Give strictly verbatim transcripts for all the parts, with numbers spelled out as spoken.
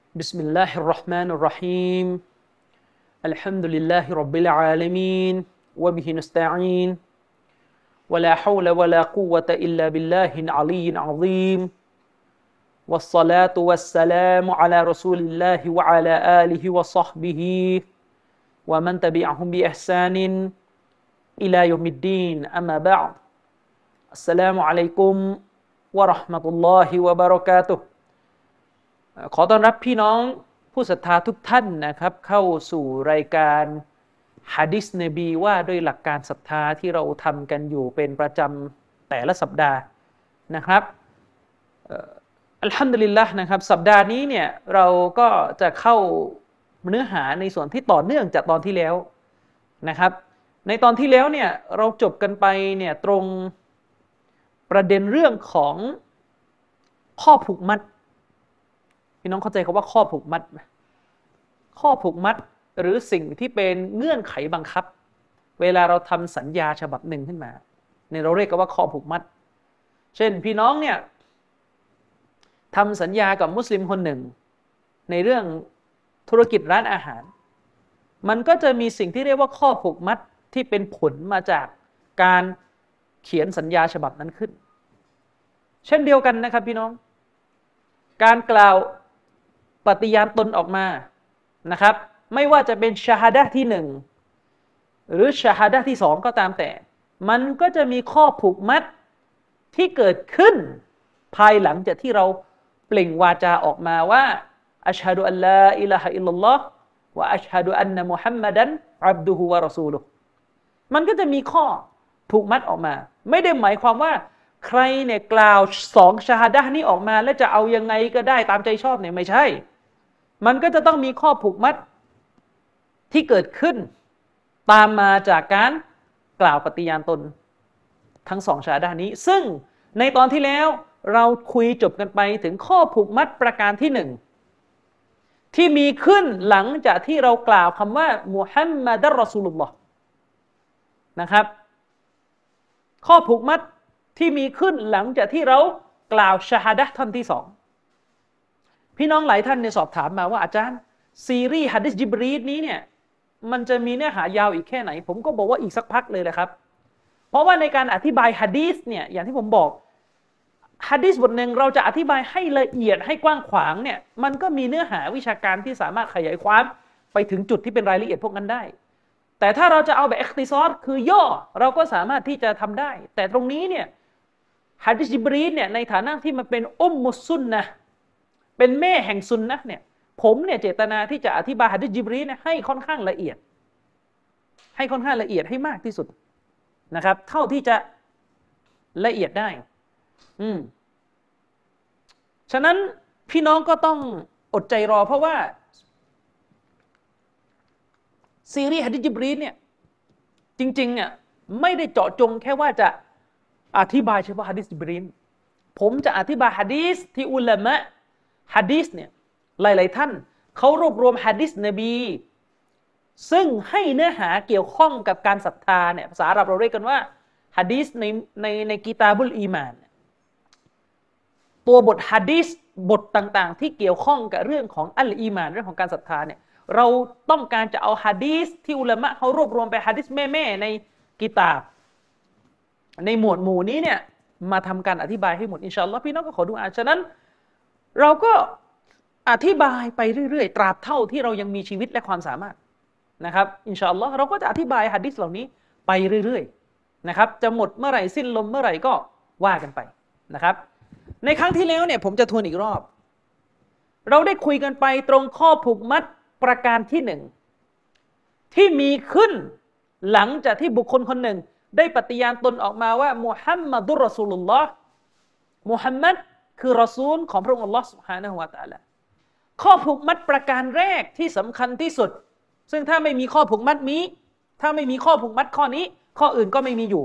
بسم الله الرحمن الرحيم الحمد لله رب العالمين وبه نستعين ولا حول ولا قوة إلا بالله العلي العظيم والصلاة والسلام على رسول الله وعلى آله وصحبه ومن تبعهم بإحسان إلى يوم الدين أما بعد السلام عليكم ورحمة الله وبركاته ขอต้อนรับพี่น้องผู้ศรัทธาทุกท่านนะครับเข้าสู่รายการหะดีษนบีว่าด้วยหลักการศรัทธาที่เราทำกันอยู่เป็นประจำแต่ละสัปดาห์นะครับอัลฮัมดุลิลละห์นะครับสัปดาห์นี้เนี่ยเราก็จะเข้าเนื้อหาในส่วนที่ต่อเนื่องจากตอนที่แล้วนะครับในตอนที่แล้วเนี่ยเราจบกันไปเนี่ยตรงประเด็นเรื่องของข้อผูกมัดพี่น้องเข้าใจคำว่าข้อผูกมัดไหมข้อผูกมัดหรือสิ่งที่เป็นเงื่อนไขบังคับเวลาเราทำสัญญาฉบับหนึ่งขึ้นมาเนี่ยเราเรียกกันว่าข้อผูกมัดเช่นพี่น้องเนี่ยทำสัญญากับมุสลิมคนหนึ่งในเรื่องธุรกิจร้านอาหารมันก็จะมีสิ่งที่เรียกว่าข้อผูกมัดที่เป็นผลมาจากการเขียนสัญญาฉบับนั้นขึ้นเช่นเดียวกันนะครับพี่น้องการกล่าวปฏิญาณตนออกมานะครับไม่ว่าจะเป็นชาฮาดะห์ที่หนึ่งหรือชาฮาดะห์ที่สองก็ตามแต่มันก็จะมีข้อผูกมัดที่เกิดขึ้นภายหลังจากที่เราเปล่งวาจาออกมาว่าอัชฮะดุอัลลาอิลาฮะอิลลัลลอฮ์วะอัชฮะดุอันนะมุฮัมมัดันอับดุฮุวะรอซูลุฮ์มันก็จะมีข้อผูกมัดออกมาไม่ได้หมายความว่าใครเนี่ยกล่าวสองชาฮาดะห์นี้ออกมาแล้วจะเอายังไงก็ได้ตามใจชอบเนี่ยไม่ใช่มันก็จะต้องมีข้อผูกมัดที่เกิดขึ้นตามมาจากการกล่าวปฏิญาณตนทั้งสองชาฮาดะห์นี้ซึ่งในตอนที่แล้วเราคุยจบกันไปถึงข้อผูกมัดประการที่หนึ่งที่มีขึ้นหลังจากที่เรากล่าวคำว่ามุฮัมมัดรอซูลุลลอฮ์นะครับข้อผูกมัดที่มีขึ้นหลังจากที่เรากล่าวชาฮาดะห์ท่อนที่สองพี่น้องหลายท่านเนี่ยสอบถามมาว่าอาจารย์ซีรีส์หะดีษญิบรีลนี้เนี่ยมันจะมีเนื้อหายาวอีกแค่ไหนผมก็บอกว่าอีกสักพักเลยแหละครับเพราะว่าในการอธิบายหะดีษเนี่ยอย่างที่ผมบอกหะดีษบทหนึ่งเราจะอธิบายให้ละเอียดให้กว้างขวางเนี่ยมันก็มีเนื้อหาวิชาการที่สามารถขยายความไปถึงจุดที่เป็นรายละเอียดพวกนั้นได้แต่ถ้าเราจะเอาแบบอิคติซอรคือย่อเราก็สามารถที่จะทำได้แต่ตรงนี้เนี่ยหะดีษญิบรีลเนี่ยในฐานะที่มันเป็นอุมมุสซุนนะห์เป็นแม่แห่งซุนนะห์เนี่ยผมเนี่ยเจตนาที่จะอธิบายหะดีษญิบรีลเนี่ยให้ค่อนข้างละเอียดให้ค่อนข้างละเอียดให้มากที่สุดนะครับเท่าที่จะละเอียดได้อืมฉะนั้นพี่น้องก็ต้องอดใจรอเพราะว่าซีรีส์หะดีษญิบรีลเนี่ยจริงๆเนี่ยไม่ได้เจาะจงแค่ว่าจะอธิบายเฉพาะหะดีษญิบรีลผมจะอธิบายหะดีษที่อุลามะหะดีษเนี่ยหลายๆท่านเขารวบรวมหะดีษนบีซึ่งให้เนื้อหาเกี่ยวข้องกับการศรัทธาเนี่ยภาษาอาหรับเราเรียกกันว่าหะดีษในในในกิตาบุลอีมานตัวบทหะดีษบทต่างๆที่เกี่ยวข้องกับเรื่องของอัลอีมานเรื่องของการศรัทธาเนี่ยเราต้องการจะเอาหะดีษที่อุลามะเขารวบรวมไปหะดีษแม่ๆในกิตาบในหมวดหมู่นี้เนี่ยมาทำการอธิบายให้หมดอินชาอัลลอฮ์พี่น้องก็ขอดุอาฉะนั้นเราก็อธิบายไปเรื่อยๆตราบเท่าที่เรายังมีชีวิตและความสามารถนะครับอินชาอัลลอฮ์เราก็จะอธิบายหะดีษเหล่านี้ไปเรื่อยๆนะครับจะหมดเมื่อไหร่สิ้นลมเมื่อไหร่ก็ว่ากันไปนะครับในครั้งที่แล้วเนี่ยผมจะทวนอีกรอบเราได้คุยกันไปตรงข้อผูกมัดประการที่หนึ่งที่มีขึ้นหลังจากที่บุคคลคนหนึ่งได้ปฏิญาณตนออกมาว่ามุฮัมมัดุรรอซูลุลลอฮ์มุฮัมมัดคือรอซูลของพระองค์อัลลอฮ์ซุบฮานะฮูวะตะอาลาข้อผูกมัดประการแรกที่สำคัญที่สุดซึ่งถ้าไม่มีข้อผูกมัดนี้ถ้าไม่มีข้อผูกมัดข้อนี้ข้ออื่นก็ไม่มีอยู่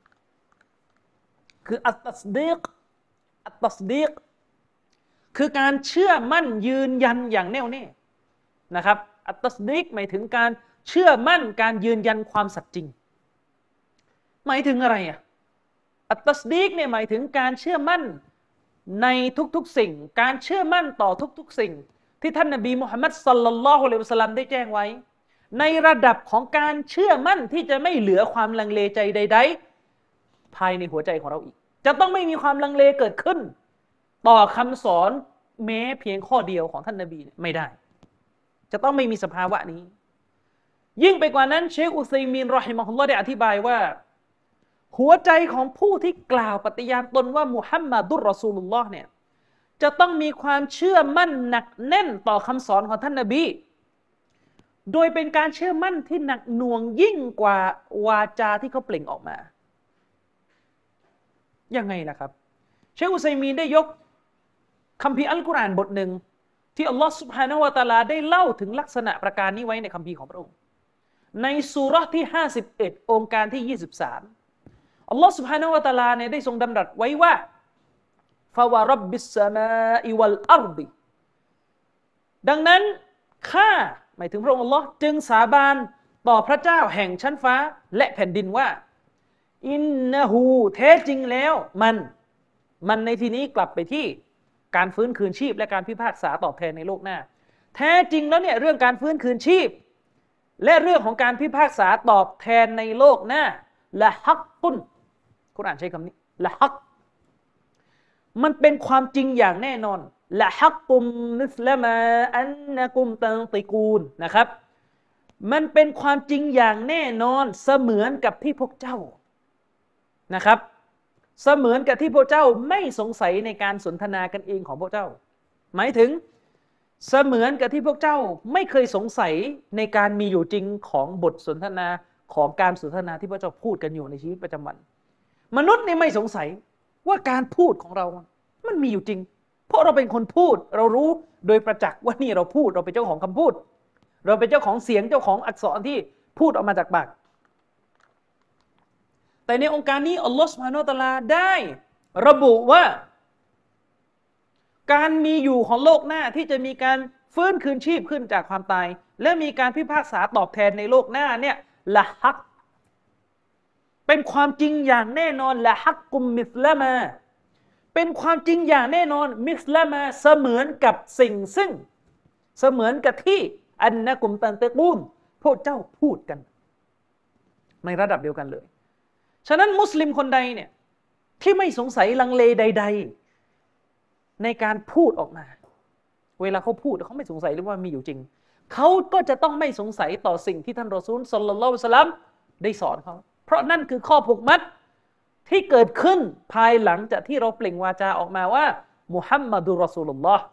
คืออัตตัสดีกอัตตัสดีกคือการเชื่อมั่นยืนยันอย่างแน่วแน่นะครับอัตตัสดีกหมายถึงการเชื่อมั่นการยืนยันความสัตย์จริงหมายถึงอะไรอ่ะอัตตัสดีกเนี่ยหมายถึงการเชื่อมั่นในทุกๆสิ่งการเชื่อมั่นต่อทุกๆสิ่งที่ท่านนบีมุฮัมมัดศ็อลลัลลอฮุอะลัยฮิวะซัลลัมได้แจ้งไว้ในระดับของการเชื่อมั่นที่จะไม่เหลือความลังเลใจใดๆภายในหัวใจของเราอีกจะต้องไม่มีความลังเลเกิดขึ้นต่อคำสอนแม้เพียงข้อเดียวของท่านนบีไม่ได้จะต้องไม่มีสภาวะนี้ยิ่งไปกว่านั้นเชคอุซัยมีนรอฮิมะฮุลลอฮ์ได้อธิบายว่าหัวใจของผู้ที่กล่าวปฏิญาณตนว่ามุฮัมมัดุรรอซูลุลลอฮ์เนี่ยจะต้องมีความเชื่อมั่นหนักแน่นต่อคำสอนของท่านนบีโดยเป็นการเชื่อมั่นที่หนักหน่วงยิ่งกว่าวาจาที่เขาเปล่งออกมายังไงล่ะครับเชคอุซัยมีนได้ยกคัมภีร์อัลกุรอานบทหนึ่งที่อัลลอฮฺซุบฮานะฮูวะตะอาลาได้เล่าถึงลักษณะประการนี้ไว้ในคัมภีร์ของพระองค์ในซูเราะห์ที่ห้าสิบเอ็ดองค์การที่ยี่สิบสามอัลลอฮฺซุบฮานะฮูวะตะอาลาเนี่ยได้ทรงดำรัสไว้ว่าฟะวะร็อบบิสสะมาอิวัลอัรฎิดังนั้นข้าหมายถึงพระองค์อัลลอฮ์จึงสาบานต่อพระเจ้าแห่งชั้นฟ้าและแผ่นดินว่าอินนะฮูแท้จริงแล้วมันมันในที่นี้กลับไปที่การฟื้นคืนชีพและการพิพากษาตอบแทนในโลกหน้าแท้จริงแล้วเนี่ยเรื่องการฟื้นคืนชีพและเรื่องของการพิพากษาตอบแทนในโลกหน้าละฮักกุนกุรอานใช้คำนี้ละฮักมันเป็นความจริงอย่างแน่นอนละฮักกุมมิสลามาอันนะกุมตันติกูนนะครับมันเป็นความจริงอย่างแน่นอนเสมือนกับที่พวกเจ้านะครับเสมือนกับที่พวกเจ้าไม่สงสัยในการสนทนากันเองของพวกเจ้าหมายถึงเสมือนกับที่พวกเจ้าไม่เคยสงสัยในการมีอยู่จริงของบทสนทนาของการสนทนาที่พวกเจ้าพูดกันอยู่ในชีวิตประจำวันมนุษย์นี่ไม่สงสัยว่าการพูดของเรามันมีอยู่จริงเพราะเราเป็นคนพูดเรารู้โดยประจักษ์ว่านี่เราพูดเราเป็นเจ้าของคำพูดเราเป็นเจ้าของเสียงเจ้าของอักษรที่พูดออกมาจากปากแต่ในองค์การนี้อัลลอฮฺซุบฮานะฮูวะตะอาลาได้ระบุว่าการมีอยู่ของโลกหน้าที่จะมีการฟื้นคืนชีพขึ้นจากความตายและมีการพิพากษาตอบแทนในโลกหน้าเนี่ยละฮักเป็นความจริงอย่างแน่นอนละฮักกุมมิสลามาเป็นความจริงอย่างแน่นอนมิสลามาเสมือนกับสิ่งซึ่งเสมือนกับที่อันนะกุมตันเตกูนพวกเจ้าพูดกันในระดับเดียวกันเลยฉะนั้นมุสลิมคนใดเนี่ยที่ไม่สงสัยลังเลใดๆในการพูดออกมาเวลาเขาพูดเขาไม่สงสัยเลยว่ามีอยู่จริงเขาก็จะต้องไม่สงสัยต่อสิ่งที่ท่านรอซูลศ็อลลัลลอฮุอะลัยฮิวะซัลลัมได้สอนเขาเพราะนั่นคือข้อผูกมัดที่เกิดขึ้นภายหลังจากที่เราเปล่งวาจาออกมาว่ามุฮัมมัดุรรอซูลุลลอฮ์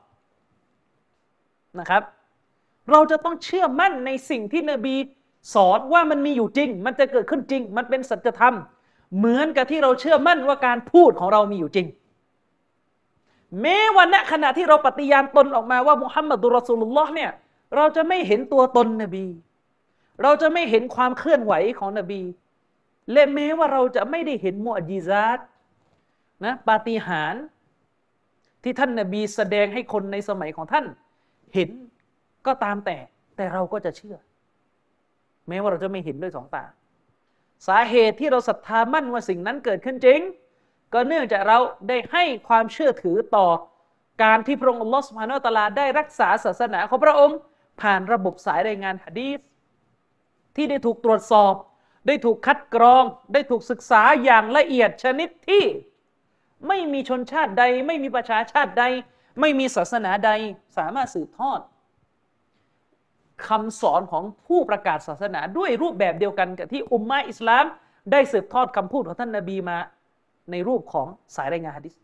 นะครับเราจะต้องเชื่อมั่นในสิ่งที่นบีสอนว่ามันมีอยู่จริงมันจะเกิดขึ้นจริงมันเป็นสัจธรรมเหมือนกับที่เราเชื่อมั่นว่าการพูดของเรามีอยู่จริงแม้วันณขณะที่เราปฏิญาณตนออกมาว่ามุฮัมมัดุรรอซูลุลลอฮ์เนี่ยเราจะไม่เห็นตัวตนนบีเราจะไม่เห็นความเคลื่อนไหวของนบีและแม้ว่าเราจะไม่ได้เห็นมุอ์ญิซาตนะปาฏิหาริย์ที่ท่านนบีแสดงให้คนในสมัยของท่านเห็นก็ตามแต่แต่เราก็จะเชื่อแม้ว่าเราจะไม่เห็นด้วยสองตาสาเหตุที่เราศรัทธามั่นว่าสิ่งนั้นเกิดขึ้นจริงก็เนื่องจากเราได้ให้ความเชื่อถือต่อการที่พระองค์อัลลอฮฺซุบฮานะฮูวะตะอาลาได้รักษาศาสนาของพระองค์ผ่านระบบสายรายงานหะดีษที่ได้ถูกตรวจสอบได้ถูกคัดกรองได้ถูกศึกษาอย่างละเอียดชนิดที่ไม่มีชนชาติใดไม่มีประชาชาติใดไม่มีศาสนาใดสามารถสืบทอดคำสอนของผู้ประกาศศาสนาด้วยรูปแบบเดียวกันกับที่อุมมะห์อิสลามได้สืบทอดคำพูดของท่านนบีมาในรูปของสายรายงานหะดีษ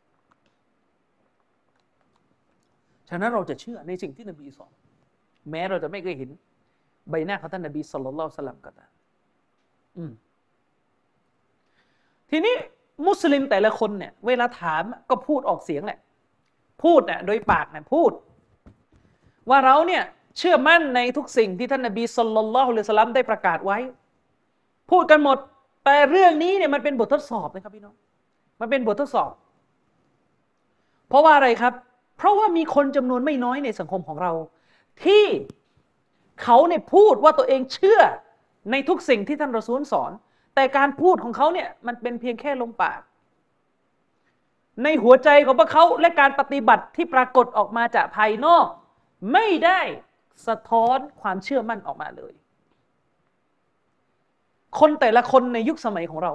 ฉะนั้นเราจะเชื่อในสิ่งที่นบีสอนแม้เราจะไม่เคยเห็นใบหน้าของท่านนบีศ็อลลัลลอฮุอะลัยฮิวะซัลลัมก็ตามทีนี้มุสลิมแต่ละคนเนี่ยเวลาถามก็พูดออกเสียงแหละพูดเนี่ยโดยปากเนี่ยพูดว่าเราเนี่ยเชื่อมั่นในทุกสิ่งที่ท่านนบีศ็อลลัลลอฮุอะลัยฮิวะซัลลัมได้ประกาศไว้พูดกันหมดแต่เรื่องนี้เนี่ยมันเป็นบททดสอบนะครับพี่น้องมันเป็นบททดสอบเพราะว่าอะไรครับเพราะว่ามีคนจำนวนไม่น้อยในสังคมของเราที่เขาเนี่ยพูดว่าตัวเองเชื่อในทุกสิ่งที่ท่านรอซูลสอนแต่การพูดของเขาเนี่ยมันเป็นเพียงแค่ลมปากในหัวใจของพวกเขาและการปฏิบัติที่ปรากฏออกมาจากภายนอกไม่ได้สะท้อนความเชื่อมั่นออกมาเลยคนแต่ละคนในยุคสมัยของเรา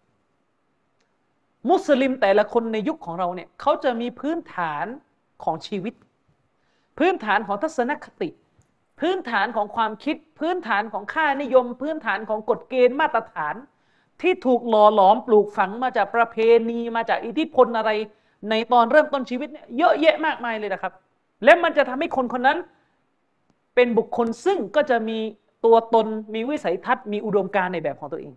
มุสลิมแต่ละคนในยุคของเราเนี่ยเขาจะมีพื้นฐานของชีวิตพื้นฐานของทัศนคติพื้นฐานของความคิดพื้นฐานของค่านิยมพื้นฐานของกฎเกณฑ์มาตรฐานที่ถูกหล่อหลอมปลูกฝังมาจากประเพณีมาจากอิทธิพลอะไรในตอนเริ่มต้นชีวิตเนี่ยเยอะแยะมากมายเลยนะครับและมันจะทำให้คนคนนั้นเป็นบุคคลซึ่งก็จะมีตัวตนมีวิสัยทัศน์มีอุดมการณ์ในแบบของตัวเอง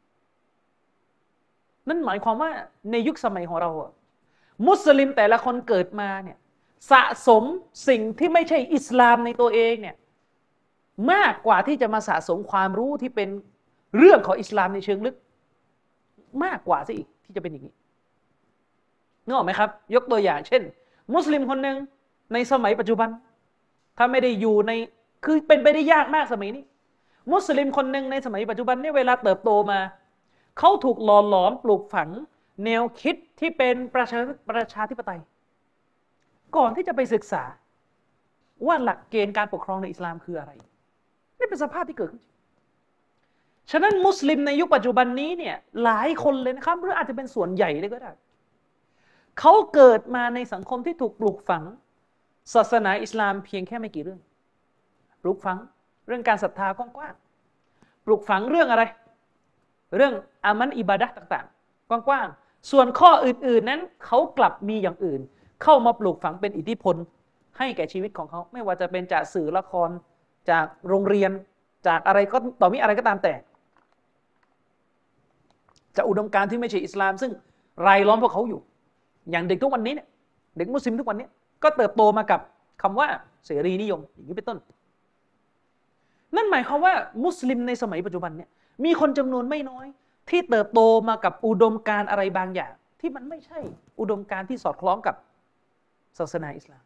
นั่นหมายความว่าในยุคสมัยของเราอะมุสลิมแต่ละคนเกิดมาเนี่ยสะสมสิ่งที่ไม่ใช่อิสลามในตัวเองเนี่ยมากกว่าที่จะมาสะสมความรู้ที่เป็นเรื่องของอิสลามในเชิงลึกมากกว่าซะอีกที่จะเป็นอย่างนี้นึกออกไหมครับยกตัวอย่างเช่นมุสลิมคนหนึ่งในสมัยปัจจุบันถ้าไม่ได้อยู่ในคือเป็นไปได้ยากมากสมัยนี้มุสลิมคนหนึ่งในสมัยปัจจุบันเนี่ยเวลาเติบโตมาเขาถูกหล่อหลอมปลูกฝังแนวคิดที่เป็นประชาประชาธิปไตยก่อนที่จะไปศึกษาว่าหลักเกณฑ์การปกครองในอิสลามคืออะไรนี่เป็นสภาพที่เกิดขึ้นฉะนั้นมุสลิมในยุคปัจจุบันนี้เนี่ยหลายคนเลยนะครับหรืออาจจะเป็นส่วนใหญ่เลยก็ได้เขาเกิดมาในสังคมที่ถูกปลูกฝังศาสนาอิสลามเพียงแค่ไม่กี่เรื่องปลูกฝังเรื่องการศรัทธากว้างๆปลูกฝังเรื่องอะไรเรื่องอามันอิบาดะห์ต่างๆกว้างๆส่วนข้ออื่นๆนั้นเขากลับมีอย่างอื่นเข้ามาปลูกฝังเป็นอิทธิพลให้แก่ชีวิตของเขาไม่ว่าจะเป็นจากสื่อละครจากโรงเรียนจากอะไรก็ต่อมีอะไรก็ตามแต่จะอุดมการณ์ที่ไม่ใช่อิสลามซึ่งรายล้อมพวกเขาอยู่อย่างเด็กทุกวันนี้เนี่ยเด็กมุสลิมทุกวันนี้ก็เติบโตมากับคำว่าเสรีนิยมอย่างนี้เป็นต้นนั่นหมายความว่ามุสลิมในสมัยปัจจุบันเนี่ยมีคนจำนวนไม่น้อยที่เติบโตมากับอุดมการณ์อะไรบางอย่างที่มันไม่ใช่อุดมการณ์ที่สอดคล้องกับศาสนาอิสลาม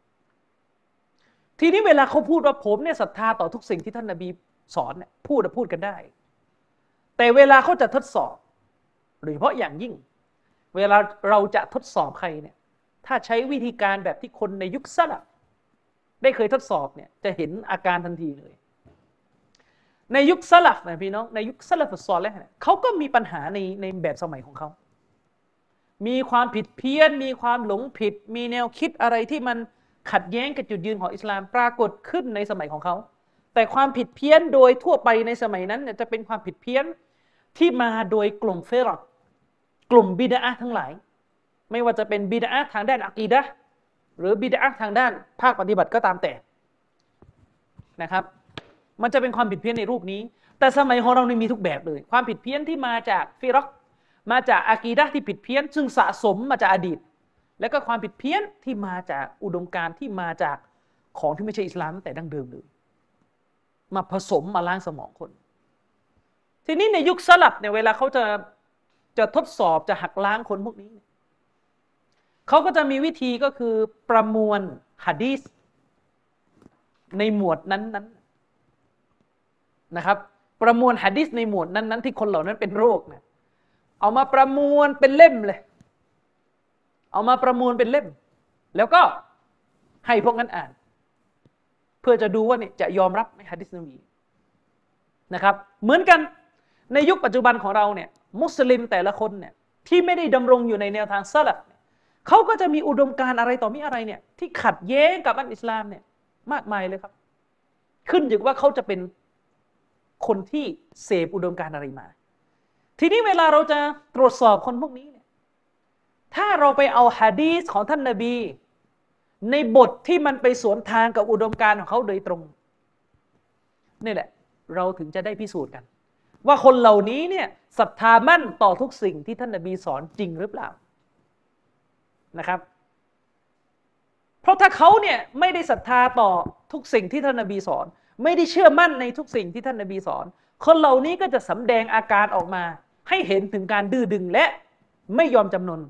ทีนี้เวลาเขาพูดว่าผมเนี่ยศรัทธาต่อทุกสิ่งที่ท่านนบีสอนเนี่ยพูดพูดกันได้แต่เวลาเขาจะทดสอบโดยเฉพาะอย่างยิ่งเวลาเราจะทดสอบใครเนี่ยถ้าใช้วิธีการแบบที่คนในยุคสลับได้เคยทดสอบเนี่ยจะเห็นอาการทันทีเลยในยุคสลับนะพี่น้องในยุคสลับซอลแล้วเนี่ยเขาก็มีปัญหาในในแบบสมัยของเขามีความผิดเพี้ยนมีความหลงผิดมีแนวคิดอะไรที่มันขัดแย้งกับจุดยืนของอิสลามปรากฏขึ้นในสมัยของเขาแต่ความผิดเพี้ยนโดยทั่วไปในสมัยนั้นเนี่ยจะเป็นความผิดเพี้ยนที่มาโดยกลุ่มเฟรกกลุ่มบิดอะห์ทั้งหลายไม่ว่าจะเป็นบิดอะห์ทางด้านอะกีดะห์หรือบิดอะห์ทางด้านภาคปฏิบัติก็ตามแต่นะครับมันจะเป็นความผิดเพี้ยนในรูปนี้แต่สมัยของเรานี่มีทุกแบบเลยความผิดเพี้ยนที่มาจากฟิรกมาจากอะกีดะห์ที่ผิดเพี้ยนซึ่งสะสมมาจากอดีตแล้วก็ความผิดเพี้ยนที่มาจากอุดมการณ์ที่มาจากของที่ไม่ใช่อิสลามตั้งแต่ดั้งเดิมเลยมาผสมมาล้างสมองคนทีนี้ในยุคสลับเนี่ยเวลาเขาจะจะทดสอบจะหักล้างคนพวกนี้เขาก็จะมีวิธีก็คือประมวลหะดีษในหมวดนั้นๆนะครับประมวลหะดีษในหมวดนั้นๆที่คนเหล่านั้นเป็นโรคเนี่ยเอามาประมวลเป็นเล่มเลยเอามาประมวลเป็นเล่มแล้วก็ให้พวกนั้นอ่านเพื่อจะดูว่าเนี่ยจะยอมรับไหมหะดีษนบีนะครับเหมือนกันในยุคปัจจุบันของเราเนี่ยมุสลิมแต่ละคนเนี่ยที่ไม่ได้ดำรงอยู่ในแนวทางซะลัฟเขาก็จะมีอุดมการณ์อะไรต่อมีอะไรเนี่ยที่ขัดแย้งกับอัลอิสลามเนี่ยมากมายเลยครับขึ้นอยู่ว่าเขาจะเป็นคนที่เสพอุดมการณ์อะไรมาทีนี้เวลาเราจะตรวจสอบคนพวกนี้เนี่ยถ้าเราไปเอาหะดีษของท่านนบีในบทที่มันไปสวนทางกับอุดมการณ์ของเขาโดยตรงนี่แหละเราถึงจะได้พิสูจน์กันว่าคนเหล่านี้เนี่ยศรัทธามั่นต่อทุกสิ่งที่ท่านนบีสอนจริงหรือเปล่านะครับเพราะถ้าเขาเนี่ยไม่ได้ศรัทธาต่อทุกสิ่งที่ท่านนบีสอนไม่ได้เชื่อมั่นในทุกสิ่งที่ท่านนบีสอนคนเหล่านี้ก็จะสำแดงอาการออกมาให้เห็นถึงการดื้อดึงและไม่ยอมจำนน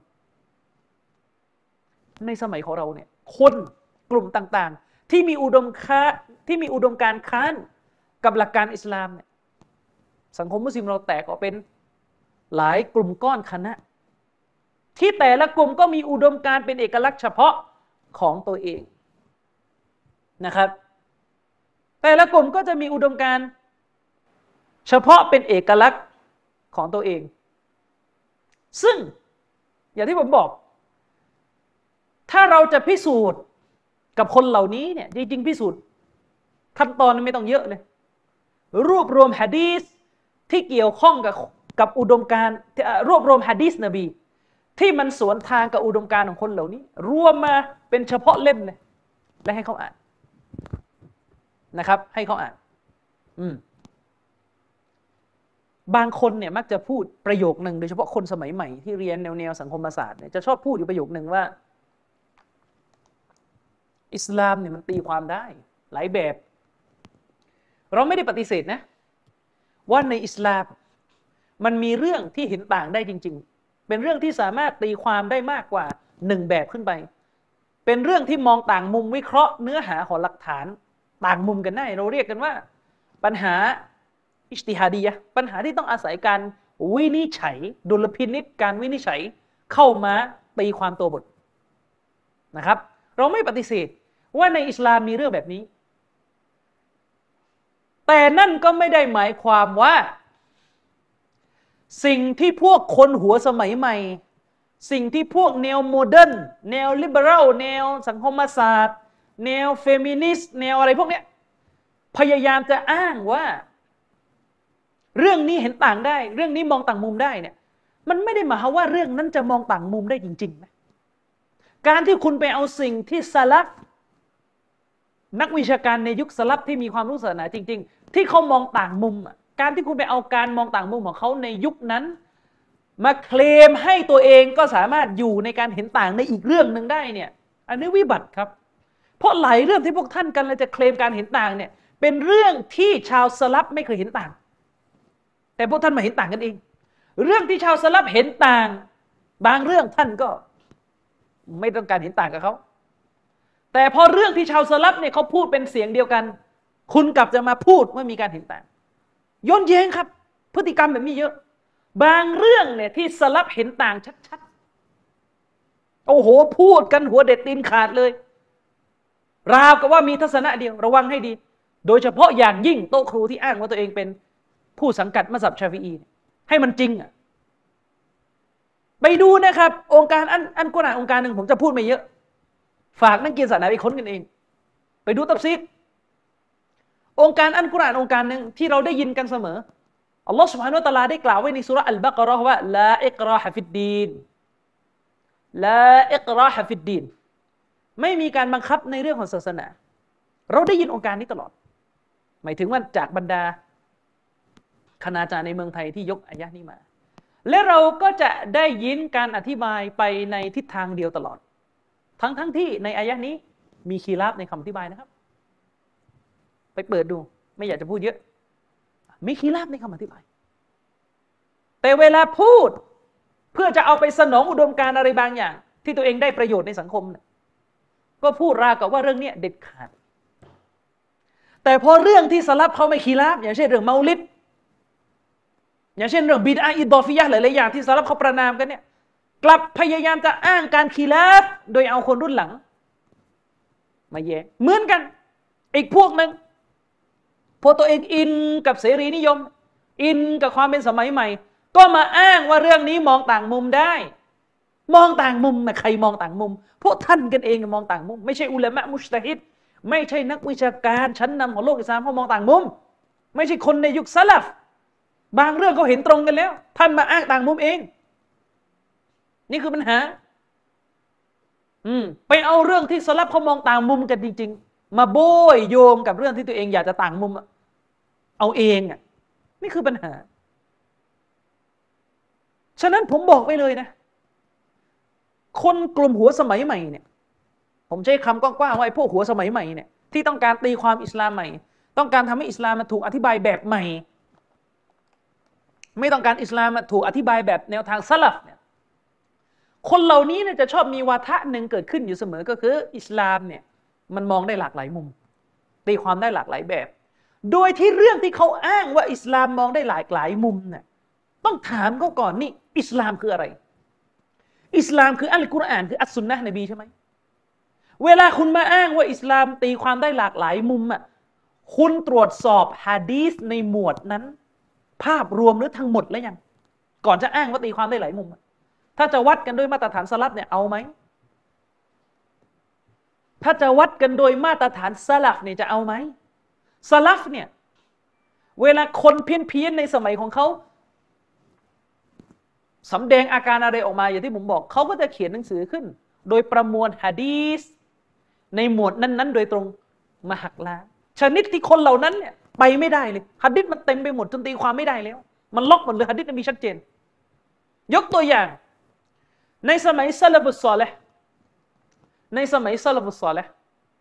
ในสมัยของเราเนี่ยคนกลุ่มต่างๆที่มีอุดมค้าที่มีอุดมการณ์ค้านกับหลักการอิสลามเนี่ยสังคมมุสลิมเราแตกออกเป็นหลายกลุ่มก้อนคณะที่แต่ละกลุ่มก็มีอุดมการณ์เป็นเอกลักษณ์เฉพาะของตัวเองนะครับแต่ละกลุ่มก็จะมีอุดมการณ์เฉพาะเป็นเอกลักษณ์ของตัวเองซึ่งอย่างที่ผมบอกถ้าเราจะพิสูจน์กับคนเหล่านี้เนี่ยจริงๆพิสูจน์ขั้นตอนไม่ต้องเยอะเลยรวบรวมหะดีษที่เกี่ยวข้องกับกับอุดมการณ์รวบรวมหะดีษนบีที่มันสวนทางกับอุดมการณ์ของคนเหล่านี้รวมมาเป็นเฉพาะเล่มเลยและให้เขาอ่านนะครับให้เขาอ่านอืมบางคนเนี่ยมักจะพูดประโยคนึงโดยเฉพาะคนสมัยใหม่ที่เรียนแนวแนวสังคมศาสตร์เนี่ยจะชอบพูดอยู่ประโยคนึงว่าอิสลามเนี่ยมันตีความได้หลายแบบเราไม่ได้ปฏิเสธนะว่าในอิสลามมันมีเรื่องที่เห็นต่างได้จริงๆเป็นเรื่องที่สามารถตีความได้มากกว่าหนึ่งแบบขึ้นไปเป็นเรื่องที่มองต่างมุมวิเคราะห์เนื้อหาของหลักฐานต่างมุมกันได้เราเรียกกันว่าปัญหาอิจติฮาดียะห์ปัญหาที่ต้องอาศัยการวินิจฉัยดุลพินิจการวินิจฉัยเข้ามาตีความตัวบทนะครับเราไม่ปฏิเสธว่าในอิสลามมีเรื่องแบบนี้แต่นั่นก็ไม่ได้หมายความว่าสิ่งที่พวกคนหัวสมัยใหม่สิ่งที่พวกแนวโมเดิร์นแนวลิเบอรัลแนวสังคมศาสตร์แนวเฟมินิสต์แนวอะไรพวกเนี้ยพยายามจะอ้างว่าเรื่องนี้เห็นต่างได้เรื่องนี้มองต่างมุมได้เนี่ยมันไม่ได้หมายความว่าเรื่องนั้นจะมองต่างมุมได้จริงๆนะการที่คุณไปเอาสิ่งที่ซะลัฟนักวิชาการในยุคสลับที่มีความรู้ศาสนาจริงๆที่เขามองต่างมุมการที่คุณไปเอาการมองต่างมุมของเขาในยุคนั้นมาเคลมให้ตัวเองก็สามารถอยู่ในการเห็นต่างในอีกเรื่องหนึ่งได้เนี่ยอันนี้วิบัติครับเพราะหลายเรื่องที่พวกท่านกันเลยจะเคลมการเห็นต่างเนี่ยเป็นเรื่องที่ชาวสลับไม่เคยเห็นต่างแต่พวกท่านมาเห็นต่างกันเองเรื่องที่ชาวสลับเห็นต่างบางเรื่องท่านก็ไม่ต้องการเห็นต่างกับเขาแต่พอเรื่องที่ชาวสลับเนี่ยเขาพูดเป็นเสียงเดียวกันคุณกลับจะมาพูดว่ามีการเห็นต่างย้อนแย้งครับพฤติกรรมแบบนี้เยอะบางเรื่องเนี่ยที่สลับเห็นต่างชัดๆโอ้โหพูดกันหัวเด็ดตีนขาดเลยราวกับว่ามีทัศนะเดียวระวังให้ดีโดยเฉพาะอย่างยิ่งโต๊ะครูที่อ้างว่าตัวเองเป็นผู้สังกัดมัซฮับชาฟิอีให้มันจริงอ่ะไปดูนะครับองค์การอันอันกุรอานองค์การหนึ่งผมจะพูดไม่เยอะฝากนักเรียนศาสนาไปค้นกันเองไปดูตัฟซีรองค์การอันกุรอานองค์การหนึ่งที่เราได้ยินกันเสมออัลลอฮฺซุบฮานะฮูวะตะอาลาได้กล่าวไว้ในซูเราะห์อัลบะเกาะเราะห์ว่าลาอิกราฮะฟิดดีนลาอิกราฮะฟิดดีนไม่มีการบังคับในเรื่องของศาสนาเราได้ยินองค์การนี้ตลอดหมายถึงว่าจากบรรดาคณาจารย์ในเมืองไทยที่ยกอายะห์นี้มาและเราก็จะได้ยินการอธิบายไปในทิศทางเดียวตลอดทั้งทั้งที่ในอายะห์นี้มีคีราฟในคำอธิบายนะครับไปเปิดดูไม่อยากจะพูดเยอะมีคีราฟในคำอธิบายแต่เวลาพูดเพื่อจะเอาไปสนองอุดมการณ์อะไรบางอย่างที่ตัวเองได้ประโยชน์ในสังคมเนี่ยก็พูดราวกับว่าเรื่องนี้เด็ดขาดแต่พอเรื่องที่สลับเขาไม่คีราฟอย่างเช่นเรื่องเมาลิดอย่างเช่นเรื่องบิดอะห์อิฎอฟิยะห์หลายๆอย่างที่สลับเขาประนามกันเนี่ยกลับพยายามจะอ้างการคีราฟโดยเอาคนรุ่นหลังมาแย้งเหมือนกันอีกพวกนึงพอตัวเองอินกับเสรีนิยมอินกับความเป็นสมัยใหม่ก็มาอ้างว่าเรื่องนี้มองต่างมุมได้มองต่างมุมนะใครมองต่างมุมพวกท่านกันเองมองต่างมุมไม่ใช่อุลามะมุจตะฮิดไม่ใช่นักวิชาการชั้นนำของโลกอิสลามเขามองต่างมุมไม่ใช่คนในยุคซะลัฟบางเรื่องเขาเห็นตรงกันแล้วท่านมาอ้างต่างมุมเองนี่คือปัญหาอืมไปเอาเรื่องที่สลับเขามองต่างมุมกันจริงๆมาโบยโยงกับเรื่องที่ตัวเองอยากจะต่างมุมเอาเองอ่ะนี่คือปัญหาฉะนั้นผมบอกไปเลยนะคนกลุ่มหัวสมัยใหม่เนี่ยผมใช้คำกว้างๆว่าไอ้พวกหัวสมัยใหม่เนี่ยที่ต้องการตีความอิสลามใหม่ต้องการทำให้อิสลามมันถูกอธิบายแบบใหม่ไม่ต้องการอิสลามมันถูกอธิบายแบบแนวทางซะลัฟเนี่ยคนเหล่านี้เนี่ยจะชอบมีวาทะหนึ่งเกิดขึ้นอยู่เสมอก็คืออิสลามเนี่ยมันมองได้หลากหลายมุมตีความได้หลากหลายแบบโดยที่เรื่องที่เขาอ้างว่าอิสลามมองได้หลากหลายมุมเนี่ยต้องถามเขาก่อนนี่อิสลามคืออะไรอิสลามคืออัลกุรอานคืออัสซุนนะห์นบีใช่ไหมเวลาคุณมาอ้างว่าอิสลามตีความได้หลากหลายมุมอ่ะคุณตรวจสอบหะดีษในหมวดนั้นภาพรวมหรือทั้งหมดแล้วยังก่อนจะอ้างว่าตีความได้หลายมุมถ้าจะวัดกันด้วยมาตรฐานสลัฟเนี่ยเอาไหมถ้าจะวัดกันโดยมาตรฐานสลัฟเนี่ยจะเอาไหมสลัฟเนี่ยเวลาคนเพี้ยนๆในสมัยของเขาสำแดงอาการอะไรออกมาอย่างที่ผมบอกเขาก็จะเขียนหนังสือขึ้นโดยประมวลหะดีษในหมวดนั้นๆโดยตรงมาหักล้างชนิดที่คนเหล่านั้นเนี่ยไปไม่ได้เลยหะดีษมันเต็มไปหมดจนตีความไม่ได้แล้วมันล็อกหมดเลยหะดีษมันมีชัดเจนยกตัวอย่างในสมัยซะลาฟุสศอลิห์ในสมัยซะลาฟุสศอลิห์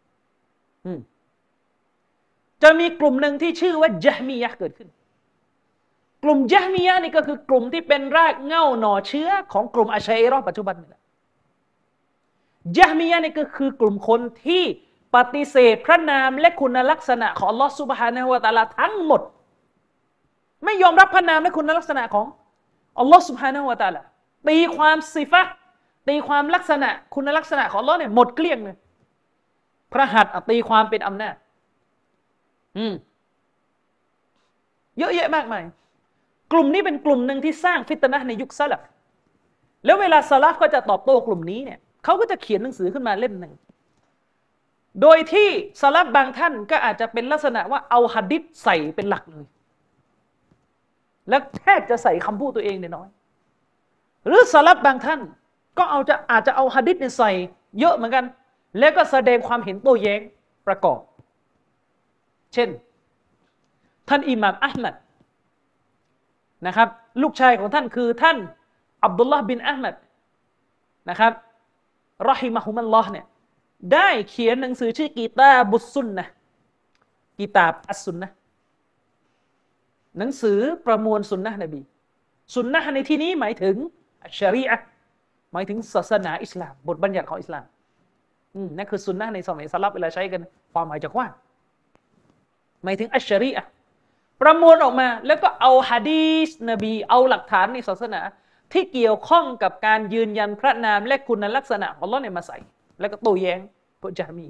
จะมีกลุ่มหนึ่งที่ชื่อว่าญะฮ์มียะห์เกิดขึ้นกลุ่มญะฮ์มียะห์นี่ก็คือกลุ่มที่เป็นรากเหง้าหน่อเชื้อของกลุ่มอัชอะอิเราะห์ปัจจุบันนี่แหละญะฮ์มียะห์นี่ก็คือกลุ่มคนที่ปฏิเสธพระนามและคุณลักษณะของอัลเลาะห์ซุบฮานะฮูวะตะอาลาทั้งหมดไม่ยอมรับพระนามและคุณลักษณะของอัลเลาะห์ซุบฮานะฮูวะตะอาลาตีความซิฟะห์ตีความลักษณะคุณลักษณะของอัลเลาะห์เนี่ยหมดเกลี้ยงเลยพระหัตถ์ตีความเป็นอำนาจอืมเยอะแยะมากมายกลุ่มนี้เป็นกลุ่มหนึ่งที่สร้างฟิตนะห์ในยุคซะลัฟแล้วเวลาซะลัฟก็จะตอบโต้กลุ่มนี้เนี่ยเขาก็จะเขียนหนังสือขึ้นมาเล่มหนึ่งโดยที่ซะลัฟบางท่านก็อาจจะเป็นลักษณะว่าเอาหะดีษใส่เป็นหลักเลยแล้วแทบจะใส่คำพูดตัวเองน้อยหรือซะลัฟบางท่านก็เอาจะอาจจะเอาหะดีษเนี่ยใส่เยอะเหมือนกันแล้วก็แสดงความเห็นโต้แย้งประกอบเช่นท่านอิหม่ามอะห์มัดนะครับลูกชายของท่านคือท่านอับดุลลอฮ์บินอะห์มัดนะครับรอฮิมะฮุมัลลอฮ์เนี่ยได้เขียนหนังสือชื่อกีตาบุสซุนนะห์กีตาบอัสซุนนะห์หนังสือประมวลสุนนะห์นบีสุนนะห์ในที่นี้หมายถึงอัชชะรีอะห์หมายถึงศาสนาอิสลามบทบัญญัติของอิสลามอืมนั่นคือสุนนะห์ในสมัยสลัฟเวลาใช้กันความหมายจะกว้างหมายถึงอัชชะรีอะห์ประมวลออกมาแล้วก็เอาหะดีษนบีเอาหลักฐานในศาสนาที่เกี่ยวข้องกับการยืนยันพระนามและคุณลักษณะของอัลเลาะห์เนี่ยมาใส่แล้วก็โต้แย้งพวกญะฮ์มี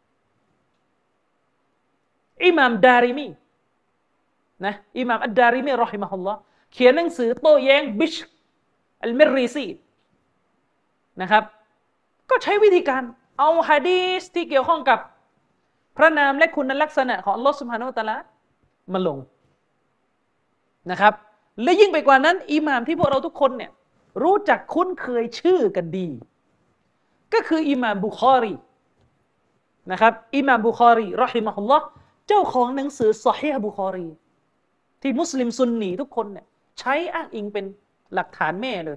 อิหม่ามดาริมีนะอิหม่ามอัดดาริมีรอฮิมะฮุลลอฮ์เขียนหนังสือโต้แย้งบิชอัลมิรรีซีนะครับก็ใช้วิธีการเอาหะดีษที่เกี่ยวข้องกับพระนามและคุณลักษณะของอัลเลาะห์ซุบฮานะฮูวะตะอาลามาลงนะครับและยิ่งไปกว่านั้นอิหม่ามที่พวกเราทุกคนเนี่ยรู้จักคุ้นเคยชื่อกันดีก็คืออิหม่ามบุคอรีนะครับอิหม่ามบุคอรีรอฮิมะฮุลลอฮ์เจ้าของหนังสือซอฮีฮ์บุคอรีที่มุสลิมซุนนีทุกคนเนี่ยใช้อ้างอิงเป็นหลักฐานแม่เลย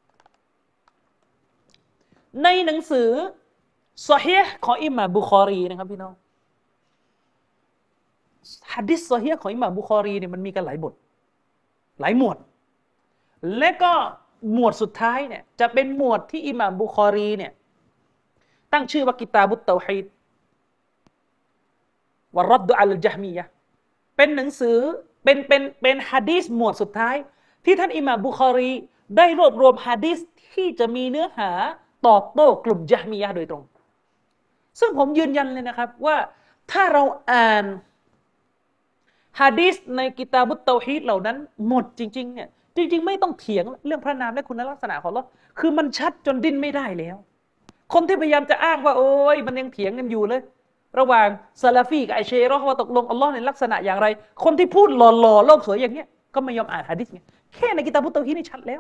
ในหนังสือซอฮีฮ์ของอิหม่ามบุคอรีนะครับพี่น้องหะดีษซอฮีฮ์ของอิหม่ามบุคอรีเนี่ยมันมีกันหลายบทหลายหมวดและก็หมวดสุดท้ายเนี่ยจะเป็นหมวดที่อิหม่ามบุคอรีเนี่ยตั้งชื่อว่ากิตาบุตเตาฮีดวะรัดดุอัลญะฮ์มียะห์เป็นหนังสือเป็นเป็นเป็นหะดีษหมวดสุดท้ายที่ท่านอิหม่ามบุคอรีได้รวบรวมหะดีษที่จะมีเนื้อหาตอบโต้กลุ่มญะฮ์มียะห์โดยตรงซึ่งผมยืนยันเลยนะครับว่าถ้าเราอ่านหะดีษในกิตาบุตเตาฮีดเหล่านั้นหมดจริงๆเนี่ยจริงๆไม่ต้องเถียงเรื่องพระนามและคุณลักษณะของอัลเลาะห์คือมันชัดจนดิ้นไม่ได้แล้วคนที่พยายามจะอ้างว่าโอ้ยมันยังเถียงกันอยู่เลยระหว่างซะลาฟีกับอัชอะอิเราะห์ว่าตกลงอัลเลาะห์ในลักษณะอย่างไรคนที่พูดหล่อๆโลกสวยอย่างเงี้ยก็ไม่ยอมอ่านหะดีษไงแค่ในกิตาบุตเตาฮีดนี่ชัดแล้ว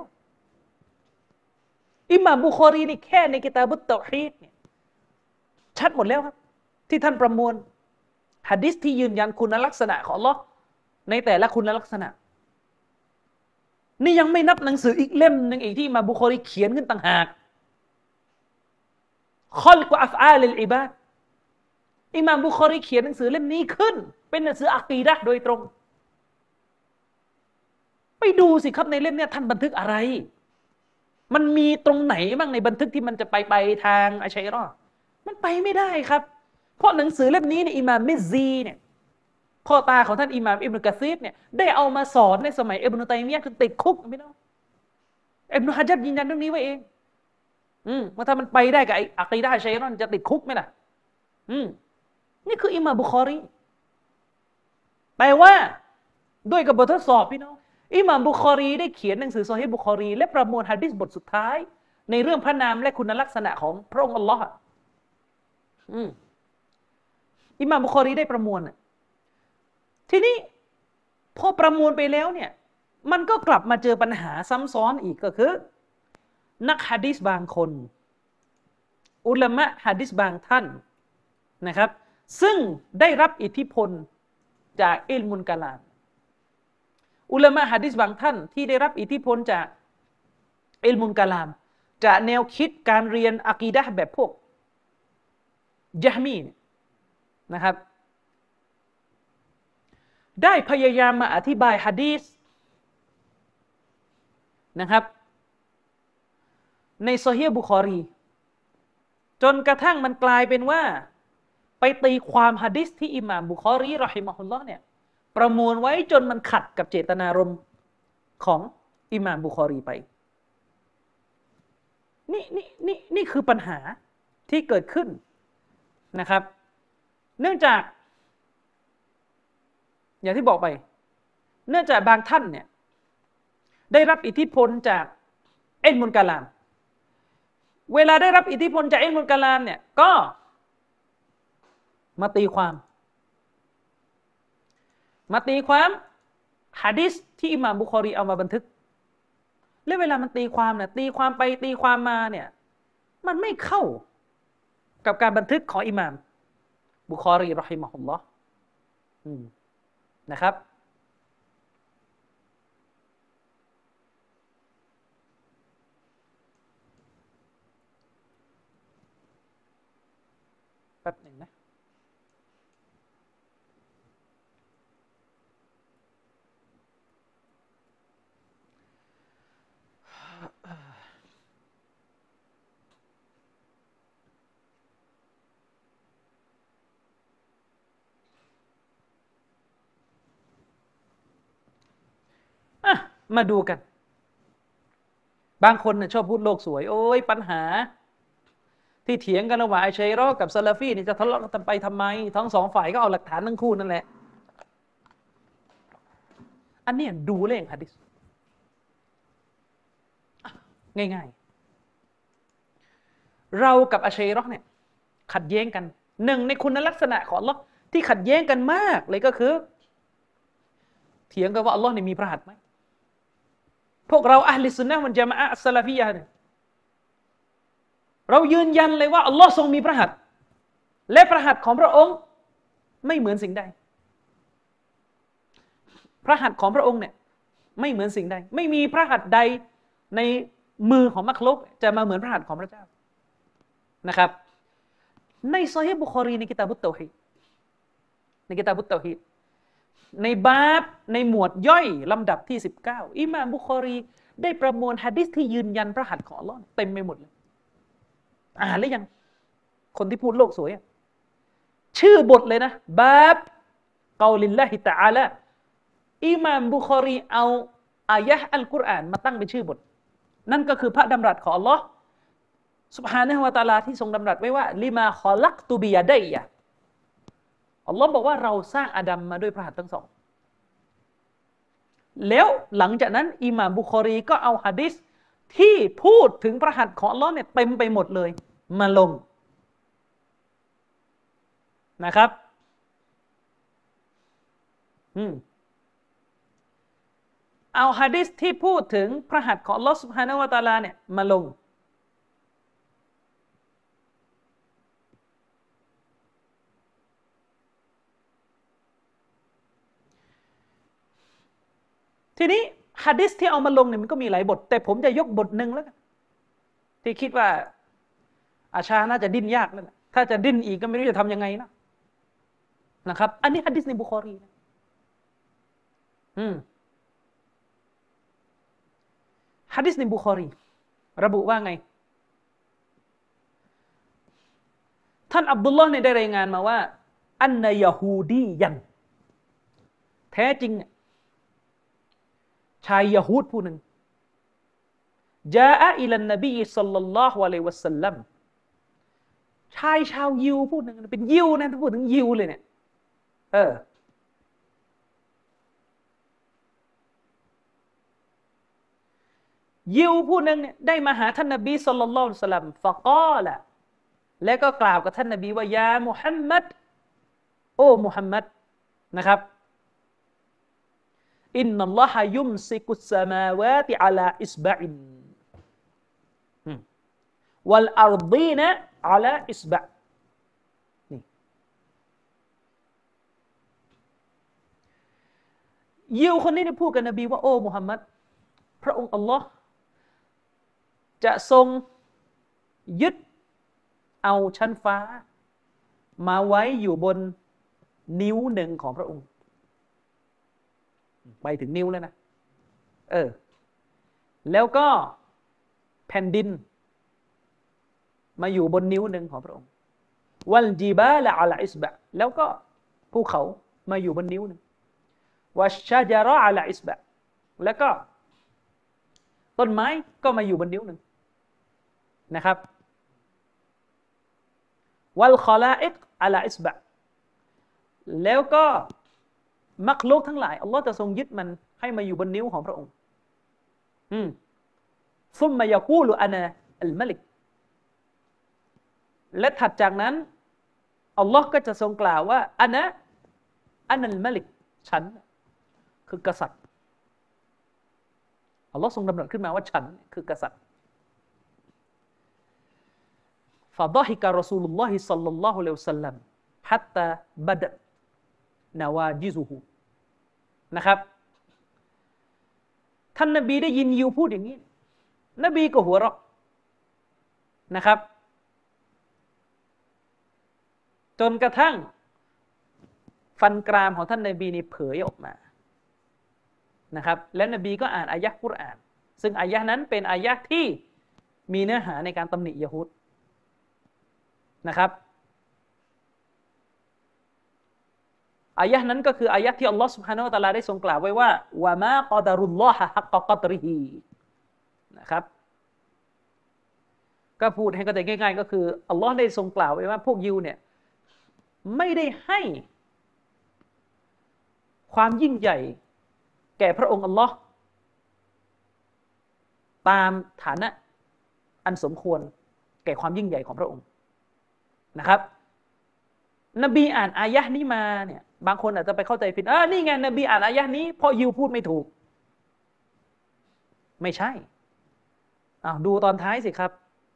อิหม่ามบุคอรีนี่แค่ในกิตาบุตเตาฮีดเนี่ยชัดหมดแล้วครับที่ท่านประมวลหะดีษที่ยืนยันคุณลักษณะของอัลเลาะห์ในแต่ละคุณลักษณะนี่ยังไม่นับหนังสืออีกเล่มนึงอีกที่อิหม่ามบุคอรีเขียนขึ้นต่างหากคอลกวะอัฟอาลิลอิบาดอิหม่ามบุคอรีเขียนหนังสือเล่มนี้ขึ้นเป็นหนังสืออะกีดะห์โดยตรงไปดูสิครับในเล่มเนี้ยท่านบันทึกอะไรมันมีตรงไหนบ้างในบันทึกที่มันจะไปไปทางอัชอะอิเราะห์มันไปไม่ได้ครับเพราะหนังสือเล่มนี้เนี่ยอิหม่ามมิซซีเนี่ยพ่อตาของท่านอิหม่ามอิบนุกะซีรเนี่ยได้เอามาสอนในสมัยอิบนุตัยมียะห์จนติดคุกพี่น้องอิบนุฮะญัรยืนยันเรื่องนี้ไว้เองอืมว่าถ้ามันไปได้กับไอ้อะกีดะห์อัชอะอิเราะห์จะติดคุกไหมล่ะอืมนี่คืออิหม่ามบุคอรีแต่ว่าด้วยกับบททดสอบพี่น้องอิหม่ามบุคอรีได้เขียนหนังสือซอฮีฮ์บุคอรีและประมวลหะดีษบทสุดท้ายในเรื่องพระนามและคุณลักษณะของพระองค์อัลลอฮ์อืมอิหม่ามบุคอรีได้ประมวลทีนี้พอประมวลไปแล้วเนี่ยมันก็กลับมาเจอปัญหาซ้ำซ้อนอีกก็คือนักหะดีษบางคนอุลามะหะดีษบางท่านนะครับซึ่งได้รับอิทธิพลจากอิลมุลกะลามอุลามะหะดีษบางท่านที่ได้รับอิทธิพลจากอิลมุลกะลามจากแนวคิดการเรียนอะกีดะห์แบบพวกญะฮ์มีนะครับได้พยายามมาอธิบายหะดีษนะครับในซอฮีฮ์บุคอรีจนกระทั่งมันกลายเป็นว่าไปตีความหะดีษที่อิหม่ามบุคอรีเราะฮิมะฮุลลอฮ์เนี่ยประมวลไว้จนมันขัดกับเจตนารมณ์ของอิหม่ามบุคอรีไปนี่นี่นี่นี่คือปัญหาที่เกิดขึ้นนะครับเนื่องจากอย่างที่บอกไปเนื่องจากบางท่านเนี่ยได้รับอิทธิพลจากอิลมุลกะลามเวลาได้รับอิทธิพลจากอิลมุลกะลามเนี่ยก็มาตีความมาตีความหะดีษที่อิหม่ามบุคอรีเอามาบันทึกและเวลามันตีความเนี่ยตีความไปตีความมาเนี่ยมันไม่เข้ากับการบันทึกของอิหม่ามบุคอรีเราะฮิมะฮุลลอฮ์นะครับแป๊บหนึ่งนะอ่ะมาดูกันบางคนเนี่ยชอบพูดโลกสวยโอ้ยปัญหาที่เถียงกันระหว่างอัชชัยรอกับซะลาฟีนี่จะทะเลาะกันไปทำไมทั้งสองฝ่ายก็เอาหลักฐานทั้งคู่นั่นแหละอันนี้ดูเรื่องหะดีษง่ายๆเรากับอัชชัยรอเนี่ยขัดแย้งกันหนึ่งในคุณลักษณะของอัลเลาะห์ที่ขัดแย้งกันมากเลยก็คือเถียงกันว่าอัลเลาะห์เนี่ยมีพระหัตถ์ไหมพวกเราอะห์ลิสุนนะฮ์วัลญะมาอะฮ์อัสซะลาฟียะห์เนี่ยเรายืนยันเลยว่าอัลลอฮ์ทรงมีพระหัตถ์และพระหัตถ์ของพระองค์ไม่เหมือนสิ่งใดพระหัตถ์ของพระองค์เนี่ยไม่เหมือนสิ่งใดไม่มีพระหัตถ์ใดในมือของมักลุกจะมาเหมือนพระหัตถ์ของพระเจ้านะครับในซอฮีฮ์บุคอรีในกิตาบุตเตาฮีดในกิตาบุตเตาฮีดในบาบในหมวดย่อยลำดับที่สิบเก้าอิหม่ามบุคอรีได้ประมวลหะดีษที่ยืนยันพระหัตถ์ของอัลเลาะห์เต็มไปหมดเลยอ่านหรือยังคนที่พูดโลกสวยชื่อบทเลยนะบาบกอลิลลาฮิตะอาลาอิหม่ามบุคอรีเอาอายะห์อัลกุรอานมาตั้งเป็นชื่อบทนั่นก็คือพระดำรัสของอัลเลาะห์ซุบฮานะฮูวะตะอาลาที่ทรงดำรัสไว้ว่าลิมาคอลักตุบิยะดัยยะอัลเลาะห์บอกว่าเราสร้างอาดัมมาด้วยพระหัตถ์ทั้งสองแล้วหลังจากนั้นอิหม่ามบุคอรีก็เอาหะดีษที่พูดถึงพระหัตถ์ของอัลเลาะห์เนี่ยเต็มไปหมดเลยมาลงนะครับอืมเอาหะดีษที่พูดถึงพระหัตถ์ของอัลเลาะห์ซุบฮานะฮูวะตะอาลาเนี่ยมาลงทีนี้หะดีษที่เอามาลงเนี่ยมันก็มีหลายบทแต่ผมจะยกบทหนึ่งแล้วกันที่คิดว่าอาชาน่าจะดิ้นยากแล้วนะถ้าจะดิ้นอีกก็ไม่รู้จะทำยังไงนะนะครับอันนี้หะดีษในบุคอรีนะอืมหะดีษในบุคอรีระบุว่าไงท่านอับดุลลอฮ์เนี่ยได้รายงานมาว่าอันนะยะฮูดียันแท้จริงเนี่ยชายยะฮูดผู้หนึ่งจาอะอิลันนบีศ็อลลัลลอฮุอะลัยฮิวะซัลลัมชายชาวยิวพูดหนึ่งเป็นยิวนะถ้าพูดถึงยิวเลยเนี่ยเออยิวผู้หนึ่งเนี่ยได้มาหาท่านนบีศ็อลลัลลอฮุอะลัยฮิวะซัลลัมฟะกอละแล้วก็กล่าวกับท่านนบีว่ายามุฮัมมัดโอ้มุฮัมมัดนะครับอินนัลลอฮะยุมซิกุสสมาวาติอะลาอิสบะอินวัลอัรฎีนะอะลาอิสบะนี่ยิวคนนี้ได้พูดกับนบีว่าโอ้มุฮัมมัดพระองค์อัลลอฮ์จะทรงยึดเอาชั้นฟ้ามาไว้อยู่บนนิ้วหนึ่งของพระองค์ไปถึงนิ้วแล้วนะเออแล้วก็แผ่นดินมาอยู่บนนิ้วหนึ่งของพระองค์วัลจิบาละอะลาอิสบะแล้วก็ภูเขามาอยู่บนนิ้วหนึ่งวัชชะจาระอะลาอิสบะแล้วก็ต้นไม้ก็มาอยู่บนนิ้วหนึ่งนะครับวัลคอลาอิกอะลาอิสบะแล้วก็มักลุกทั้งหลายอัลลอฮ์จะทรงยึดมันให้มาอยู่บนนิ้วของพระองค์อืมซุมมายะกูลุอานะอัลมะลิกและถัดจากนั้นอัลลอฮ์ก็จะทรงกล่าวว่าอานะอานัลมะลิกฉันคือกษัตริย์อัลลอฮ์ทรงดำรัสขึ้นมาว่าฉันคือกษัตริย์ฟะฎอฮิกะรอซูลุลลอฮิศ็อลลัลลอฮุอะลัยฮิวะซัลลัมฮัตตาบะดะนาวาจิซุฮุนะครับท่านนบีได้ยินยิวพูดอย่างนี้นบีก็หัวเราะนะครับจนกระทั่งฟันกรามของท่านนบีนี่เผยออกมานะครับและนบีก็อ่านอายะห์กุรอานซึ่งอายะห์นั้นเป็นอายะห์ที่มีเนื้อหาในการตำหนิยะฮูดนะครับอายะห์นั้นก็คืออายะห์ที่อัลลอฮฺซุบฮานะฮูวะตะอาลาได้ทรงกล่าวไว้ว่าวะมาक़อดารุลลอฮะฮักกะกอดริฮีนะครับก็พูดให้เข้าใจง่ายๆก็คืออัลลอฮ์ได้ทรงกล่าวไว้ว่าพวกยิวเนี่ยไม่ได้ให้ความยิ่งใหญ่แก่พระองค์อัลลอฮ์ตามฐานะอันสมควรแก่ความยิ่งใหญ่ของพระองค์นะครับนบีอ่านอายะห์นี้มาเนี่ยบางคนอาจจะไปเข้าใจผิดอ่านี่ไงนบีอ่านอายะห์นี้เพราะยิวพูดไม่ถูกไม่ใช่อ้าวดูตอนท้ายสิครับ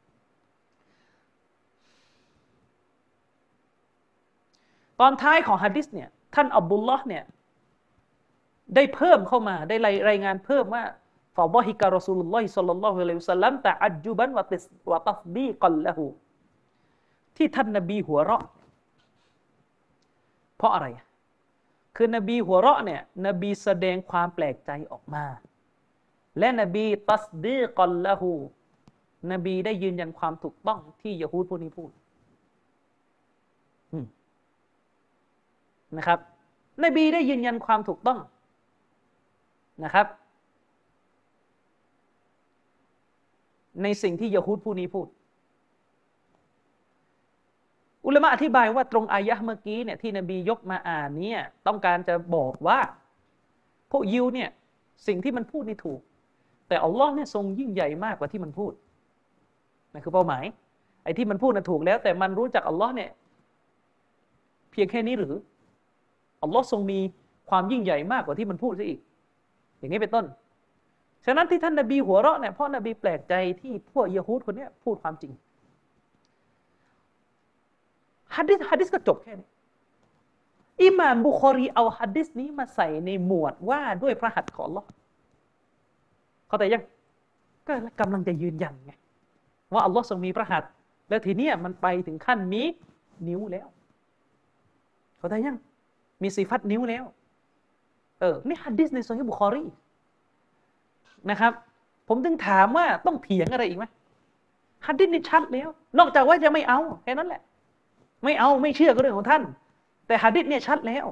ตอนท้ายของหะดีษเนี่ยท่านอับดุลลอฮ์เนี่ยได้เพิ่มเข้ามาได้รายงานเพิ่มว่าฟะฎอฮิกะรอซูลุลลอฮิศ็อลลัลลอฮุอะลัยฮิวะซัลลัมตะอัจจุบันวะติสวะตัศดีกันละฮูที่ท่านนบีหัวเราะเพราะอะไรคือนบีหัวเราะเนี่ยนบีแสดงความแปลกใจออกมาและนบีตัศดีกันละฮูนบีได้ยืนยันความถูกต้องที่ยะฮูดพวกนี้พูดนะครับนบีได้ยืนยันความถูกต้องนะครับในสิ่งที่ยะฮูดผู้นี้พูดอุลามะอธิบายว่าตรงอายะห์เมื่อกี้เนี่ยที่นบียกมาอ่านเนี่ยต้องการจะบอกว่าพวกยิวเนี่ยสิ่งที่มันพูดนี่ถูกแต่อัลลอฮ์เนี่ยทรงยิ่งใหญ่มากกว่าที่มันพูดนั่นคือเป้าหมายไอ้ที่มันพูดน่ะถูกแล้วแต่มันรู้จักอัลลอฮ์เนี่ยเพียงแค่นี้หรืออัลลอฮ์ทรงมีความยิ่งใหญ่มากกว่าที่มันพูดซะอีกอย่างนี้เป็นต้นฉะนั้นที่ท่านนบีหัวเราะเนี่ยเพราะนบีแปลกใจที่พวกยะฮูดคนนี้พูดความจริงหะดีษหะดีษก็จบแค่นี้อิหม่ามบุคอรีเอาหะดีษนี้มาใส่ในหมวดว่าด้วยพระหัตถ์ของอัลเลาะห์เข้าใจยังก็กำลังจะยืนยันไงว่าอัลเลาะห์ทรงมีพระหัตถ์แล้วทีนี้มันไปถึงขั้นมีนิ้วแล้วเข้าใจยังมีสิฟัตนิ้วแล้วเออนี่หะดีษในซอฮีฮ์บุคอรีนะครับผมถึงถามว่าต้องเถียงอะไรอีกไหมหะดีษนี่ชัดแล้วนอกจากว่าจะไม่เอาแค่นั้นแหละไม่เอาไม่เชื่อก็เรื่องของท่านแต่หะดีษเนี่ยชัดแล้ว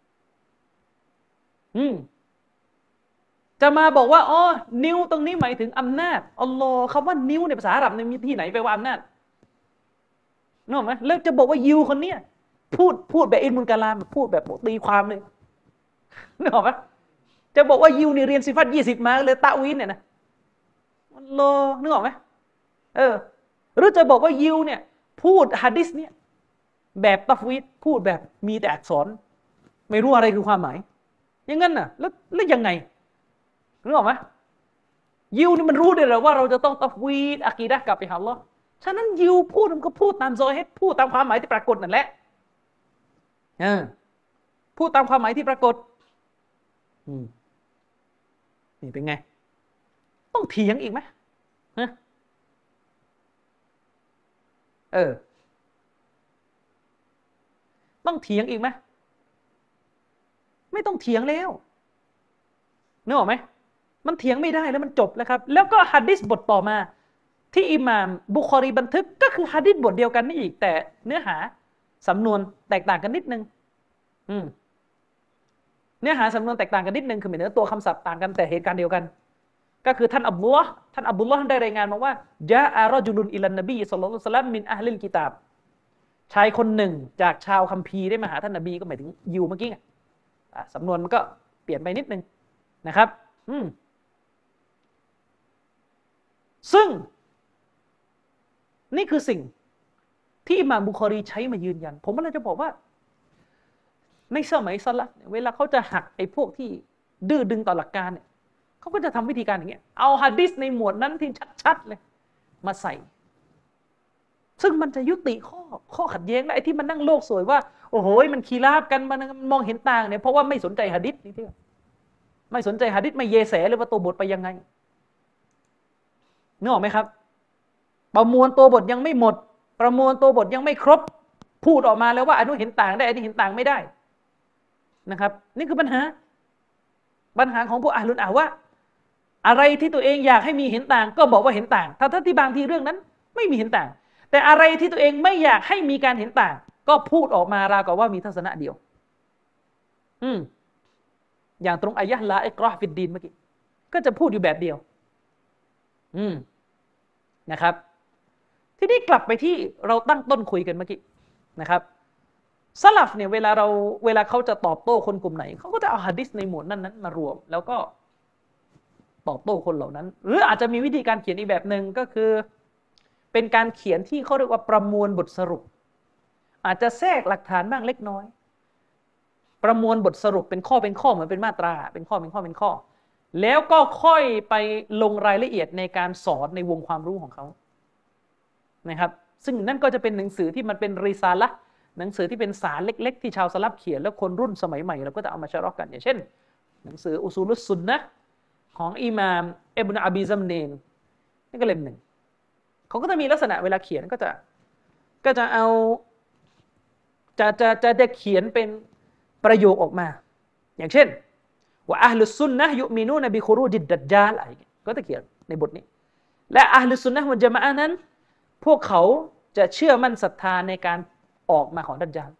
อืมจะมาบอกว่าอ๋อนิ้วตรงนี้หมายถึงอำนาจอัลลอฮ์คำว่านิ้วในภาษาอาหรับมีที่ไหนไปว่าอำนาจนึกออกไหมแล้วจะบอกว่ายิวคนเนี้ยพูดพูดแบบอิลมุลกะลามพูดแบบตีความเลยนึกออกไหมจะบอกว่ายิวเนี่ยเรียนซิฟัตยี่สิบมาเลยตะวีนเนี่ยนะมันโลนึกออกไหมเออหรือจะบอกว่ายิวเนี่ยพูดหะดีษเนี่ยแบบตัฟวีดพูดแบบมีแต่อักษรไม่รู้อะไรคือความหมายอย่างนั้นน่ะแล้วแล้วยังไงนึกออกไหมยิวนี่มันรู้ได้เลยว่าเราจะต้องตัฟวีดอะกีดะห์กลับไปหาอัลเลาะห์ฉะนั้นยิวพูดมันก็พูดตามซอฮิรพูดตามความหมายที่ปรากฏนั่นแหละเออพูดตามความหมายที่ปรากฏอืมนี่เป็นไงต้องเถียงอีกไหมฮะเออต้องเถียงอีกไหมไม่ต้องเถียงแล้วนึกออกไหมมันเถียงไม่ได้แล้วมันจบแล้วครับแล้วก็หะดีษบทต่อมาที่อิหม่ามบุคอรีบันทึกก็คือหะดีษบทเดียวกันนี่อีกแต่เนื้อหาสำนวนแตกต่างกันนิดนึงอืมเนื้อหาสำนวนแตกต่างกันนิดนึงคือหมายถึงตัวคำศัพท์ต่างกันแต่เหตุการณ์เดียวกันก็คือท่านอับดุลลอฮ์ท่านอับดุลลอฮ์ได้รายงานมาว่าจาอะรอจุลุนอิลันนบีศ็อลลัลลอฮุอะลัยฮิวะซัลลัมมินอะห์ลิลกิตาบชายคนหนึ่งจากชาวคัมภีร์ได้มาหาท่านนบีก็หมายถึงยิวเมื่อกี้ไงสำนวนมันก็เปลี่ยนไปนิดนึงนะครับอืมซึ่งนี่คือสิ่งที่อิหม่ามบุคอรีใช้มายืนยันผมก็เลยจะบอกว่าในสมัยสลัฟเวลาเขาจะหักไอ้พวกที่ดื้อดึงต่อหลักการเนี่ยเขาก็จะทำวิธีการอย่างเงี้ยเอาหะดีษในหมวดนั้นที่ชัดๆเลยมาใส่ซึ่งมันจะยุติข้อข้อขัดแย้งและไอ้ที่มันนั่งโลกสวยว่าโอ้โหมันคีราบกันมันมองเห็นต่างเนี่ยเพราะว่าไม่สนใจหะดีษนี่ที่ไม่สนใจหะดีษไม่เยแสเลยว่าตัวบทไปยังไงนึกออกไหมครับประมวลตัวบทยังไม่หมดประมวลตัวบทยังไม่ครบพูดออกมาแล้วว่าอนุเห็นต่างได้อันนี้เห็นต่างไม่ได้นะครับนี่คือปัญหาปัญหาของพวกอะห์ลุลอะห์วะอะไรที่ตัวเองอยากให้มีเห็นต่างก็บอกว่าเห็นต่างทั้งที่บางทีเรื่องนั้นไม่มีเห็นต่างแต่อะไรที่ตัวเองไม่อยากให้มีการเห็นต่างก็พูดออกมาราวกับว่ามีทัศนะเดียวอืมอย่างตรงอายะห์ลาอิกราฮ์ฟิดดีนเมื่อกี้ก็จะพูดอยู่แบบเดียวอืมนะครับทีนี้กลับไปที่เราตั้งต้นคุยกันเมื่อกี้นะครับสลัฟเนี่ยเวลาเราเวลาเขาจะตอบโต้คนกลุ่มไหนเขาก็จะเอาหะดีษในหมวดนั้นนั้นมารวมแล้วก็ตอบโต้คนเหล่านั้นหรืออาจจะมีวิธีการเขียนอีกแบบหนึ่งก็คือเป็นการเขียนที่เขาเรียกว่าประมวลบทสรุปอาจจะแทรกหลักฐานบ้างเล็กน้อยประมวลบทสรุปเป็นข้อเป็นข้อเหมือนเป็นมาตราเป็นข้อเป็นข้อเป็นข้อแล้วก็ค่อยไปลงรายละเอียดในการสอนในวงความรู้ของเขานะครับซึ่งนั่นก็จะเป็นหนังสือที่มันเป็นริซาละห์หนังสือที่เป็นสารเล็กๆที่ชาวสลับเขียนแล้วคนรุ่นสมัยใหม่เราก็จะเอามาชะรอกกันอย่างเช่นหนังสืออุซูลุสซุนนะห์ของอิหม่ามอิบนุอะบีซัมเนนนี่ก็เล่มหนึ่งเขาก็จะมีลักษณะเวลาเขียนก็จะก็จะเอาจะจะจะจะเขียนเป็นประโยคออกมาอย่างเช่นว่าอะห์ลุสซุนนะห์ยุมินูนบิคุรูจิดดัจญาลอะไรอย่างเงี้ยก็จะเขียนในบทนี้และอะห์ลุสซุนนะห์วัลญะมาอะห์นั้นพวกเขาจะเชื่อมั่นศรัทธาในการออกมาของดัจญาล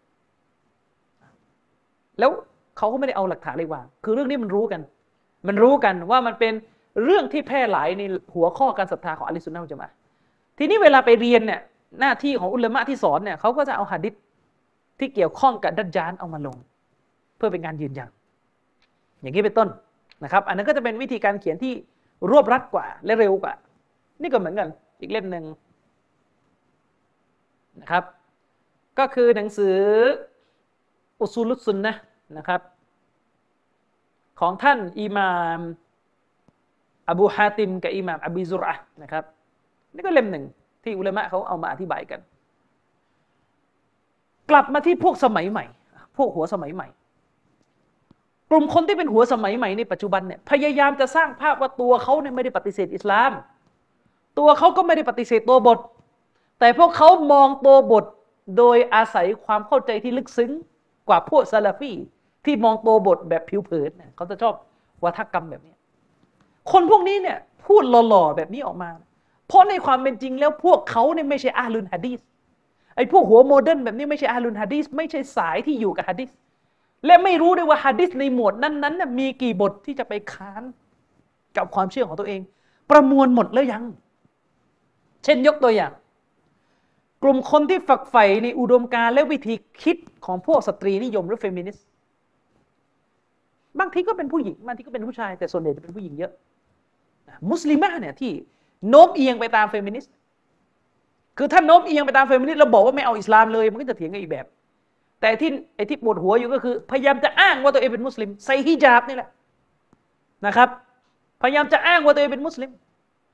แล้วเขาก็ไม่ได้เอาหลักฐานเลยวางคือเรื่องนี้มันรู้กันมันรู้กันว่ามันเป็นเรื่องที่แพร่หลายในหัวข้อการศรัทธาของอะห์ลุสซุนนะห์วัลญะมาอะห์ทีนี้เวลาไปเรียนเนี่ยหน้าที่ของอุลามะที่สอนเนี่ยเขาก็จะเอาหะดีษที่เกี่ยวข้องกับดัจญาลเอามาลงเพื่อเป็นการยืนยันอย่างนี้เป็นต้นนะครับอันนั้นก็จะเป็นวิธีการเขียนที่รวบรัดกว่าและเร็วกว่านี่ก็เหมือนกันอีกเล่มหนึ่งนะครับก็คือหนังสืออุซูลุสซุนนะห์นะครับของท่านอิหม่ามอบูฮาติมกับอิหม่ามอบีซุรอะห์นะครับนี่ก็เล่มหนึ่งที่อุลามะเขาเอามาอธิบายกันกลับมาที่พวกสมัยใหม่พวกหัวสมัยใหม่กลุ่มคนที่เป็นหัวสมัยใหม่ในปัจจุบันเนี่ยพยายามจะสร้างภาพว่าตัวเขาเนี่ยไม่ได้ปฏิเสธอิสลามตัวเขาก็ไม่ได้ปฏิเสธตัวบทแต่พวกเขามองตัวบทโดยอาศัยความเข้าใจที่ลึกซึ้งกว่าพวกซะลาฟีที่มองตัวบทแบบผิวเผินเนี่ยเขาจะชอบวาทกรรมแบบนี้คนพวกนี้เนี่ยพูดหล่อๆแบบนี้ออกมาเพราะในความเป็นจริงแล้วพวกเขาเนี่ยไม่ใช่อะห์ลุลหะดีษไอ้พวกหัวโมเดิร์นแบบนี้ไม่ใช่อะห์ลุลหะดีษไม่ใช่สายที่อยู่กับหะดีษและไม่รู้ด้วยว่าหะดีษในหมวดนั้นๆน่ะมีกี่บทที่จะไปค้านกับความเชื่อของตัวเองประมวลหมดแล้วยังเช่นยกตัวอย่างกลุ่มคนที่ฝักใฝ่ในอุดมการณ์และวิธีคิดของพวกสตรีนิยมหรือเฟมินิสต์บางทีก็เป็นผู้หญิงบางทีก็เป็นผู้ชายแต่ส่วนใหญ่จะเป็นผู้หญิงเยอะมุสลิมะเนี่ยที่โน้มเอียงไปตามเฟมินิสต์คือถ้าโน้มเอียงไปตามเฟมินิสต์เราบอกว่าไม่เอาอิสลามเลยมันก็จะเถียงกันอีกแบบแต่ที่ไอ้ที่ปวดหัวอยู่ก็คือพยายามจะอ้างว่าตัวเองเป็นมุสลิมใส่ฮิญาบนี่แหละนะครับพยายามจะอ้างว่าตัวเองเป็นมุสลิม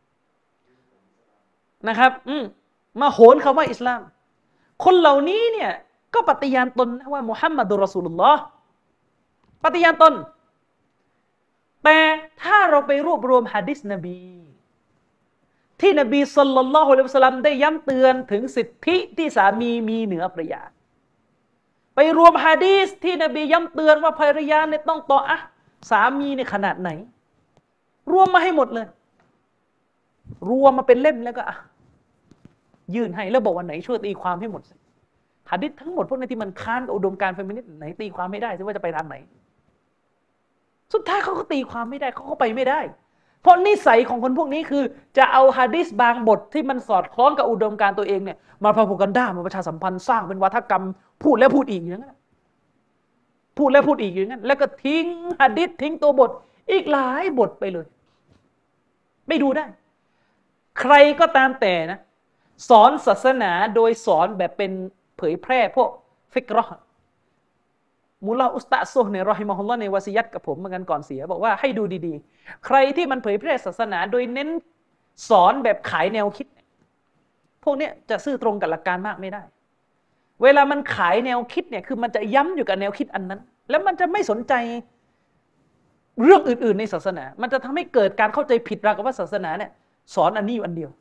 นะครับอืมมาโหนคำว่าอิสลามคนเหล่านี้เนี่ยก็ปฏิญาณตนว่ามุฮัมมัดุลรอซูลุลลอฮ์ปฏิญาณตนแต่ถ้าเราไปรวบรวมหะดีษนบีที่นบีศ็อลลัลลอฮุอะลัยฮิวะซัลลัมได้ย้ำเตือนถึงสิทธิที่สามีมีเหนือภรรยาไปรวมหะดีษที่นบีย้ำเตือนว่าภรรยาเนี่ยต้องต่ออะสามีในขนาดไหนรวมมาให้หมดเลยรวมมาเป็นเล่มแล้วก็อ่ะยื่นให้แล้วบอกว่าไหนช่วยตีความให้หมดสิหะดีษทั้งหมดพวกนี้ที่มันค้านกับอุดมการณ์เฟมินิสต์ไหนตีความไม่ได้สิว่าจะไปทางไหนสุดท้ายเขาก็ตีความไม่ได้เขาก็ไปไม่ได้เพราะนิสัยของคนพวกนี้คือจะเอาหะดีษบางบทที่มันสอดคล้องกับอุดมการณ์ตัวเองเนี่ยมาพาโพกันด้ามาประชาสัมพันธ์สร้างเป็นวาทกรรมพูดแล้วพูดอีกอย่างนั้นพูดแล้วพูดอีกอย่างนั้นแล้วก็ทิ้งหะดีษทิ้งตัวบทอีกหลายบทไปเลยไม่ดูได้ใครก็ตามแต่นะสอนศาสนาโดยสอนแบบเป็นเผยแพร่พวกฟิกเราะห์มุลลาอุสตะซุฮ์เนี่ยรอฮิมะฮุลลอฮ์ในวะซียัตกับผมเหมือนกันก่อนเสียบอกว่าให้ดูดีๆใครที่มันเผยแพร่ศาสนาโดยเน้นสอนแบบขายแนวคิดพวกนี้จะซื่อตรงกับหลักการมากไม่ได้เวลามันขายแนวคิดเนี่ยคือมันจะย้ำอยู่กับแนวคิดอันนั้นแล้วมันจะไม่สนใจเรื่องอื่นๆในศาสนามันจะทำให้เกิดการเข้าใจผิดราวกับว่าศาสนาเนี่ยสอนอันนี้อยู่อันเดียว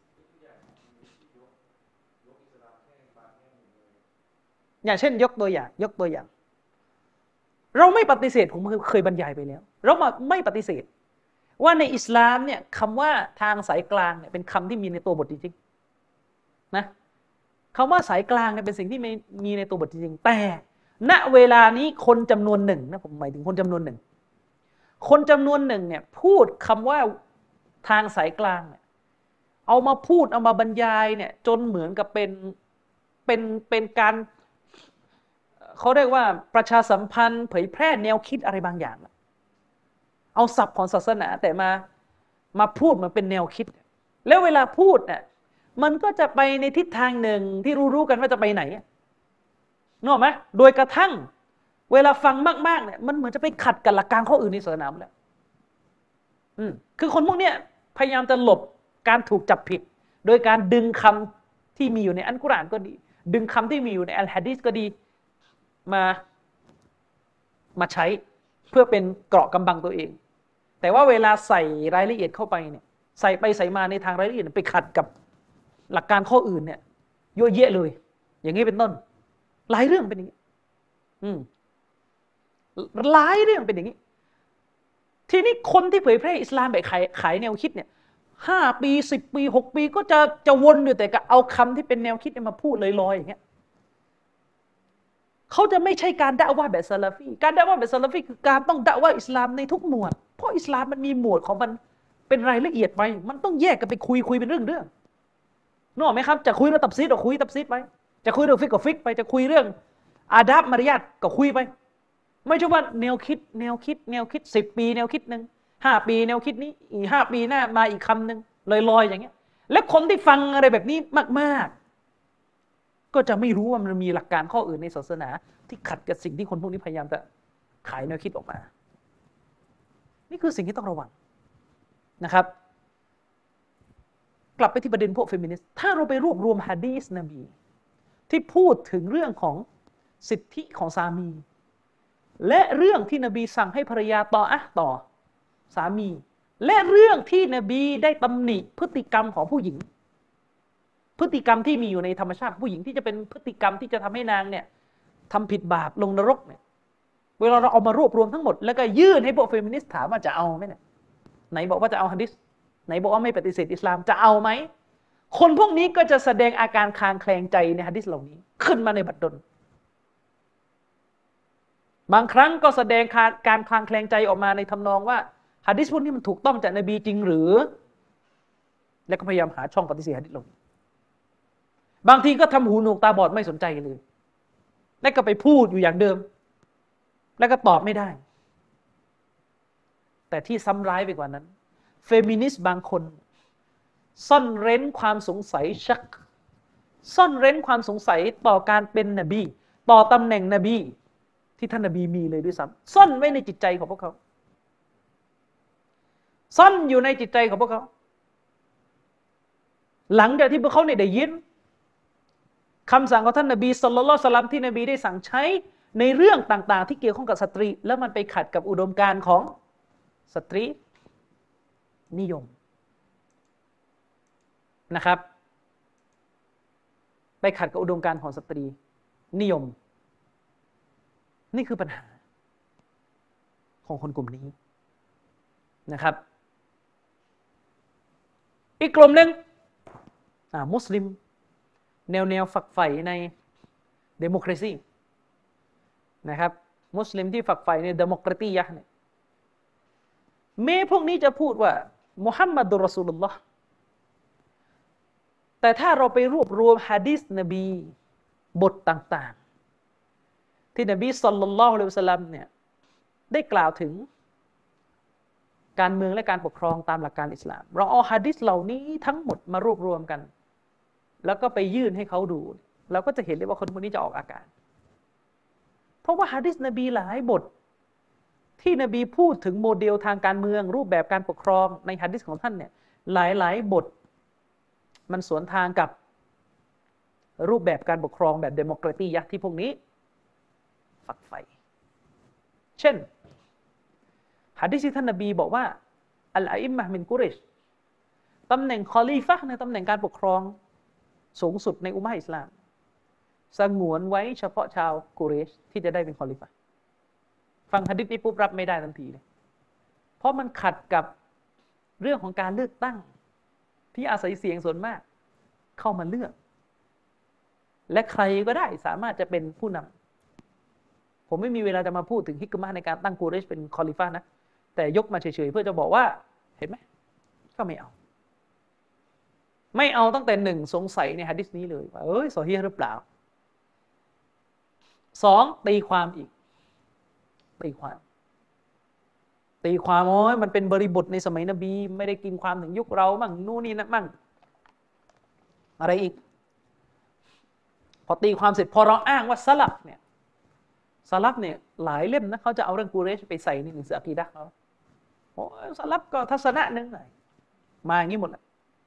อย่างเช่นยกตัวอย่างยกตัวอย่างเราไม่ปฏิเสธผมเคยบรรยายไปแล้วเราไม่ปฏิเสธว่าในอิสลามเนี่ยคำว่าทางสายกลางเนี่ยเป็นคำที่มีในตัวบทจริงๆนะคำว่าสายกลางเนี่ยเป็นสิ่งที่มีในตัวบทจริงๆแต่ณเวลานี้คนจำนวนหนึ่งนะผมหมายถึงคนจำนวนหนึ่งคนจำนวนหนึ่งเนี่ยพูดคำว่าทางสายกลางเนี่ยเอามาพูดเอามาบรรยายเนี่ยจนเหมือนกับเป็นเป็นเป็นการเขาเรียกว่าประชาสัมพันธ์เผยแพร่แนวคิดอะไรบางอย่างเอาศัพท์ของศาสนาแต่มามาพูดมันเป็นแนวคิดแล้วเวลาพูดเนี่ยมันก็จะไปในทิศทางหนึ่งที่รู้ๆกันว่าจะไปไหนนึกออกไหมโดยกระทั่งเวลาฟังมากๆเนี่ยมันเหมือนจะไปขัดกับหลักการข้ออื่นในศาสนาแล้วอืมคือคนพวกเนี้ยพยายามจะหลบการถูกจับผิดโดยการดึงคำที่มีอยู่ในอัลกุรอานก็ดีดึงคำที่มีอยู่ในอัลหะดีษก็ดีมามาใช้เพื่อเป็นเกราะกำบังตัวเองแต่ว่าเวลาใส่รายละเอียดเข้าไปเนี่ยใส่ไปใส่มาในทางรายละเอียดไปขัดกับหลักการข้ออื่นเนี่ยเยอะแยะเลยอย่างนี้เป็นต้นหลายเรื่องเป็นอย่างนี้อืมหลายเรื่องเป็นอย่างนี้ทีนี้คนที่เผยแพร่อิสลามแบบขายขายแนวคิดเนี่ยห้าปีสิบปีหกปีก็จะจะวนอยู่แต่ก็เอาคำที่เป็นแนวคิดมาพูดลอยๆอย่างเงี้ยเขาจะไม่ใช่การดะอ์วะห์แบบซะลาฟีการดะอ์วะห์แบบซะลาฟีคือการต้องดะอ์วะห์อิสลามในทุกหมวดเพราะอิสลามมันมีหมวดของมันเป็นรายละเอียดไปมันต้องแยกกันไปคุยคุยเป็นเรื่องเรื่องนึกออกไหมครับจะคุยเรื่องตัฟซีรก็คุยตัฟซีรไปจะคุยเรื่องฟิกก็ฟิกไปจะคุยเรื่องอาดับมารยาทก็คุยไปไม่ใช่ว่าแนวคิดแนวคิดแนวคิดสิบปีแนวคิดนึงห้าปีแนวคิดนี้อีกห้าปีหน้ามาอีกคำนึงลอยๆอย่างเงี้ยและคนที่ฟังอะไรแบบนี้มากๆก็จะไม่รู้ว่ามันมีหลักการข้ออื่นในศาสนาที่ขัดกับสิ่งที่คนพวกนี้พยายามจะขายแนวคิดออกมานี่คือสิ่งที่ต้องระวังนะครับกลับไปที่ประเด็นพวกเฟมินิสต์ถ้าเราไปรวบรวมหะดีษนบีที่พูดถึงเรื่องของสิทธิของสามีและเรื่องที่นบีสั่งให้ภรรยาต่ออะต่อสามีและเรื่องที่นบีได้ตำหนิพฤติกรรมของผู้หญิงพฤติกรรมที่มีอยู่ในธรรมชาติผู้หญิงที่จะเป็นพฤติกรรมที่จะทำให้นางเนี่ยทำผิดบาปลงนรกเนี่ยเวลาเราเอามารวบรวมทั้งหมดแล้วก็ยื่นให้พวกเฟมินิสต์ถามว่าจะเอาไหมเนี่ยไหนบอกว่าจะเอาหะดีษไหนบอกว่าไม่ปฏิเสธอิสลามจะเอาไหมคนพวกนี้ก็จะแสดงอาการคลางแคลงใจในหะดีษเหล่านี้ขึ้นมาในบัดดลบางครั้งก็แสดงการคลางแคลงใจออกมาในทำนองว่าหะดีษพวกนี้มันถูกต้องจากนบีจริงหรือแล้วก็พยายามหาช่องปฏิเสธหะดีษเหล่านี้บางทีก็ทำหูหนวกตาบอดไม่สนใจเลยแล้วก็ไปพูดอยู่อย่างเดิมแล้วก็ตอบไม่ได้แต่ที่ซ้ำร้ายไปกว่านั้นเฟมินิสต์บางคนซ่อนเร้นความสงสัยชักซ่อนเร้นความสงสัยต่อการเป็นนบีต่อตำแหน่งนบีที่ท่านนบีมีเลยด้วยซ้ำซ่อนไว้ในจิตใจของพวกเขาซ่อนอยู่ในจิตใจของพวกเขาหลังจากที่พวกเขาเนี่ยได้ยินคำสั่งของท่านนบีศ็อลลัลลอฮุอะลัยฮิวะซัลลัมที่นบีได้สั่งใช้ในเรื่องต่างๆที่เกี่ยวข้องกับสตรีแล้วมันไปขัดกับอุดมการณ์ของสตรีนิยมนะครับไปขัดกับอุดมการณ์ของสตรีนิยมนี่คือปัญหาของคนกลุ่มนี้นะครับอีกกลุ่มหนึ่งอ่ามุสลิมแนวแนวฝักใฝ่ในเดโมคราซีนะครับมุสลิมที่ฝักใฝ่ในเดโมคราตียะห์เนี่ยแม้พวกนี้จะพูดว่ามุฮัมมัดุรรอซูลุลลอฮ์แต่ถ้าเราไปรวบรวมหะดีษนบีบทต่างๆที่นบีศ็อลลัลลอฮุอะลัยฮิวะซัลลัมเนี่ยได้กล่าวถึงการเมืองและการปกครองตามหลักการอิสลามเราเอาหะดีษเหล่านี้ทั้งหมดมารวบรวมกันแล้วก็ไปยื่นให้เขาดูเราก็จะเห็นเลยว่าคนพวกนี้จะออกอาการเพราะว่าหะดีษนบีหลายบทที่นบีพูดถึงโมเดลทางการเมืองรูปแบบการปกครองในหะดีษของท่านเนี่ยหลายๆบทมันสวนทางกับรูปแบบการปกครองแบบเดโมแครตียะห์ที่พวกนี้ฝักใฝ่เช่นหะดีษที่ท่านนบีบอกว่าอัลอะอิมมะฮ์มินกุเรชตำแหน่งคอลีฟะห์ในตำแหน่งการปกครองสูงสุดในอุมมะฮ์อิสลามสงวนไว้เฉพาะชาวกุเรชที่จะได้เป็นคอลีฟะห์ฟังหะดีษนี้ปุ๊บรับไม่ได้ทันทีเลยเพราะมันขัดกับเรื่องของการเลือกตั้งที่อาศัยเสียงส่วนมากเข้ามาเลือกและใครก็ได้สามารถจะเป็นผู้นำผมไม่มีเวลาจะมาพูดถึงฮิกมะห์ในการตั้งกุเรชเป็นคอลิฟะห์นะแต่ยกมาเฉยๆเพื่อจะบอกว่าเห็นไหมก็ไม่เอาไม่เอาตั้งแต่หนึ่งสงสัยในหะดีษนี้เลยว่าเอ้ยซอฮีฮ์หรือเปล่าสองตีความอีกตีความตีความโอ้ยมันเป็นบริบทในสมัยนบีไม่ได้กินความถึงยุคเรามั่งนู่นนี่นะมั่งอะไรอีกพอตีความเสร็จพอเราอ้างว่าสลับเนี่ยสลับเนี่ยหลายเล่มนะเขาจะเอาเรื่องกุเรชไปใส่ในหนังสืออะกีดะห์เขาโอ้สลับก็ทัศนะนึงมาอย่างนี้หมดเลย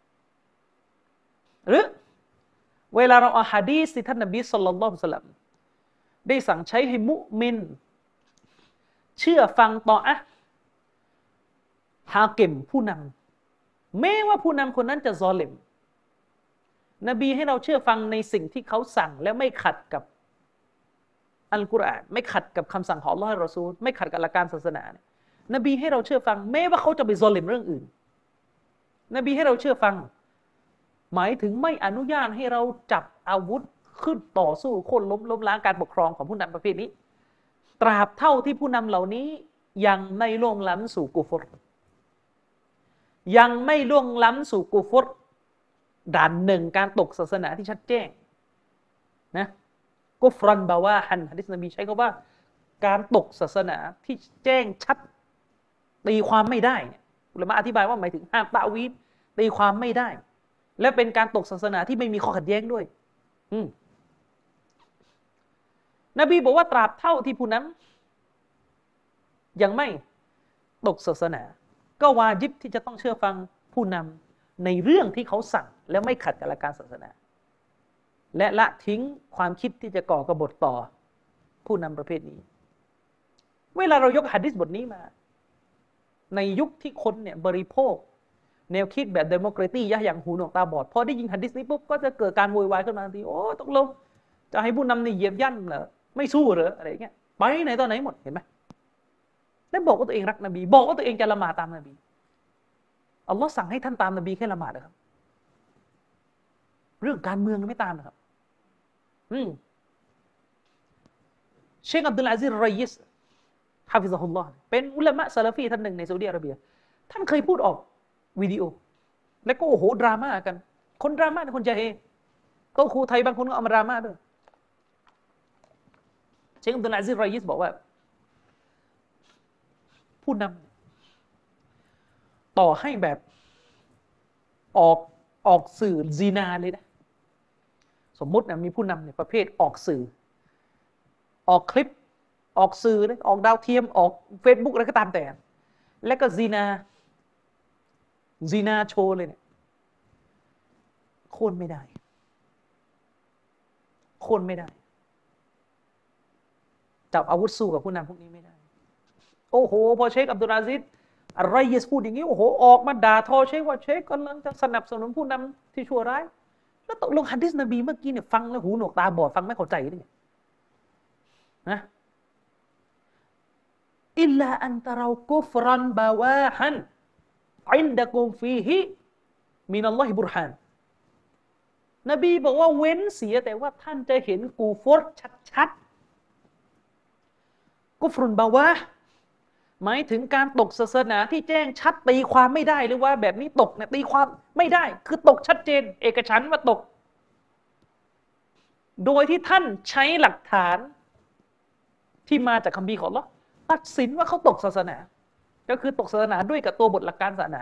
หรือเวลาเราเอาหะดีษที่ท่านนบีศ็อลลัลลอฮุอะลัยฮิวะซัลลัมได้สั่งใช้ให้มุมินเชื่อฟังตออะห์ฮากิมผู้นำแม้ว่าผู้นำคนนั้นจะซอลิมนบีให้เราเชื่อฟังในสิ่งที่เขาสั่งและไม่ขัดกับอัลกุรอานไม่ขัดกับคำสั่งของอัลเลาะห์และรอซูลไม่ขัดกับหลักการศาสนาเนี่ยนบีให้เราเชื่อฟังแม้ว่าเขาจะไปซอลิมเรื่องอื่นนบีให้เราเชื่อฟังหมายถึงไม่อนุญาตให้เราจับอาวุธขึ้นต่อสู้โค่นล้มล้มล้างการปกครองของผู้นำประเภทนี้ตราบเท่าที่ผู้นำเหล่านี้ยังไม่ล่วงล้ำสู่กุฟรยังไม่ล่วงล้ำสู่กุฟรด่านหนึ่งการตกศาสนาที่ชัดแจ้งนะกุฟรันบาวาฮันหะดีษนบีใช้คำว่าการตกศาสนาที่แจ้งชัดตีความไม่ได้เนี่ยอุลามะอธิบายว่าหมายถึงห้ามตะวีดตีความไม่ได้และเป็นการตกศาสนาที่ไม่มีข้อขัดแย้งด้วยอืมนบีบอกว่าตราบเท่าที่ผู้นั้นยังไม่ตกศาสนาก็วาญิบที่จะต้องเชื่อฟังผู้นำในเรื่องที่เขาสั่งและไม่ขัดกับหลักการศาสนาและละทิ้งความคิดที่จะก่อกบฏต่อผู้นำประเภทนี้เวลาเรายกหะดีษบทนี้มาในยุคที่คนเนี่ยบริโภคแนวคิดแบบเดโมแครตียะห์อย่างหูหนวกตาบอดพอได้ยินหะดีษนี้ปุ๊บก็จะเกิดการโวยวายขึ้นมาทันทีโอ้ตกลงจะให้ผู้นำนี่เหยียบย่ำเหรอไม่สู้เหรออะไรอย่างเงี้ยไปไหนตอนไหนหมดเห็นไหมแล้วบอกว่าตัวเองรักนบีบอกว่าตัวเองจะละหมาดตามนบีอัลลอฮ์สั่งให้ท่านตามนบีแค่ละหมาดนะครับเรื่องการเมืองไม่ตามนะครับอืมเชคอับดุลอาซิซรอยยิสฮะฟิซะฮุลลอฮ์เป็นอุลามะซะลาฟีท่านหนึ่งในซาอุดิอาระเบียท่านเคยพูดออกวิดีโอแล้วก็โอ้โหดราม่ากันคนดราม่าเนี่ยคนใจเฮก็ครูไทยบางคนก็เอามาดราม่าด้วยเชคอับดุลอาซิซ รอยยิสบอกว่าผู้นำต่อให้แบบออกออกสื่อซีนาเลยนะสมมุตินะมีผู้นำเนี่ยประเภทออกสื่อออกคลิปออกสื่อเลยออกดาวเทียมออก Facebook อะไรก็ตามแต่แล้วก็ซีนาซีนาโชว์เลยเนี่ยโค่นไม่ได้โค่นไม่ได้จับอาวุธสู้กับผู้นำพวกนี้ไม่ได้โอ้โหพอเชคอับดุลอาซิซอะไรเยสพูดอย่างนี้โอ้โหออกมาด่าทอเชคว่าเชคกำลังจะสนับสนุนผู้นำที่ชั่วร้ายแล้วตกลงหะดีษนบีเมื่อกี้เนี่ยฟังแล้วหูหนวกตาบอดฟังไม่เข้าใจเลยนะอิลลาอันตะเรากุฟรันบาวาฮันอินดะกุมฟีฮิมินัลลอฮิบุรฮานนบีบอกว่าเว้นเสียแต่ว่าท่านจะเห็นกูฟรชัดๆกุฟรุนบาวาหมายถึงการตกศาสนาที่แจ้งชัดตีความไม่ได้หรือว่าแบบนี้ตกเนี่ยตีความไม่ได้คือตกชัดเจนเอกฉันท์ว่าตกโดยที่ท่านใช้หลักฐานที่มาจากคัมภีร์ของอัลเลาะห์ตัดสินว่าเขาตกศาสนาก็คือตกศาสนาด้วยกับตัวบทหลักการศาสนา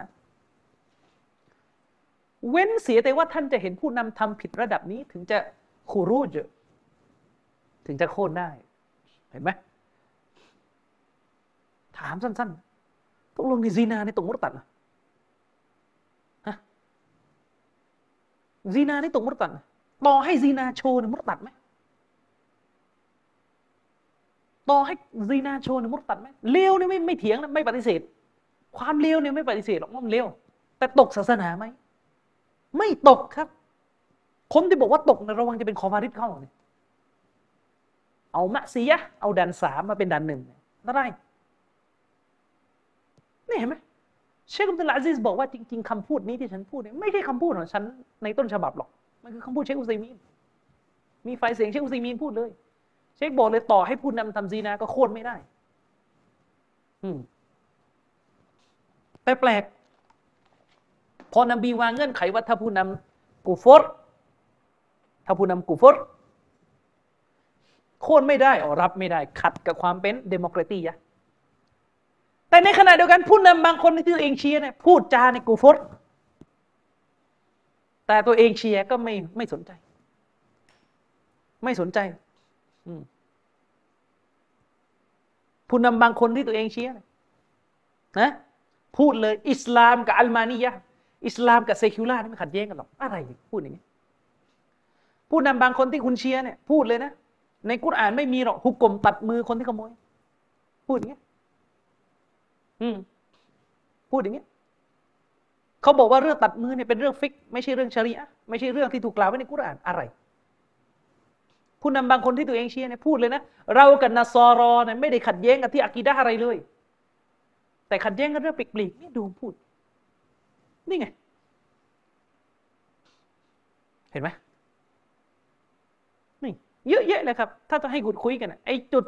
เว้นเสียแต่ว่าท่านจะเห็นผู้นำทำผิดระดับนี้ถึงจะคูรูจถึงจะโค่นได้เห็นไหมถามสั้นๆตกลงในซีนาในตกมุรตัดเหรอฮะซีนาในตกมุรตัดต่อให้ซีนาโชว์ในมุรตัดไหมต่อให้ซีนาโชว์ในมุรตัดไหมเลวเนี่ยไม่ไม่เถียงนะไม่ปฏิเสธความเลวเนี่ยไม่ปฏิเสธหรอกว่ามันเลวแต่ตกศาสนาไหมไม่ตกครับคนที่บอกว่าตกนะระวังจะเป็นคอฟาริดเข้าเนี่ยเอามะซียะเอาด่านสามมาเป็นด่านหนึ่งอะไรนี่เห็นไหมเชคอับดุลอาซิซบอกว่าจริงๆคำพูดนี้ที่ฉันพูดเนี่ยไม่ใช่คำพูดของฉันในต้นฉบับหรอกมันคือคำพูดเชคอุซัยมีนมีไฟเสียงเชคอุซัยมีนพูดเลยเชคบอกเลยต่อให้ผู้นำทำซีนาก็โค่นไม่ได้อืมแต่แปลกพอนบีวางเงื่อนไขว่าถ้าผู้นำกูฟรถ้าผู้นำกูฟรโค่นไม่ได้อ๋อรับไม่ได้ขัดกับความเป็นเดโมแครตียะแต่ในขณะเดียวกันผู้นำบางคนที่ตัวเองเชียร์เนี่ยพูดจาในกูฟรแต่ตัวเองเชียร์ก็ไม่ไม่สนใจไม่สนใจผู้นำบางคนที่ตัวเองเชียร์นะพูดเลยอิสลามกับอัลมานียะอิสลามกับเซคิวล่านี่ไม่ขัดแย้งกันหรอกอะไรพูดอย่างนี้ผู้นำบางคนที่คุณเชียร์เนี่ยพูดเลยนะในกุรอานไม่มีหรอกฮุกกลมตัดมือคนที่ขโมยพูดอย่างนี้อืมพูดอย่างนี้เขาบอกว่าเรื่องตัดมือเนี่ยเป็นเรื่องฟิกไม่ใช่เรื่องชะรีอะห์ไม่ใช่เรื่องที่ถูกกล่าวไว้ในกุรอานอะไรผู้นำบางคนที่ตัวเองเชียร์เนี่ยพูดเลยนะเรากับนัสรอเนี่ยไม่ได้ขัดแย้งกันที่อะกีดะห์อะไรเลยแต่ขัดแย้งกันเรื่องปลีกๆนี่ดูพูดนี่ไงเห็นไหมนี่เยอะแยะเลยครับถ้าจะให้ขุดคุยกันไอ้จุด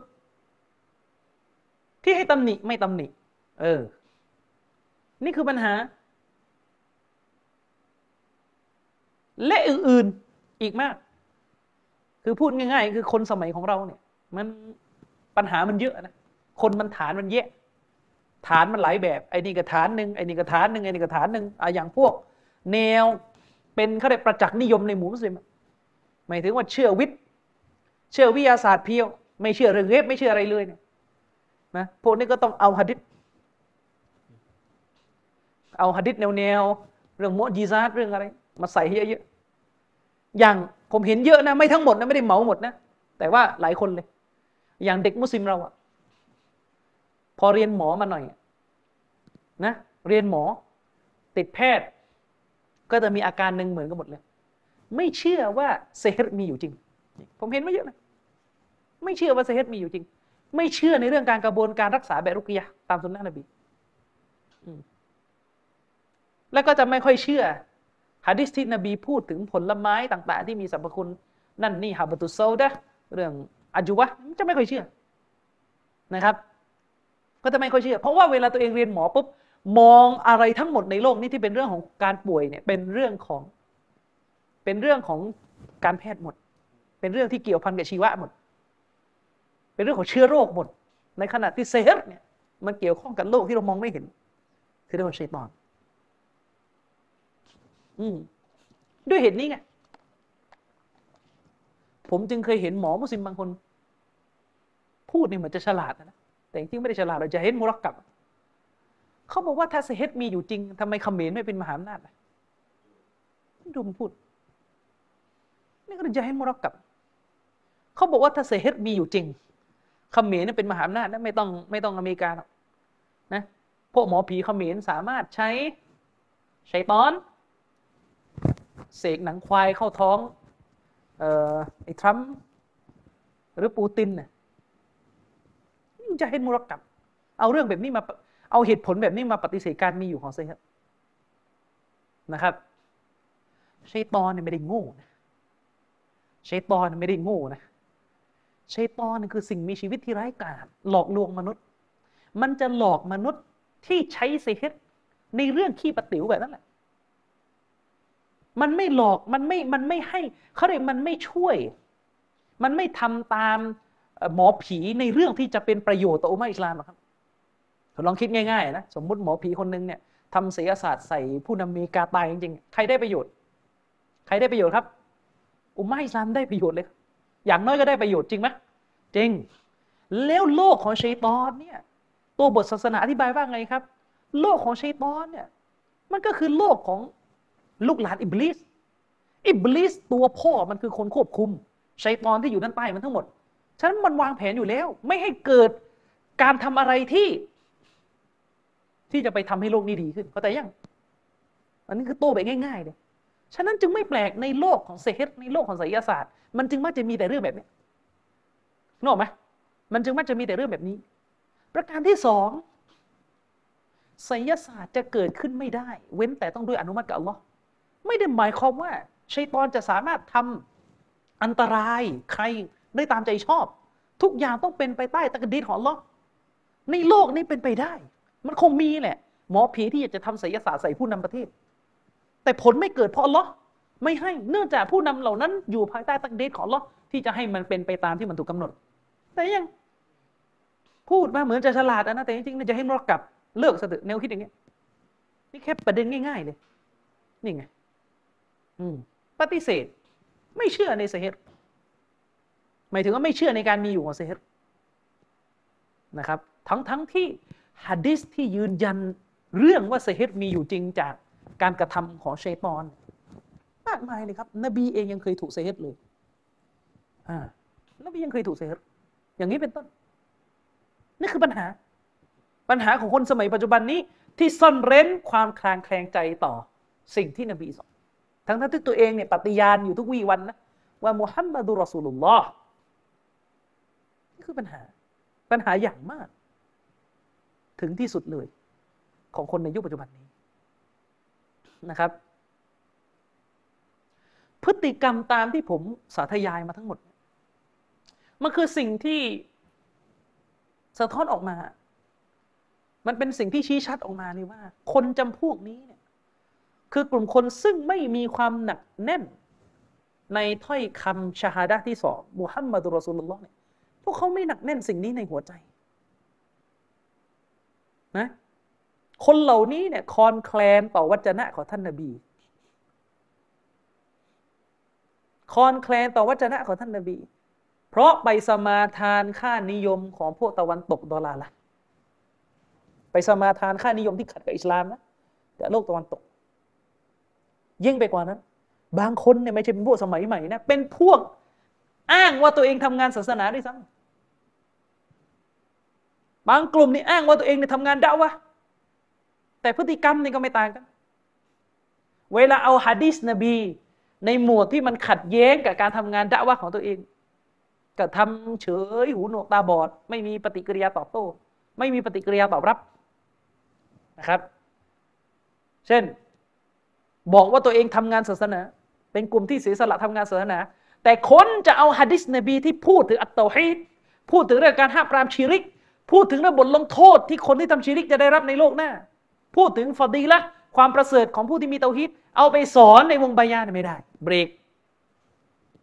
ที่ให้ตำหนิไม่ตำหนิเออนี่คือปัญหาและอื่นๆอีกมากคือพูดง่ายๆคือคนสมัยของเราเนี่ยมันปัญหามันเยอะนะคนมันฐานมันแยะฐานมันหลายแบบไอ้นี่ก็ฐานหนึ่งไอ้นี่ก็ฐานหนึ่งไอ้นี่ก็ฐานหนึ่งอ่ะอย่างพวกแนวเป็นเขาเรียกประจักษ์นิยมในหมู่มุสลิมหมายถึงว่าเชื่อวิทย์เชื่อวิทยาศาสตร์เพียวไม่เชื่อเรื่องเล็บไม่เชื่ออะไรเลยเนี่ยนะพวกนี้ก็ต้องเอาหะดีษเอาหะดีษแนวๆเรื่องมุอ์ญิซาตเรื่องอะไรมาใส่เยอะๆอย่างผมเห็นเยอะนะไม่ทั้งหมดนะไม่ได้เหมาหมดนะแต่ว่าหลายคนเลยอย่างเด็กมุสลิมเราอะพอเรียนหมอมาหน่อยนะเรียนหมอติดแพทย์ก็จะมีอาการหนึ่งเหมือนกันหมดเลยไม่เชื่อว่าเซฮ์มีอยู่จริงผมเห็นมาเยอะนะไม่เชื่อว่าเซฮ์มีอยู่จริงไม่เชื่อในเรื่องการกระบวนการรักษาแบบรุกียะห์ตามสุนนะนบีแล้วก็จะไม่ค่อยเชื่อหะดีษที่นบีพูดถึงผลไม้ต่างๆที่มีสรรพคุณนั่นนี่ฮะบะตุสซอดะห์เรื่องอัจวะจะไม่ค่อยเชื่อนะครับก็จะไม่ค่อยเชื่อเพราะว่าเวลาตัวเองเรียนหมอปุ๊บมองอะไรทั้งหมดในโลกนี้ที่เป็นเรื่องของการป่วยเนี่ยเป็นเรื่องของเป็นเรื่องของการแพทย์หมดเป็นเรื่องที่เกี่ยวพันกับชีวะหมดเป็นเรื่องของเชื้อโรคหมดในขณะที่เซฮ์เนี่ยมันเกี่ยวข้องกับโลกที่เรามองไม่เห็นคือเรื่องของชัยฏอนอืมด้วยเหตุนี้ไงผมจึงเคยเห็นหมอมุสลิมบางคนพูดเนี่ยเหมือนจะฉลาดนะแต่จริงๆไม่ได้ฉลาดเราจะเห็นมุรักกับเขาบอกว่าถ้าเซฮ์มีอยู่จริงทำไมเขมรไม่เป็นมหาอำนาจล่ะดูมันพูดนี่ก็จะเห็นมุรักกับเขาบอกว่าถ้าเซฮ์มีอยู่จริงเขมรเนี่ยเป็นมหาอำนาจนะไม่ต้องไม่ต้องอเมริกาหรอกนะพวกหมอผีเขมรสามารถใช้ชัยฏอนเสกหนังควายเข้าท้องเอ่อไอ้ทรัมป์หรือปูตินน่ะนี่จะเห็นมุรักกับเอาเรื่องแบบนี้มาเอาเหตุผลแบบนี้มาปฏิเสธการมีอยู่ของเซฮ์นะครับชัยฏอนเนี่ยไม่ได้โง่นะชัยฏอนไม่ได้โง่นะชัยฏอนคือสิ่งมีชีวิตที่ร้ายกาจหลอกลวงมนุษย์มันจะหลอกมนุษย์ที่ใช้เซฮ์ในเรื่องขี้ปะติ๋วแบบนั้นแหละมันไม่หลอกมันไม่มันไม่ให้เขาเรียกมันไม่ช่วยมันไม่ทำตามหมอผีในเรื่องที่จะเป็นประโยชน์ต่ออุมมะฮ์อิสลามครับลองคิดง่ายๆนะสมมุติหมอผีคนนึงเนี่ยทำศิลปศาสตร์ใส่ผู้นำอเมริกาตายจริงๆใครได้ประโยชน์ใครได้ประโยชน์ครับอุมมะฮ์อิสลามได้ประโยชน์เลยอย่างน้อยก็ได้ประโยชน์จริงไหมจริงแล้วโลกของชัยฏอนเนี่ยตัวบทศาสนาอธิบายว่าไงครับโลกของชัยฏอนเนี่ยมันก็คือโลกของลูกหลานอิบลิสอิบลิสตัวพ่อมันคือคนควบคุมชัยฏอนที่อยู่ด้านใต้มันทั้งหมดฉะนั้นมันวางแผนอยู่แล้วไม่ให้เกิดการทำอะไรที่ที่จะไปทำให้โลกนี้ดีขึ้นเข้าใจยังอันนี้คือโต้แบบง่ายๆเลยฉะนั้นจึงไม่แปลกในโลกของเซฮ์ในโลกของไสยศาสตร์มันจึงมักจะมีแต่เรื่องแบบนี้นึกออกไหมมันจึงมักจะมีแต่เรื่องแบบนี้ประการที่สองไสยศาสตร์จะเกิดขึ้นไม่ได้เว้นแต่ต้องด้วยอนุมัติกับอัลลอฮ์ไม่ได้หมายความว่าชัยฏอนจะสามารถทำอันตรายใครได้ตามใจชอบทุกอย่างต้องเป็นไปใต้ตักดีรของอัลลอฮ์ในโลกนี้เป็นไปได้มันคงมีแหละหมอผีที่อยากจะทำไสยศาสตร์ใส่ผู้นำประเทศแต่ผลไม่เกิดเพราะอัลลอฮ์ไม่ให้เนื่องจากผู้นำเหล่านั้นอยู่ภายใต้ตักดีรของอัลลอฮ์ที่จะให้มันเป็นไปตามที่มันถูกกำหนดแต่ยังพูดมาเหมือนจะฉลาดนะแต่จริงๆจะให้มุรักกับเลิกสติแนวคิดอย่างนี้นี่แค่ประเด็นง่ายๆเลยนี่ไงอืมปฏิเสธไม่เชื่อในเซฮ์หมายถึงว่าไม่เชื่อในการมีอยู่ของเซฮ์นะครับทั้งทั้งที่หะดีษที่ยืนยันเรื่องว่าเซฮ์มีอยู่จริงจากการกระทำของชัยฏอนมากมายเลยครับนบีเองยังเคยถูกเซฮ์เลยอ่านบียังเคยถูกเซฮ์อย่างนี้เป็นต้นนี่คือปัญหาปัญหาของคนสมัยปัจจุบันนี้ที่ซ่อนเร้นความคลางแคลงใจต่อสิ่งที่นบีสอนทั้งที่ตัวเองเนี่ยปฏิญาณอยู่ทุกวี่วันนะว่ามุฮัมมัดุรอซูลุลลอฮ์นี่คือปัญหาปัญหาอย่างมากถึงที่สุดเลยของคนในยุคปัจจุบันนี้นะครับพฤติกรรมตามที่ผมสาธยายมาทั้งหมดมันคือสิ่งที่สะท้อนออกมามันเป็นสิ่งที่ชี้ชัดออกมาเลยว่าคนจำพวกนี้เนี่ยคือกลุ่มคนซึ่งไม่มีความหนักแน่นในถ้อยคำชะฮาดะห์ที่สองมุฮัมมัดุรอซูลุลลอฮ์เนี่ยพวกเขาไม่หนักแน่นสิ่งนี้ในหัวใจนะคนเหล่านี้เนี่ยคลอนแคลนต่อวจนะของท่านนบีคลอนแคลนต่อวจนะของท่านนบีเพราะไปสมาทานค่านิยมของพวกตะวันตกดอลลาร์ละไปสมาทานค่านิยมที่ขัดกับอิสลามนะจากโลกตะวันตกยิ่งไปกว่านั้นบางคนเนี่ยไม่ใช่เป็นพวกสมัยใหม่นะเป็นพวกอ้างว่าตัวเองทำงานศาสนาด้วยซ้ำบางกลุ่มนี่อ้างว่าตัวเองเนี่ยทำงานดะวะห์แต่พฤติกรรมนี่ก็ไม่ต่างกันเวลาเอาหะดีษนบีในหมวดที่มันขัดแย้งกับการทำงานดะวะห์ของตัวเองก็ทำเฉยหูหนวกตาบอดไม่มีปฏิกิริยาตอบโต้ไม่มีปฏิกิริยาตอบรับนะครับเช่นบอกว่าตัวเองทำงานศาสนาเป็นกลุ่มที่เสียสละทำงานศาสนาแต่คนจะเอาหะดีษนบีที่พูดถึงอัตเตาฮีดพูดถึงเรื่องการห้ามปรามชิริกพูดถึงเรื่องบทลงโทษที่คนที่ทำชิริกจะได้รับในโลกหน้าพูดถึงฟอดีละห์ความประเสริฐของผู้ที่มีเตาฮีดเอาไปสอนในวงบายานไม่ได้เบรก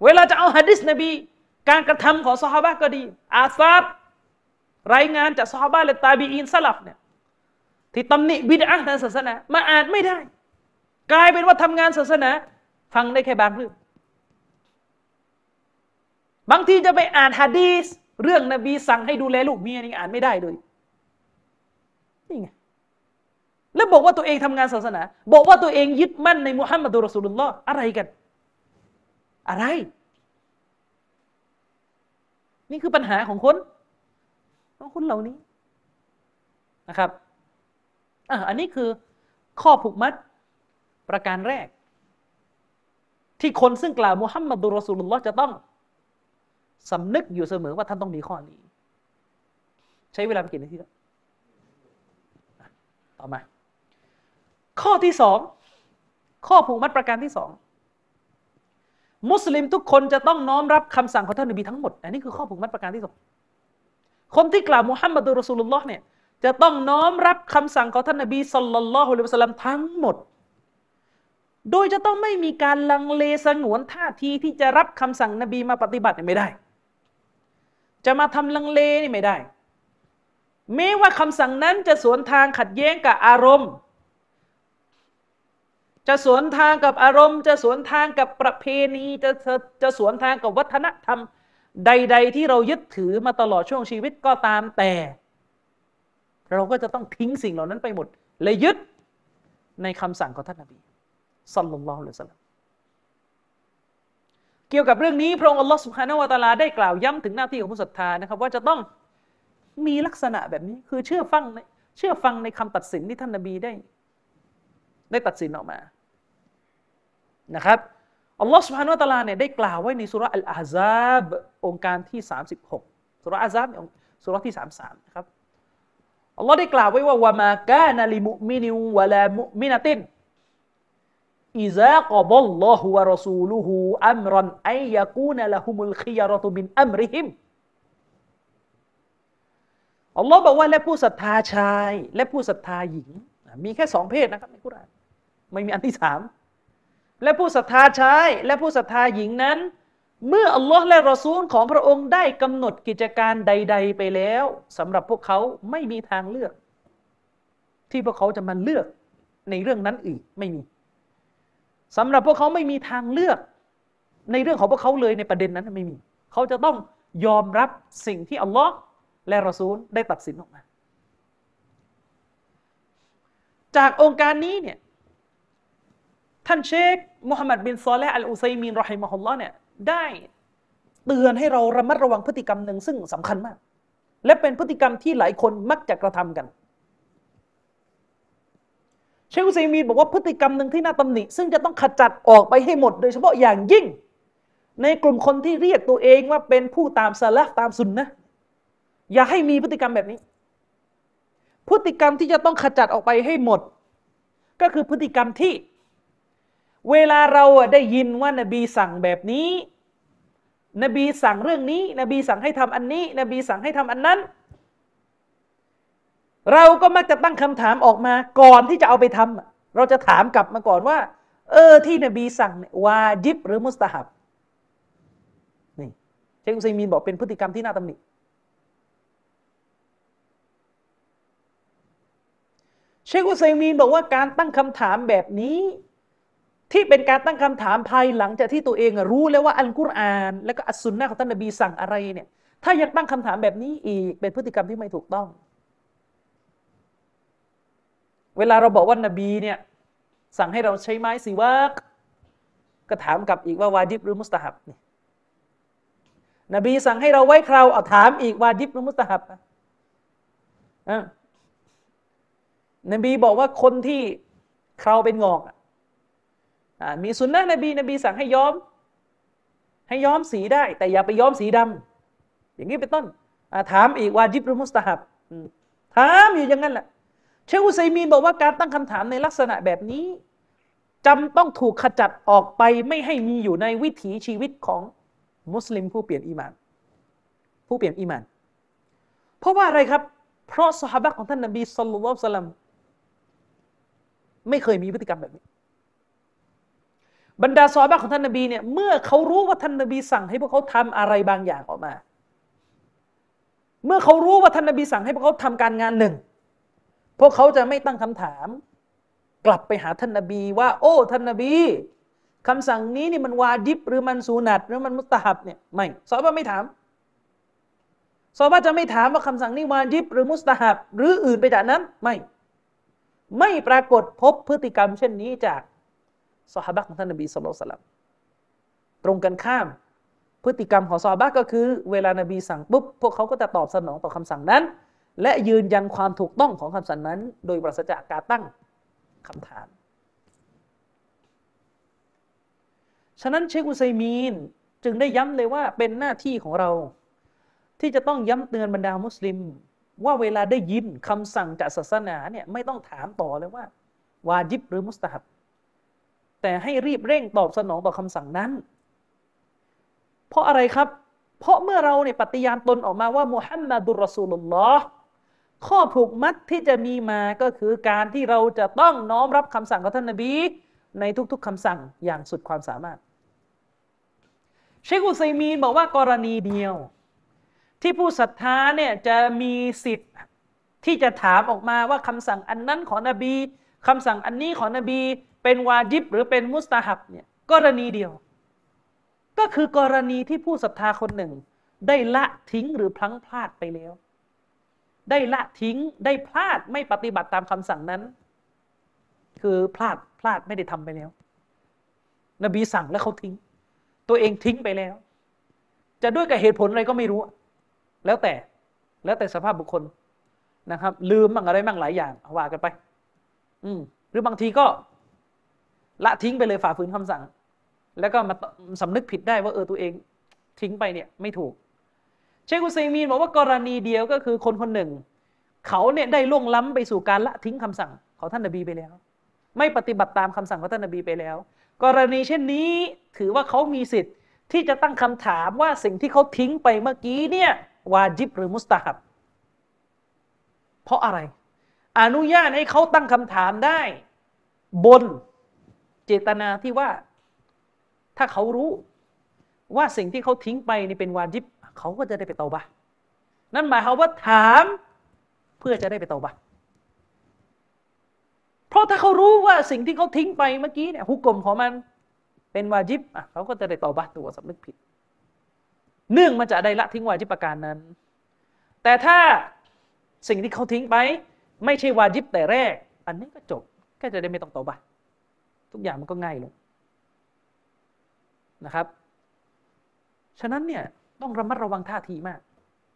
เวลาจะเอาหะดีษนบีการกระทำของซอฮาบะห์ก็ดีอาซารรายงานจากซอฮาบะห์และตาบีอีนสลัฟเนี่ยที่ตำหนิบิดอะห์ในศาสนามาอ่านไม่ได้กลายเป็นว่าทำงานศาสนาฟังได้แค่บางเรื่องบางทีจะไปอ่านหะดีษเรื่องนบีสั่งให้ดูแลลูกเมียนี่อ่านไม่ได้เลยนี่ไงแล้วบอกว่าตัวเองทำงานศาสนาบอกว่าตัวเองยึดมั่นในมุฮัมมัดุรอซูลุลลอฮ์อะไรกันอะไรนี่คือปัญหาของคนของคนเหล่านี้นะครับอ่ะอันนี้คือข้อผูกมัดประการแรกที่คนซึ่งกล่าวมุฮัมมัดุรอซูลุลลอฮ์จะต้องสำนึกอยู่เสมอว่าท่านต้องมีข้อนี้ใช้เวลาไปกี่นาทีแล้วต่อมาข้อที่สองข้อผูกมัดประการที่สองมุสลิมทุกคนจะต้องน้อมรับคำสั่งของท่านนบีทั้งหมดอันนี้คือข้อผูกมัดประการที่สองคนที่กล่าวมุฮัมมัดุรอซูลุลลอฮ์เนี่ยจะต้องน้อมรับคำสั่งของท่านนบีศ็อลลัลลอฮุอะลัยฮิวะซัลลัมทั้งหมดโดยจะต้องไม่มีการลังเลสงวนท่าทีที่จะรับคำสั่งนบีมาปฏิบัติไม่ได้จะมาทำลังเลนี่ไม่ได้แม้ว่าคำสั่งนั้นจะสวนทางขัดแย้งกับอารมณ์จะสวนทางกับอารมณ์จะสวนทางกับประเพณีจะจะสวนทางกับวัฒนธรรมใดๆที่เรายึดถือมาตลอดช่วงชีวิตก็ตามแต่เราก็จะต้องทิ้งสิ่งเหล่านั้นไปหมดและยึดในคำสั่งของท่านนบีศ็อลลัลลอฮุอะลัยฮิวะซัลลัมเกี่ยวกับเรื่องนี้พระองค์อัลลอฮฺซุบฮานะฮูวะตะอาลาได้กล่าวย้ำถึงหน้าที่ของผู้ศรัทธานะครับว่าจะต้องมีลักษณะแบบนี้คือเชื่อฟังในเชื่อฟังในคำตัดสินที่ท่านนบีได้ได้ตัดสินออกมานะครับอัลลอฮฺซุบฮานะฮูวะตะอาลาเนี่ยได้กล่าวไว้ในซูเราะห์อัลอะห์ซาบองค์การที่สามสิบหกซูเราะห์อัลอะห์ซาบซูเราะห์ที่สามสิบสามนะครับอัลลอฮ์ได้กล่าวไว้ว่าวะมากานะลิมุมินิวะลามุมินะตินอิซากัดัลลอฮุวะรอซูลุฮูอัมรันอัยยะกูนะละฮุมุลคิยะเราะตุมินอัมริฮิมอัลลอฮ์บอกว่าและผู้ศรัทธาชายและผู้ศรัทธาหญิงมีแค่สองเพศนะครับในกุรอานไม่มีอันที่สามและผู้ศรัทธาชายและผู้ศรัทธาหญิงนั้นเมื่ออัลลอฮ์และรอซูลของพระองค์ได้กำหนดกิจการใดๆไปแล้วสำหรับพวกเขาไม่มีทางเลือกที่พวกเขาจะมาเลือกในเรื่องนั้นอีกไม่มีสำหรับพวกเขาไม่มีทางเลือกในเรื่องของพวกเขาเลยในประเด็นนั้นไม่มีเขาจะต้องยอมรับสิ่งที่อัลลอฮ์และรอซูลได้ตัดสินออกมาจากองค์การนี้เนี่ยท่านเชคมุฮัมมัดบินซอลิห์อัลอุซัยมีนเราะฮิมะฮุลลอฮ์เนี่ยได้เตือนให้เราระมัดระวังพฤติกรรมหนึ่งซึ่งสำคัญมากและเป็นพฤติกรรมที่หลายคนมักจะกระทำกันเชคอุซัยมีนบอกว่าพฤติกรรมหนึ่งที่น่าตำหนิซึ่งจะต้องขจัดออกไปให้หมดโดยเฉพาะอย่างยิ่งในกลุ่มคนที่เรียกตัวเองว่าเป็นผู้ตามซะละฟตามซุนนะห์อย่าให้มีพฤติกรรมแบบนี้พฤติกรรมที่จะต้องขจัดออกไปให้หมดก็คือพฤติกรรมที่เวลาเราได้ยินว่านบีสั่งแบบนี้นบีสั่งเรื่องนี้นบีสั่งให้ทำอันนี้นบีสั่งให้ทำอันนั้นเราก็มักจะตั้งคำถามออกมาก่อนที่จะเอาไปทำเราจะถามกลับมาก่อนว่าเออที่นบีสั่งวาญิบหรือมุสตะฮับนี่เชคอุซัยมีนบอกเป็นพฤติกรรมที่น่าตำหนิเชคอุซัยมีนบอกว่าการตั้งคำถามแบบนี้ที่เป็นการตั้งคำถามภายหลังจากที่ตัวเองรู้แล้วว่าอัลกุรอานและก็อัสซุนนะห์ของท่านนบีสั่งอะไรเนี่ยถ้ายังตั้งคำถามแบบนี้อีกเป็นพฤติกรรมที่ไม่ถูกต้องเวลาเราบอกว่านบีเนี่ยสั่งให้เราใช้ไม้สิวากก็ถามกลับอีกว่าวาญิบหรือมุสตะฮับนี่นบีสั่งให้เราไว้เคราเอาถามอีกวาญิบหรือมุสตะฮับอ่ะนบีบอกว่าคนที่เคราเป็นงอกมีสุนนะนบีนบีสั่งให้ย้อมให้ย้อมสีได้แต่อย่าไปย้อมสีดำอย่างนี้เป็นต้นถามอีกวาญิบหรือมุสตะฮับถามอยู่อย่างนั้นแหละเชคอุซัยมีนบอกว่าการตั้งคำถามในลักษณะแบบนี้จำต้องถูกขจัดออกไปไม่ให้มีอยู่ในวิถีชีวิตของมุสลิมผู้เปลี่ยนอีหม่านผู้เปลี่ยนอีหม่านเพราะว่าอะไรครับเพราะซอฮาบะห์ของท่านนบีศ็อลลัลลอฮุอะลัยฮิวะซัลลัมไม่เคยมีพฤติกรรมแบบนี้บรรดาซอฮาบะห์ของท่านนบีเนี่ยเมื่อเขารู้ว่าท่านนบีสั่งให้พวกเขาทำอะไรบางอย่างออกมาเมื่อเขารู้ว่าท่านนบีสั่งให้พวกเขาทำการงานหนึ่งพวกเขาจะไม่ตั้งคำถามกลับไปหาท่านนบีว่าโอ้ท่านนบีคำสั่งนี้นี่มันวาญิบหรือมันสุนัตหรือมันมุสตะฮับเนี่ยไม่ซอฮาบะห์ไม่ถามซอฮาบะห์จะไม่ถามว่าคำสั่งนี้วาญิบหรือมุสตะฮับหรืออื่นไปจากนั้นไม่ไม่ปรากฏพบพฤติกรรมเช่นนี้จากซอฮาบะห์ของท่านนบีศ็อลลัลลอฮุอะลัยฮิวะซัลลัมตรงกันข้ามพฤติกรรมของซอฮาบะห์ก็คือเวลานบีสั่งปุ๊บพวกเขาก็จะตอบสนองต่อคำสั่งนั้นและยืนยันความถูกต้องของคำสั่งนั้นโดยปราศจากการตั้งคำถามฉะนั้นเชคอุซัยมีนจึงได้ย้ำเลยว่าเป็นหน้าที่ของเราที่จะต้องย้ำเตือนบรรดามุสลิมว่าเวลาได้ยินคำสั่งจากศาสนาเนี่ยไม่ต้องถามต่อเลยว่าวาญิบหรือมุสตะฮับแต่ให้รีบเร่งตอบสนองต่อคำสั่งนั้นเพราะอะไรครับเพราะเมื่อเราเนี่ยปฏิญาณตนออกมาว่ามุฮัมมัดุรรอซูลุลลอฮ์ข้อผูกมัดที่จะมีมาก็คือการที่เราจะต้องน้อมรับคำสั่งของท่านนบีในทุกๆคำสั่งอย่างสุดความสามารถเชคอุซัยมีนบอกว่ากรณีเดียวที่ผู้ศรัทธาเนี่ยจะมีสิทธิ์ที่จะถามออกมาว่าคำสั่งอันนั้นของนบีคำสั่งอันนี้ของนบีเป็นวาญิบหรือเป็นมุสตะฮับเนี่ยกรณีเดียวก็คือกรณีที่ผู้ศรัทธาคนหนึ่งได้ละทิ้งหรือพลั้งพลาดไปแล้วได้ละทิ้งได้พลาดไม่ปฏิบัติตามคำสั่งนั้นคือพลาดพลาดไม่ได้ทำไปแล้วนบีสั่งแล้วเขาทิ้งตัวเองทิ้งไปแล้วจะด้วยกับเหตุผลอะไรก็ไม่รู้แล้วแต่แล้วแต่สภาพบุคคลนะครับลืมบ้างอะไรบ้างหลายอย่างว่ากันไปอืมหรือบางทีก็ละทิ้งไปเลยฝ่าฝืนคำสั่งแล้วก็มาสำนึกผิดได้ว่าเออตัวเองทิ้งไปเนี่ยไม่ถูกเชคอุซัยมีนบอกว่ากรณีเดียวก็คือคนคนหนึ่งเขาเนี่ยได้ล่วงล้ำไปสู่การละทิ้งคำสั่งของท่านนบีไปแล้วไม่ปฏิบัติตามคำสั่งของท่านนบีไปแล้วกรณีเช่นนี้ถือว่าเขามีสิทธิ์ที่จะตั้งคำถามว่าสิ่งที่เขาทิ้งไปเมื่อกี้เนี่ยวาญิบหรือมุสตะฮับเพราะอะไรอนุญาตให้เขาตั้งคำถามได้บนเจตนาที่ว่าถ้าเขารู้ว่าสิ่งที่เขาทิ้งไปนี่เป็นวาญิบเขาก็จะได้ไปเตาบะห์นั่นหมายความว่าถามเพื่อจะได้ไปเตาบะห์เพราะถ้าเขารู้ว่าสิ่งที่เขาทิ้งไปเมื่อกี้เนี่ยฮุกมของมันเป็นวาญิบอ่ะเขาก็จะได้เตาบะห์ตัวสำนึกผิดเนื่องมาจากได้ละทิ้งวาญิบประการนั้นแต่ถ้าสิ่งที่เขาทิ้งไปไม่ใช่วาญิบแต่แรกอันนี้ก็จบก็จะได้ไม่ต้องเตาบะห์ทุกอย่างมันก็ง่ายลงนะครับฉะนั้นเนี่ยต้องระมัดระวังท่าทีมาก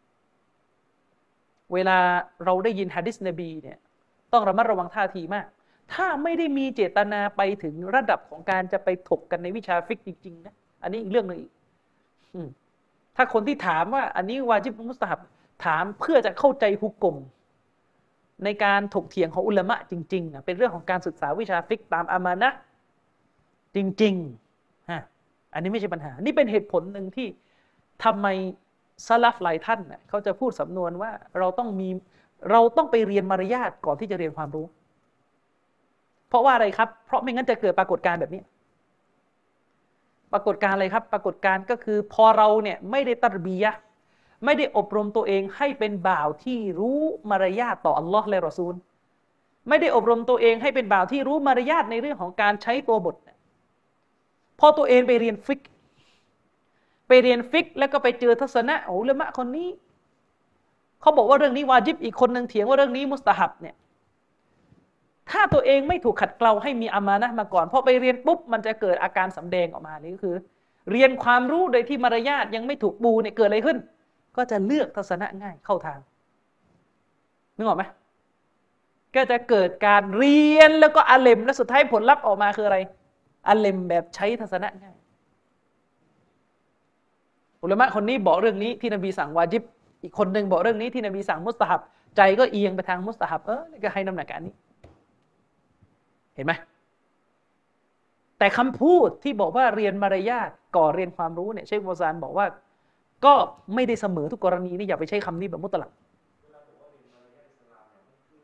เวลาเราได้ยินหะดีษนบีเนี่ยต้องระมัดระวังท่าทีมากถ้าไม่ได้มีเจตนาไปถึงระดับของการจะไปถกกันในวิชาฟิกจริงๆนะอันนี้อีกเรื่องนึงอีกถ้าคนที่ถามว่าอันนี้วาญิบมุสตะฮับถามเพื่อจะเข้าใจฮุกมในการถกเถียงของอุลามะจริงๆนะเป็นเรื่องของการศึกษาวิชาฟิกตามอามานะห์จริงๆฮะอันนี้ไม่ใช่ปัญหานี่เป็นเหตุผลหนึ่งที่ทำไมซะลัฟหลายท่านเนี่ยเขาจะพูดสำนวนว่าเราต้องมีเราต้องไปเรียนมารยาทก่อนที่จะเรียนความรู้เพราะว่าอะไรครับเพราะไม่งั้นจะเกิดปรากฏการณ์แบบนี้ปรากฏการณ์อะไรครับปรากฏการณ์ก็คือพอเราเนี่ยไม่ได้ตัรบียะห์ไม่ได้อบรมตัวเองให้เป็นบ่าวที่รู้มารยาทต่ออัลลอฮ์และรอซูลไม่ได้อบรมตัวเองให้เป็นบ่าวที่รู้มารยาทในเรื่องของการใช้ตัวบทพอตัวเองไปเรียนฟิกไปเรียนฟิกแล้วก็ไปเจอทัศนะอุลามะคนนี้เขาบอกว่าเรื่องนี้วาญิบอีกคนนึงเถียงว่าเรื่องนี้มุสตะฮับเนี่ยถ้าตัวเองไม่ถูกขัดเกลาให้มีอามานะห์มาก่อนพอไปเรียนปุ๊บมันจะเกิดอาการสำแดงออกมานี่ก็คือเรียนความรู้โดยที่มารยาทยังไม่ถูกปูเนี่ยเกิดอะไรขึ้นก็จะเลือกทัศนะง่ายเข้าทางนึกออกไหมก็จะเกิดการเรียนแล้วก็อาเลมและสุดท้ายผลลัพธ์ออกมาคืออะไรอาเลมแบบใช้ทัศนะง่ายอุลามะคนนี้บอกเรื่องนี้ที่นบีสั่งวาญิบอีกคนนึงบอกเรื่องนี้ที่นบีสั่งมุสตะฮับใจก็เอียงไปทางมุสตะฮับเออนี่ก็ให้น้ำหนักอันนี้เห็นไหมแต่คำพูดที่บอกว่าเรียนมารยาทก่อนเรียนความรู้เนี่ยเชคโมซานบอกว่าก็ไม่ได้เสมอทุกกรณีนี่อย่าไปใช้คำนี้แบบมุตลัก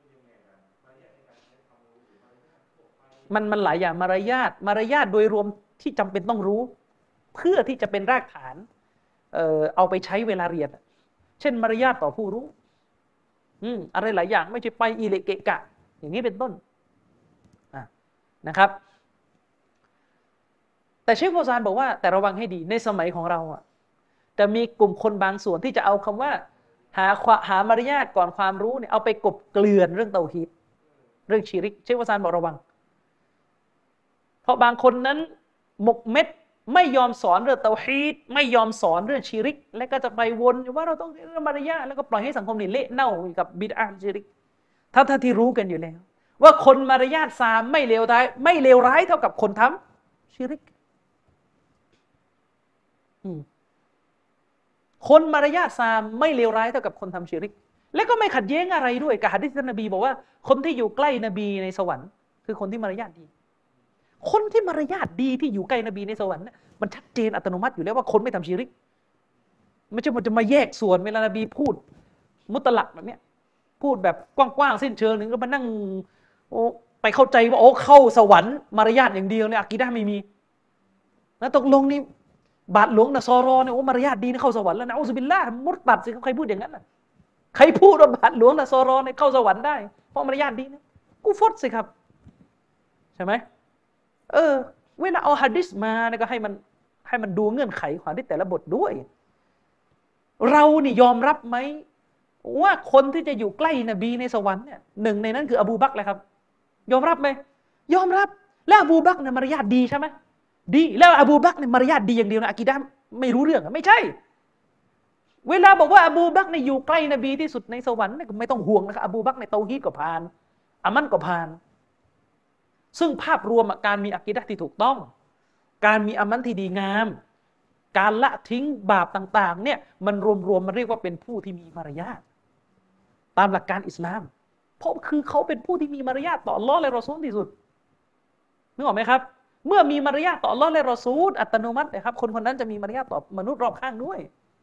มันมันหลายอย่างมารยาทมารยาทโดยรวมที่จำเป็นต้องรู้เพื่อที่จะเป็นรากฐาน เอ่อเอาไปใช้เวลาเรียนเช่นมารยาทต่อผู้รู้อืมอะไรหลายอย่างไม่ใช่ไปอิเละเกะกะอย่างนี้เป็นต้นนะครับแต่เชคโฟซานบอกว่าแต่ระวังให้ดีในสมัยของเราอ่ะจะมีกลุ่มคนบางส่วนที่จะเอาคำว่าหาหามารยาทก่อนความรู้เนี่ยเอาไปกบเกลื่อนเรื่องเตาฮีดเรื่องชิริกเชคโฟซานบอกระวังเพราะบางคนนั้นหมกเม็ดไม่ยอมสอนเรื่องเตาฮีดไม่ยอมสอนเรื่องชิริกและก็จะไปวนอยู่ว่าเราต้องเรื่องมารยาทแล้วก็ปล่อยให้สังคมนี่เละเน่ากับบิดอะห์ชิริกถ้าท่าที่รู้กันอยู่แล้วว่าคนมารยาทซามไม่เลวร้ายไม่เลวร้ายเท่ากับคนทำชิริกคนมารยาทซามไม่เลวร้ายเท่ากับคนทำชิริกและก็ไม่ขัดแย้งอะไรด้วยกับหะดีษนบีบอกว่าคนที่อยู่ใกล้นบีในสวรรค์คือคนที่มารยาทดีคนที่มารยาทดีที่อยู่ใกล้นบีในสวรรค์มันชัดเจนอัตโนมัติอยู่แล้วว่าคนไม่ทำชิริกไม่ใช่มันจะมาแยกส่วนเวลานบีพูดมุตลักแบบเนี้ยพูดแบบกว้างๆสิ้นเชิงหนึ่งก็มานั่งโอ้ไปเข้าใจว่าโอ้เข้าสวรรค์มารยาทอย่างเดียวเนี่ยอะกีดะห์ไม่มีแล้วตกลงนี่บาทหลวงนะซอรอเนี่ยโอ้มารยาทดีนะเข้าสวรรค์แล้วนะอูซุบิลลาห์มุตตัดสิใครพูดอย่างนั้นน่ะใครพูดว่าบาทหลวงนะซอรอเนี่ยเข้าสวรรค์ได้เพราะมารยาทดีนะกูฟดสิครับใช่ไหมเออเวลาเอาหะดีษมาเนี่ยก็ให้มันให้มันดูเงื่อนไขของหะดีษแต่ละบทด้วยเรานี่ยอมรับไหมว่าคนที่จะอยู่ใกล้นบีในสวรรค์เนี่ยหนึ่งในนั้นคืออบูบักรเลยครับยอมรับไหมยอมรับแล้วอบูบักรเนี่ยมารยาทดีใช่ไหมดีแล้วอบูบักรเนี่ยมารยาทดีอย่างเดียวนะอะกีดะห์ไม่รู้เรื่องไม่ใช่เวลาบอกว่าอบูบักรเนี่ยอยู่ใกล้นบีที่สุดในสวรรค์เนี่ยไม่ต้องห่วงนะครับอบูบักรในเตาฮีดก็ผ่านอามันก็ผ่านซึ่งภาพรวมการมีอะกีดะห์ที่ถูกต้องการมีอามันที่ดีงามการละทิ้งบาปต่างๆเนี่ยมันรวมๆมันเรียกว่าเป็นผู้ที่มีมารยาทตามหลักการอิสลามเพราะคือเขาเป็นผู้ที่มีมารยาทต่ออัลเลาะห์และรอซูลที่สุดนึกออกไหมครับเมื่อมีมารยาทต่ออัลเลาะห์และรอซูลอัตโนมัตินะครับคนคนนั้นจะมีมารยาทต่อมนุษย์รอบข้างด้วย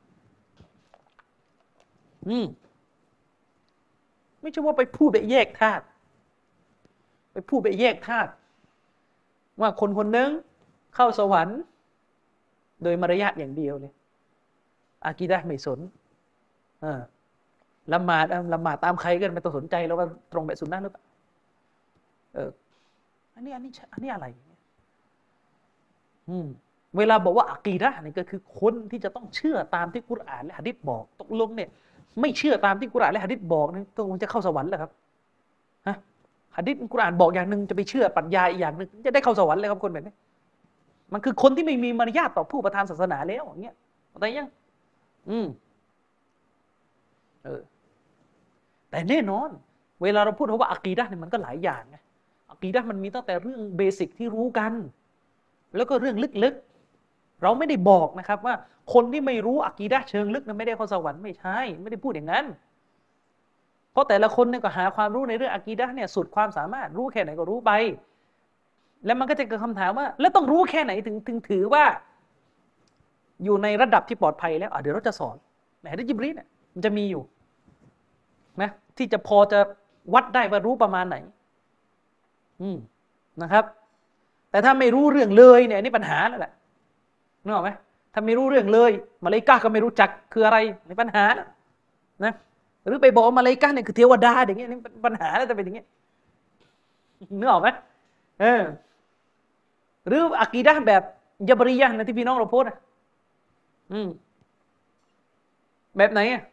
อืมไม่ใช่ว่าไปพูดไปแยกธาตุไปพูดไปแยกธาตุว่าคนคนนึงเข้าสวรรค์โดยมารยาทอย่างเดียวเลยอากีดะห์ไม่สนเออละหมาดละหมาดตามใครก็ไม่ต้องสนใจแล้วว่าตรงแบบสุนนะหรือเปล่าเอออันนี้อันนี้อันนี้อะไรอืมเวลาบอกว่าอะกีดะห์นี่ก็คือคนที่จะต้องเชื่อตามที่กุรอานและหะดีษบอกตกลงเนี่ยไม่เชื่อตามที่กุรอานและหะดีษบอกนี่ตกลงจะเข้าสวรรค์เหรอครับฮะหะดีษกุรอานบอกอย่างนึงจะไปเชื่อปรัชญาอีกอย่างนึงจะได้เข้าสวรรค์เลยครับคนแบบนี้มันคือคนที่ไม่มีมารยาทต่อผู้ประทานศาสนาแล้วอย่างเงี้ยเข้าใจยังอืมเออแต่แน่นอนเวลาเราพูดว่าอะกีดะห์เนี่ยมันก็หลายอย่างไงอะกีดะห์มันมีตั้งแต่เรื่องเบสิกที่รู้กันแล้วก็เรื่องลึกๆเราไม่ได้บอกนะครับว่าคนที่ไม่รู้อะกีดะห์เชิงลึกนั้นไม่ได้เข้าสวรรค์ไม่ใช่ไม่ได้พูดอย่างนั้นเพราะแต่ละคนเนี่ยก็หาความรู้ในเรื่องอะกีดะห์เนี่ยสุดความสามารถรู้แค่ไหนก็รู้ไปแล้วมันก็จะเกิดคำถามว่าแล้วต้องรู้แค่ไหนถึงถึงถือว่าอยู่ในระดับที่ปลอดภัยแล้วเดี๋ยวเราจะสอนในหะดีษญิบรีลเนี่ยมันจะมีอยู่นะที่จะพอจะวัดได้ว่ารู้ประมาณไหนอืมนะครับแต่ถ้าไม่รู้เรื่องเลยเนี่ยนี่ปัญหาแล้วแหละนึกออกไหมถ้าไม่รู้เรื่องเลยมาเลาอิกะฮ์ก็ไม่รู้จักคืออะไรนี่ปัญหาแล้วนะหรือไปบอกมาเลาอิกะฮ์เนี่ยคือเทวดาอย่างเงี้ยนี่ปัญหาแล้วจะเป็นอย่างเงี้ยนึกออกไหมเออหรืออะกีดะห์แบบญะบรียะห์นะที่พี่น้องเราโพสต์นะอืมแบบไหนอ่ะ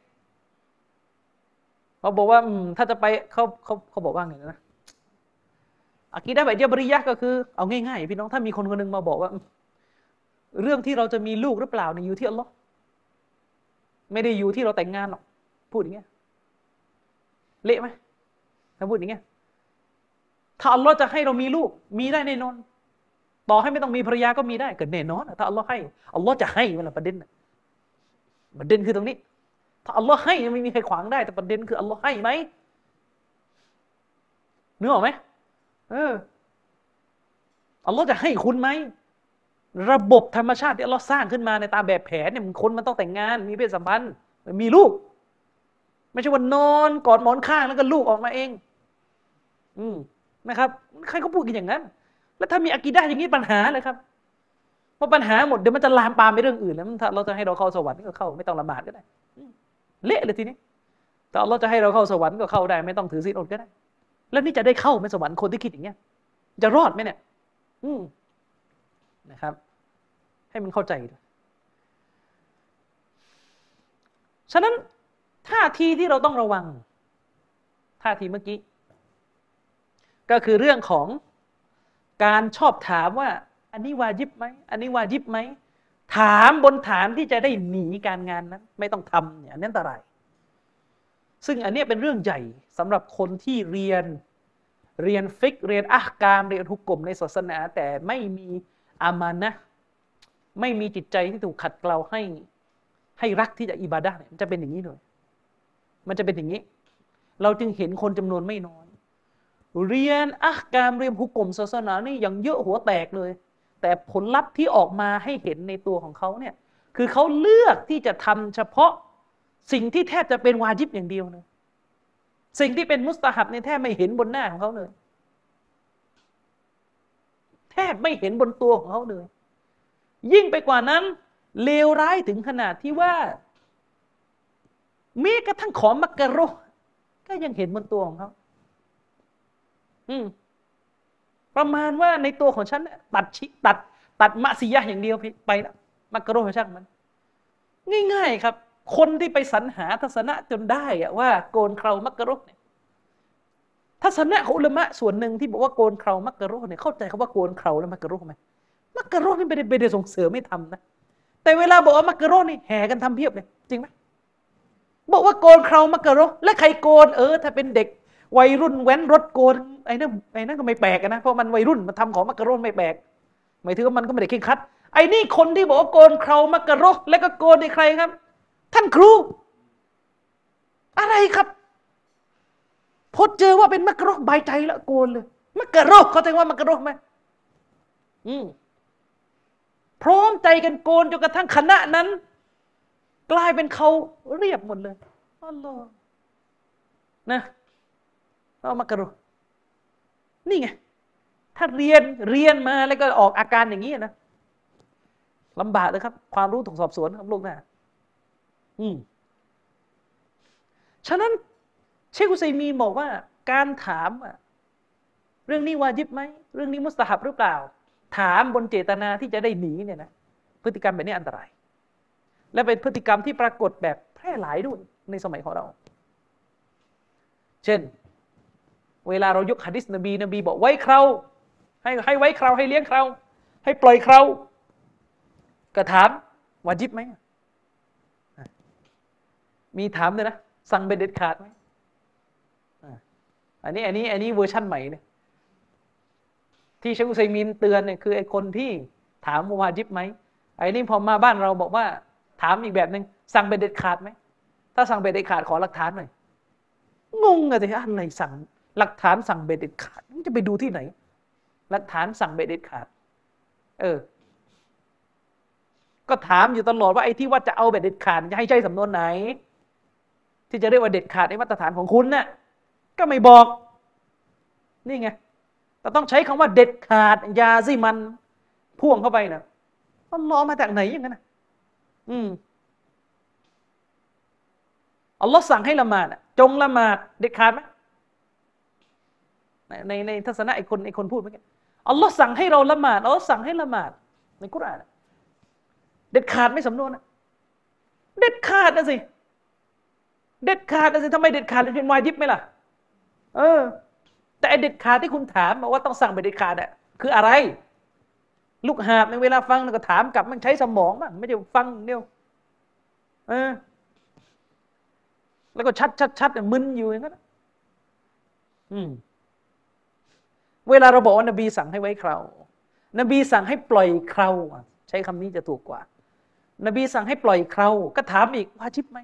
เขาบอกว่าถ้าจะไปเขาเขาเขาบอกว่าไงนะอะกีดะห์แบบญะบรียะห์ก็คือเอาง่ายๆพี่น้องถ้ามีคนคนนึงมาบอกว่าเรื่องที่เราจะมีลูกหรือเปล่าเนี่ยอยู่ที่อัลเลาะห์ไม่ได้อยู่ที่เราแต่งงานหรอกพูดอย่างเงี้ยเละไหมถ้าพูดอย่างเงี้ยถ้าอัลเลาะห์จะให้เรามีลูกมีได้แน่นอนต่อให้ไม่ต้องมีภรรยาก็มีได้ก็แน่นอนถ้าอัลเลาะห์ให้อัลเลาะห์จะให้มันละประเด็นประเด็นคือตรงนี้ถ้าอัลเลาะห์ให้ไม่มีใครขวางได้แต่ประเด็นคืออัลเลาะห์ให้ไหมนึกออกไหมเอออัลเลาะห์จะให้คุณไหมระบบธรรมชาติที่อัลเลาะห์สร้างขึ้นมาในตามแบบแผนเนี่ยคนมันต้องแต่งงานมีเพศสัมพันธ์มีลูกไม่ใช่ว่านอนกอดหมอนข้างแล้วก็ลูกออกมาเองอืมนะครับใครเขาพูดกันอย่างนั้นแล้วถ้ามีอะกีดะห์อย่างนี้ปัญหาเลยครับเพราะปัญหาหมดเดี๋ยวมันจะลามปามไปเรื่องอื่นแล้วถ้าเราจะให้เราเข้าสวรรค์ก็เข้าไม่ต้องละหมาดก็ได้เละเลยทีนี้แต่เราจะให้เราเข้าสวรรค์ก็เข้าได้ไม่ต้องถือศีลอดก็ได้แล้วนี่จะได้เข้าไหมสวรรค์คนที่คิดอย่างเงี้ยจะรอดไหมเนี่ยอืมนะครับให้มันเข้าใจด้วยฉะนั้นท่าทีที่เราต้องระวังท่าทีเมื่อกี้ก็คือเรื่องของการชอบถามว่าอันนี้วาญิบไหมอันนี้วาญิบไหมถามบนฐานที่จะได้หนีการงานนั้นไม่ต้องทำเนี่ยอันนั้นอันตรายซึ่งอันนี้เป็นเรื่องใหญ่สำหรับคนที่เรียนเรียนฟิกเรียนอะห์กามเรียนฮุกกลมในศาสนาแต่ไม่มีอามานะห์ไม่มีจิตใจที่ถูกขัดเกลาให้ให้รักที่จะอิบาดะห์เนี่ยมันจะเป็นอย่างนี้เลยมันจะเป็นอย่างนี้เราจึงเห็นคนจำนวนไม่น้อยเรียนอะห์กามเรียนฮุกกลมศาสนานี่อย่างเยอะหัวแตกเลยแต่ผลลัพธ์ที่ออกมาให้เห็นในตัวของเขาเนี่ยคือเขาเลือกที่จะทำเฉพาะสิ่งที่แทบจะเป็นวาญิบอย่างเดียวนะสิ่งที่เป็นมุสตะฮับเนี่ยแทบไม่เห็นบนหน้าของเขาเลยแทบไม่เห็นบนตัวของเขาเลยยิ่งไปกว่านั้นเลวร้ายถึงขนาดที่ว่าแม้กระทั่งของมักกะรุฮ์ก็ยังเห็นบนตัวของเขาอืมประมาณว่าในตัวของฉันตัดชิตัดตัดมะซียะห์อย่างเดียวไปแล้วมักกะรุฮ์ช่างมันง่ายๆครับคนที่ไปสรรหาทัศนะจนได้อะว่าโกนเครามักกะรุฮ์เนี่ยทัศนะของอุลามะส่วนหนึ่งที่บอกว่าโกนเครามักกะรุฮ์เนี่ยเข้าใจคำว่าโกนเคราแล้วมักกะรุฮ์ไหมมักกะรุฮ์นี่ไม่ได้ไม่ได้ส่งเสริมไม่ทำนะแต่เวลาบอกว่ามักกะรุฮ์นี่แห่กันทำเพียบเลยจริงไหมบอกว่าโกนเครามักกะรุฮ์และใครโกนเออถ้าเป็นเด็กวัยรุ่นแว้นรถโกนไอ้นั่นไอ้นั่นก็ไม่แปลกนะเพราะมันวัยรุ่นมันทำของมักกะรุฮ์ไม่แปลกหมายถึงว่ามันก็ไม่ได้เคร่งครัดไอ้นี่คนที่บอกว่าโกนเครามักกะรุฮ์และก็โกนในใครครับท่านครูอะไรครับพอเจอว่าเป็นมักกะรุฮ์บายใจแล้วโกนเลยมักกะรุฮ์เขาใจว่ามักกะรุฮ์ไหมอืมพร้อมใจกันโกนจนกระทั่งคณะนั้นกลายเป็นเขาเรียบหมดเลยอัลลอฮ์นะเอามักกะรุฮ์นี่ไงถ้าเรียนเรียนมาแล้วก็ออกอาการอย่างนี้นะลำบากเลยครับความรู้ถูกสอบสวนครับลูกนะอืมฉะนั้นเชคอุซัยมีนบอกว่าการถามเรื่องนี้วาญิบไหมเรื่องนี้มุสตะฮับหรือเปล่าถามบนเจตนาที่จะได้หนีเนี่ยนะพฤติกรรมแบบนี้อันตรายและเป็นพฤติกรรมที่ปรากฏแบบแพร่หลายด้วยในสมัยของเราเช่นเวลาเรายกหะดีษนบีนบีบอกไว้เคราให้ให้ไว้เคราให้เลี้ยงเคราให้ปล่อยเคราก็ถามวาญิบไหมมีถามเลยนะสั่งเป็นเด็ดขาดไหมอันนี้อันนี้อันนี้เวอร์ชั่นใหม่เนี่ยที่เชคอุซัยมีนเตือนเนี่ยคือไอ้คนที่ถามวาญิบไหมไอ้นี่พอมาบ้านเราบอกว่าถามอีกแบบนึงสั่งเป็นเด็ดขาดไหมถ้าสั่งเป็นเด็ดขาดขอหลักฐานหน่อยงงอะแต่อะไรสั่งหลักฐานสั่งเป็นเด็ดขาดมันจะไปดูที่ไหนหลักฐานสั่งเป็นเด็ดขาดเออก็ถามอยู่ตลอดว่าไอ้ที่ว่าจะเอาแบบเด็ดขาดจะให้ใช้สำนวนไหนที่จะเรียกว่าเด็ดขาดในมาตรฐานของคุณน่ะก็ไม่บอกนี่ไงแต่ต้องใช้คำว่าเด็ดขาดยาซิมันพ่วงเข้าไปนะอัลลอฮ์มาจากไหนอย่างนั้นนะอืมอัลลอฮ์สั่งให้ละหมาดจงละหมาดเด็ดขาดไหมในในทัศนะไอ้คนไอ้คนพูดเมื่อกี้อัลลอฮ์สั่งให้เราละหมาดอัลลอฮ์สั่งให้ละหมาดในกุรอานเด็ดขาดไม่สำนวนนะเด็ดขาดนะสิเด็ดขาดนะสิทำไมเด็ดขาดเป็นวาญิบไหมล่ะเออแต่ไอ้เด็ดขาดที่คุณถามว่าต้องสั่งเป็นเด็ดขาดอ่ะคืออะไรลูกหาบในเวลาฟังก็ถามกลับมันใช้สมองบ้างไม่ใช่ฟังเดียวเออแล้วก็ชัดชัดชัดมึนอยู่อย่างนั้นอืมเวลาเราบอกว่านบีสั่งให้ไว้เครานบีสั่งให้ปล่อยเคราใช้คำนี้จะถูกกว่านบีสั่งให้ปล่อยเคราก็ถามอีกวาญิบไหม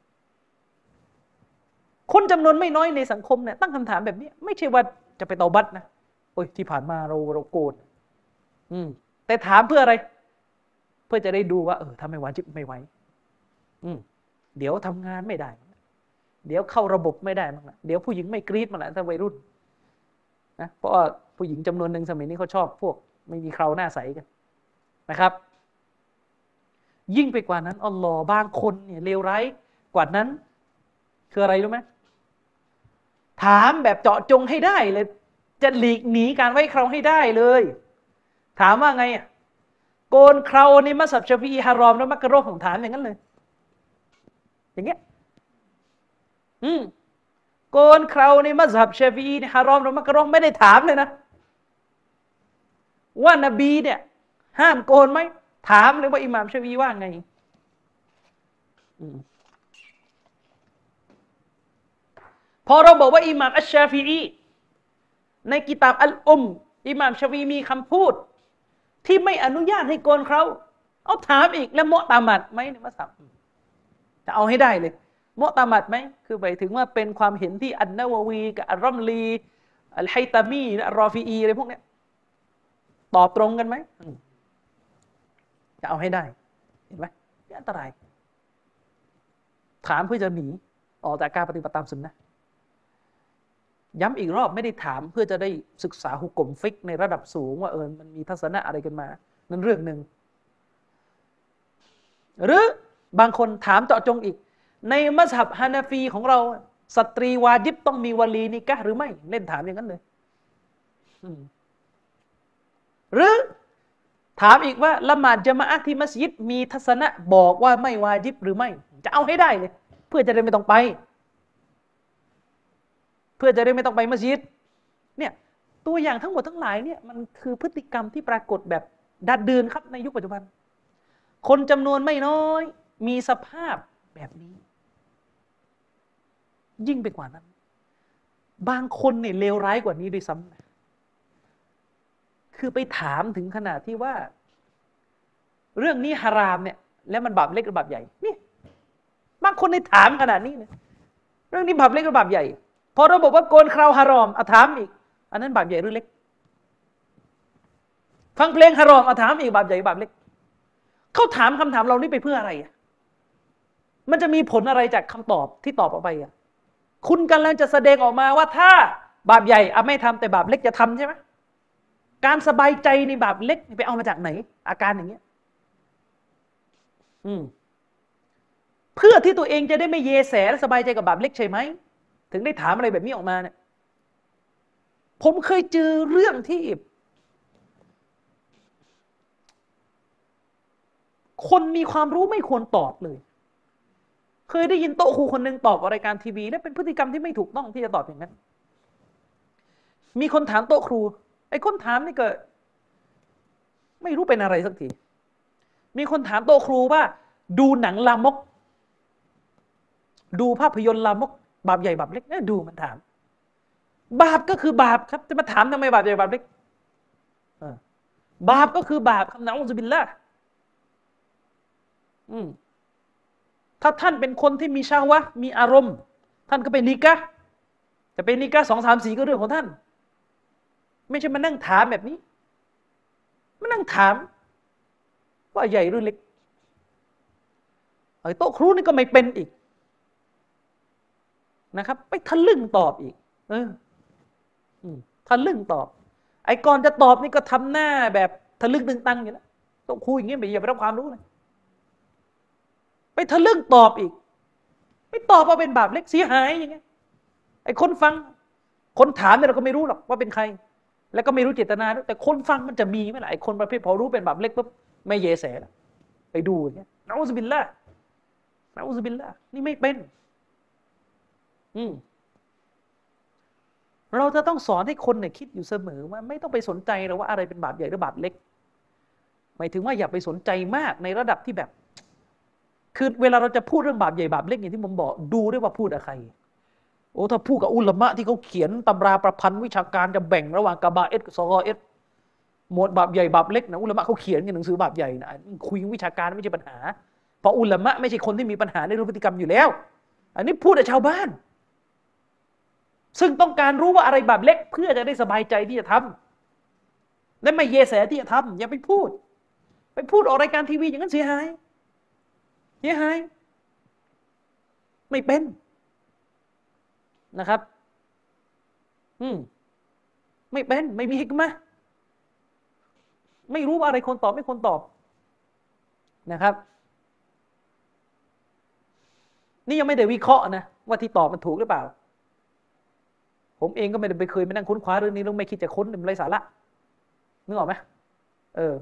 คนจำนวนไม่น้อยในสังคมเนี่ยตั้งคำถามแบบนี้ไม่ใช่ว่าจะไปเตาบัตนะโอ้ยที่ผ่านมาเราเราโกรธอืมแต่ถามเพื่ออะไรเพื่อจะได้ดูว่าเออทำไมวาญิบไม่ไหวอืมเดี๋ยวทำงานไม่ได้เดี๋ยวเข้าระบบไม่ได้มั้งละเดี๋ยวผู้หญิงไม่กรี๊ดมั้งละถ้าวัยรุ่นนะเพราะว่าผู้หญิงจำนวนหนึ่งสมัยนี้เขาชอบพวกไม่มีเคราหน้าใสกันนะครับยิ่งไปกว่านั้นอัลลอฮ์บางคนเนี่ยเลวร้ายกว่านั้นคืออะไรรู้ไหมถามแบบเจาะจงให้ได้เลยจะหลีกหนีการไว้เคราให้ได้เลยถามว่าไงอ่ะโกนเคราในมัสยิดชาฟีอีฮารอมแล้วมักกะโรห์ของถามอย่างนั้นเลยอย่างเงี้ยอืมโกนเคราในมัสยิดชาฟีอีในฮารอมแล้วมักกะโรห์ไม่ได้ถามเลยนะว่านบีเนี่ยห้ามโกนไหมถามเลยว่าอิหม่ามชาฟีอีว่าไงพอเราบอกว่าอิหม่ามอัชชาฟีอีในกิตาบอัลอุมอิหม่ามชาฟีอีมีคำพูดที่ไม่อนุญาตให้โกนเคราเอาถามอีกแล้วมุอ์ตะมัดไหมในมัสยิดจะเอาให้ได้เลยมุอ์ตะมัดไหมคือหมายถึงว่าเป็นความเห็นที่อันนะวะวีกับอัลรอมลีอัลไฮตามีอัลรอฟีอีอะไรพวกนี้ตอบตรงกันไหมจะเอาให้ได้เห็นไหมนี่อันตรายถามเพื่อจะหนีออกจากการปฏิบัติตามสุนนะห์ย้ำอีกรอบไม่ได้ถามเพื่อจะได้ศึกษาฮุกมฟิกในระดับสูงว่าเออมันมีทัศนะอะไรกันมานั่นเรื่องหนึ่งหรือบางคนถามเจาะจงอีกในมัซฮับฮานาฟีของเราสตรีวาญิบต้องมีวะลีนิกะห์หรือไม่เล่นถามอย่างนั้นเลยหรือถามอีกว่าละหมาดญะมาอะห์ที่มัสยิดมีทัศนะบอกว่าไม่วาญิบหรือไม่จะเอาให้ได้เลยเพื่อจะได้ไม่ต้องไปเพื่อจะได้ไม่ต้องไปมัสยิดเนี่ยตัวอย่างทั้งหมดทั้งหลายเนี่ยมันคือพฤติกรรมที่ปรากฏแบบดัดเดินครับในยุคปัจจุบันคนจำนวนไม่น้อยมีสภาพแบบนี้ยิ่งไปกว่านั้นบางคนเนี่ยเลวร้ายกว่านี้ด้วยซ้ำคือไปถามถึงขนาดที่ว่าเรื่องนี้ฮารามเนี่ยแล้วมันบาปเล็กหรือบาปใหญ่นี่บางคนในถามขนาดนี้เลยเรื่องนี้บาปเล็กหรือบาปใหญ่พอเราบอกว่าโกนเคราฮารอมอ่ะถามอีกอันนั้นบาปใหญ่หรือเล็กฟังเพลงฮารอมอ่ะถามอีกบาปใหญ่บาปเล็กเขาถามคำถามเรานี่ไปเพื่ออะไรอ่ะมันจะมีผลอะไรจากคำตอบที่ตอบออกไปอ่ะคุณกำลังจะแสดงออกมาว่าถ้าบาปใหญ่อ่ะไม่ทำแต่บาปเล็กจะทำใช่ไหมการสบายใจในบาปเล็กไปเอามาจากไหนอาการอย่างเงี้ยอืมเพื่อที่ตัวเองจะได้ไม่เยแสและสบายใจกับบาปเล็กใช่ไหมถึงได้ถามอะไรแบบนี้ออกมาเนี่ยผมเคยเจอเรื่องที่คนมีความรู้ไม่ควรตอบเลยเคยได้ยินโต๊ะครูคนหนึ่งตอบรายการทีวีและเป็นพฤติกรรมที่ไม่ถูกต้องที่จะตอบอย่างนั้นมีคนถามโต๊ะครูไอ้คนถามนี่ก็ไม่รู้เป็นอะไรสักทีมีคนถามโต๊ะครูว่าดูหนังลามกดูภาพยนตร์ลามกบาปใหญ่บาปเล็กเนี่ยดูมันถามบาปก็คือบาปครับจะมาถามทำไมบาปใหญ่บาปเล็กบาปก็คือบาปครับนะอูซุบิลลาห์อืมถ้าท่านเป็นคนที่มีชาวะมีอารมณ์ท่านก็เป็นนิกะห์จะเป็นนิกะห์สองสามสี่ก็เรื่องของท่านไม่ใช่มานั่งถามแบบนี้มานั่งถามว่าใหญ่หรือเล็กไอ้โต๊ะครูนี่ก็ไม่เป็นอีกนะครับไปทะลึ่งตอบอีกเออทะลึ่งตอบไอ้ก่อนจะตอบนี่ก็ทำหน้าแบบทะลึ่งตึงตังอยู่แล้วโต๊ะครูอย่างงี้ไม่อย่าไปรับความรู้เลยไปทะลึ่งตอบอีกไม่ตอบว่าเป็นบาปเล็กเสียหายอย่างเงี้ยไอ้คนฟังคนถามเนี่ยเราก็ไม่รู้หรอกว่าเป็นใครแล้วก็ไม่รู้เจตนาด้วยแต่คนฟังมันจะมีไหมล่ะไอ้คนประเภทพอรู้เป็นบาปเล็กปุ๊บไม่เยแสละไปดูอย่างเงี้ยนะอูซุบิลละนะอูซุบิลละนี่ไม่เป็นอืมเราจะต้องสอนให้คนเนี่ยคิดอยู่เสมอว่าไม่ต้องไปสนใจหรอกว่าอะไรเป็นบาปใหญ่หรือบาปเล็กหมายถึงว่าอย่าไปสนใจมากในระดับที่แบบคือเวลาเราจะพูดเรื่องบาปใหญ่บาปเล็กอย่างที่ผมบอกดูด้วยว่าพูดกับใครโอ้ถ้าพูดกับอุลามะที่เขาเขียนตำราประพันธ์วิชาการจะแบ่งระหว่างกะบาเอสกับซอเอสหมวดบาปใหญ่บาปเล็กนะอุลามะเขาเขียนในหนังสือบาปใหญ่นะคุยวิชาการไม่ใช่ปัญหาเพราะอุลามะไม่ใช่คนที่มีปัญหาในเรื่องพฤติกรรมอยู่แล้วอันนี้พูดกับชาวบ้านซึ่งต้องการรู้ว่าอะไรบาปเล็กเพื่อจะได้สบายใจที่จะทำและไม่เยแสที่จะทำอย่าไปพูดไปพูดออกรายการทีวีอย่างนั้นเสียหายเสียหายไม่เป็นนะครับอืมไม่เป็นไม่มีฮิกมะห์ไม่รู้ว่าอะไรคนตอบไม่คนตอบนะครับนี่ยังไม่ได้วิเคราะห์นะว่าที่ตอบมันถูกหรือเปล่าผมเองก็ไม่ได้ไปเคยมานั่งค้นคว้าเรื่องนี้แล้วไม่คิดจะค้นมันไร้สาระนึกออกไหมเออ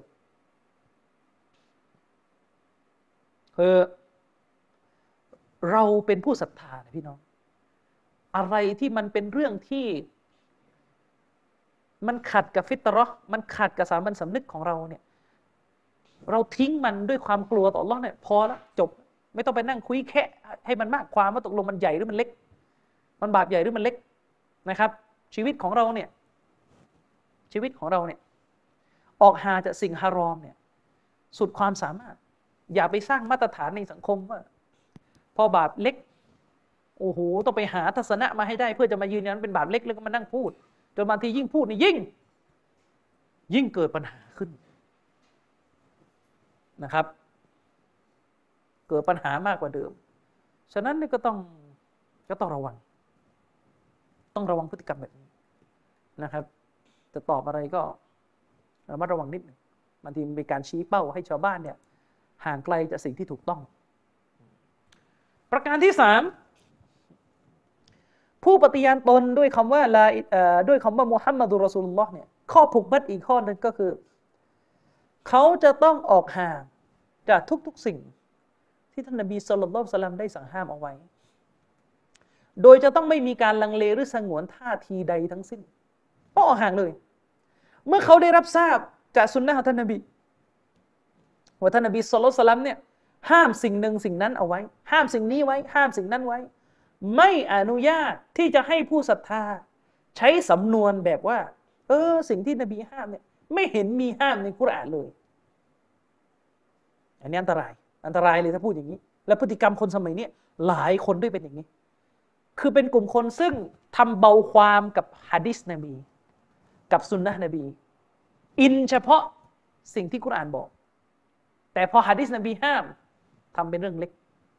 คือเราเป็นผู้ศรัทธานะพี่น้องอะไรที่มันเป็นเรื่องที่มันขัดกับฟิตเราะห์มันขัดกับสามัญสำนึกของเราเนี่ยเราทิ้งมันด้วยความกลัวต่ออัลเลาะห์เนี่ยพอแล้วจบไม่ต้องไปนั่งคุยแค่ให้มันมากความว่าตกลงมันใหญ่หรือมันเล็กมันบาปใหญ่หรือมันเล็กนะครับชีวิตของเราเนี่ยชีวิตของเราเนี่ยออกห่างจากสิ่งฮารอมเนี่ยสุดความสามารถอย่าไปสร้างมาตรฐานในสังคมว่าพอบาปเล็กโอ้โหต้องไปหาทัศนะมาให้ได้เพื่อจะมายืนยันเป็นบาปเล็กแล้วก็มานั่งพูดจนบางทียิ่งพูดนี่ยิ่งยิ่งเกิดปัญหาขึ้นนะครับเกิดปัญหามากกว่าเดิมฉะนั้นนี่ก็ต้องก็ต้องระวังต้องระวังพฤติกรรมแบบนี้นะครับจะตอบอะไรก็ระมัดระวังนิดหนึ่งบางทีมันเป็นการชี้เป้าให้ชาวบ้านเนี่ยห่างไกลจากสิ่งที่ถูกต้องประการที่สามผู้ปฏิญาณตนด้วยคำว่าลาด้วยคำว่ามุฮัมมัดุรอซูลุลลอฮ์เนี่ยข้อผูกมัดอีกข้อนึงก็คือเขาจะต้องออกห่างจากทุกๆสิ่งที่ท่านนบีศ็อลลัลลอฮุอะลัยฮิวะซัลลัมได้สั่งห้ามเอาไว้โดยจะต้องไม่มีการลังเลหรือสงวนท่าทีใดทั้งสิ้นต้องออกห่างเลยเมื่อเขาได้รับทราบจากสุนนะของท่านนบีว่าท่านนบีศ็อลลัลลอฮุอะลัยฮิวะซัลลัมเนี่ยห้ามสิ่งหนึ่งสิ่งนั้นเอาไว้ห้ามสิ่งนี้ไว้ห้ามสิ่งนั้นไว้ไม่อนุญาตที่จะให้ผู้ศรัทธาใช้สำนวนแบบว่าเออสิ่งที่นบีห้ามเนี่ยไม่เห็นมีห้ามในกุรอานเลยอันนี้อันตรายอันตรายเลยถ้าพูดอย่างนี้และพฤติกรรมคนสมัยนี้หลายคนด้วยเป็นอย่างนี้คือเป็นกลุ่มคนซึ่งทำเบาความกับหะดีษนบีกับสุนนะนบีอินเฉพาะสิ่งที่กุรอานบอกแต่พอหะดีษนบีห้ามทำเป็นเรื่องเล็ก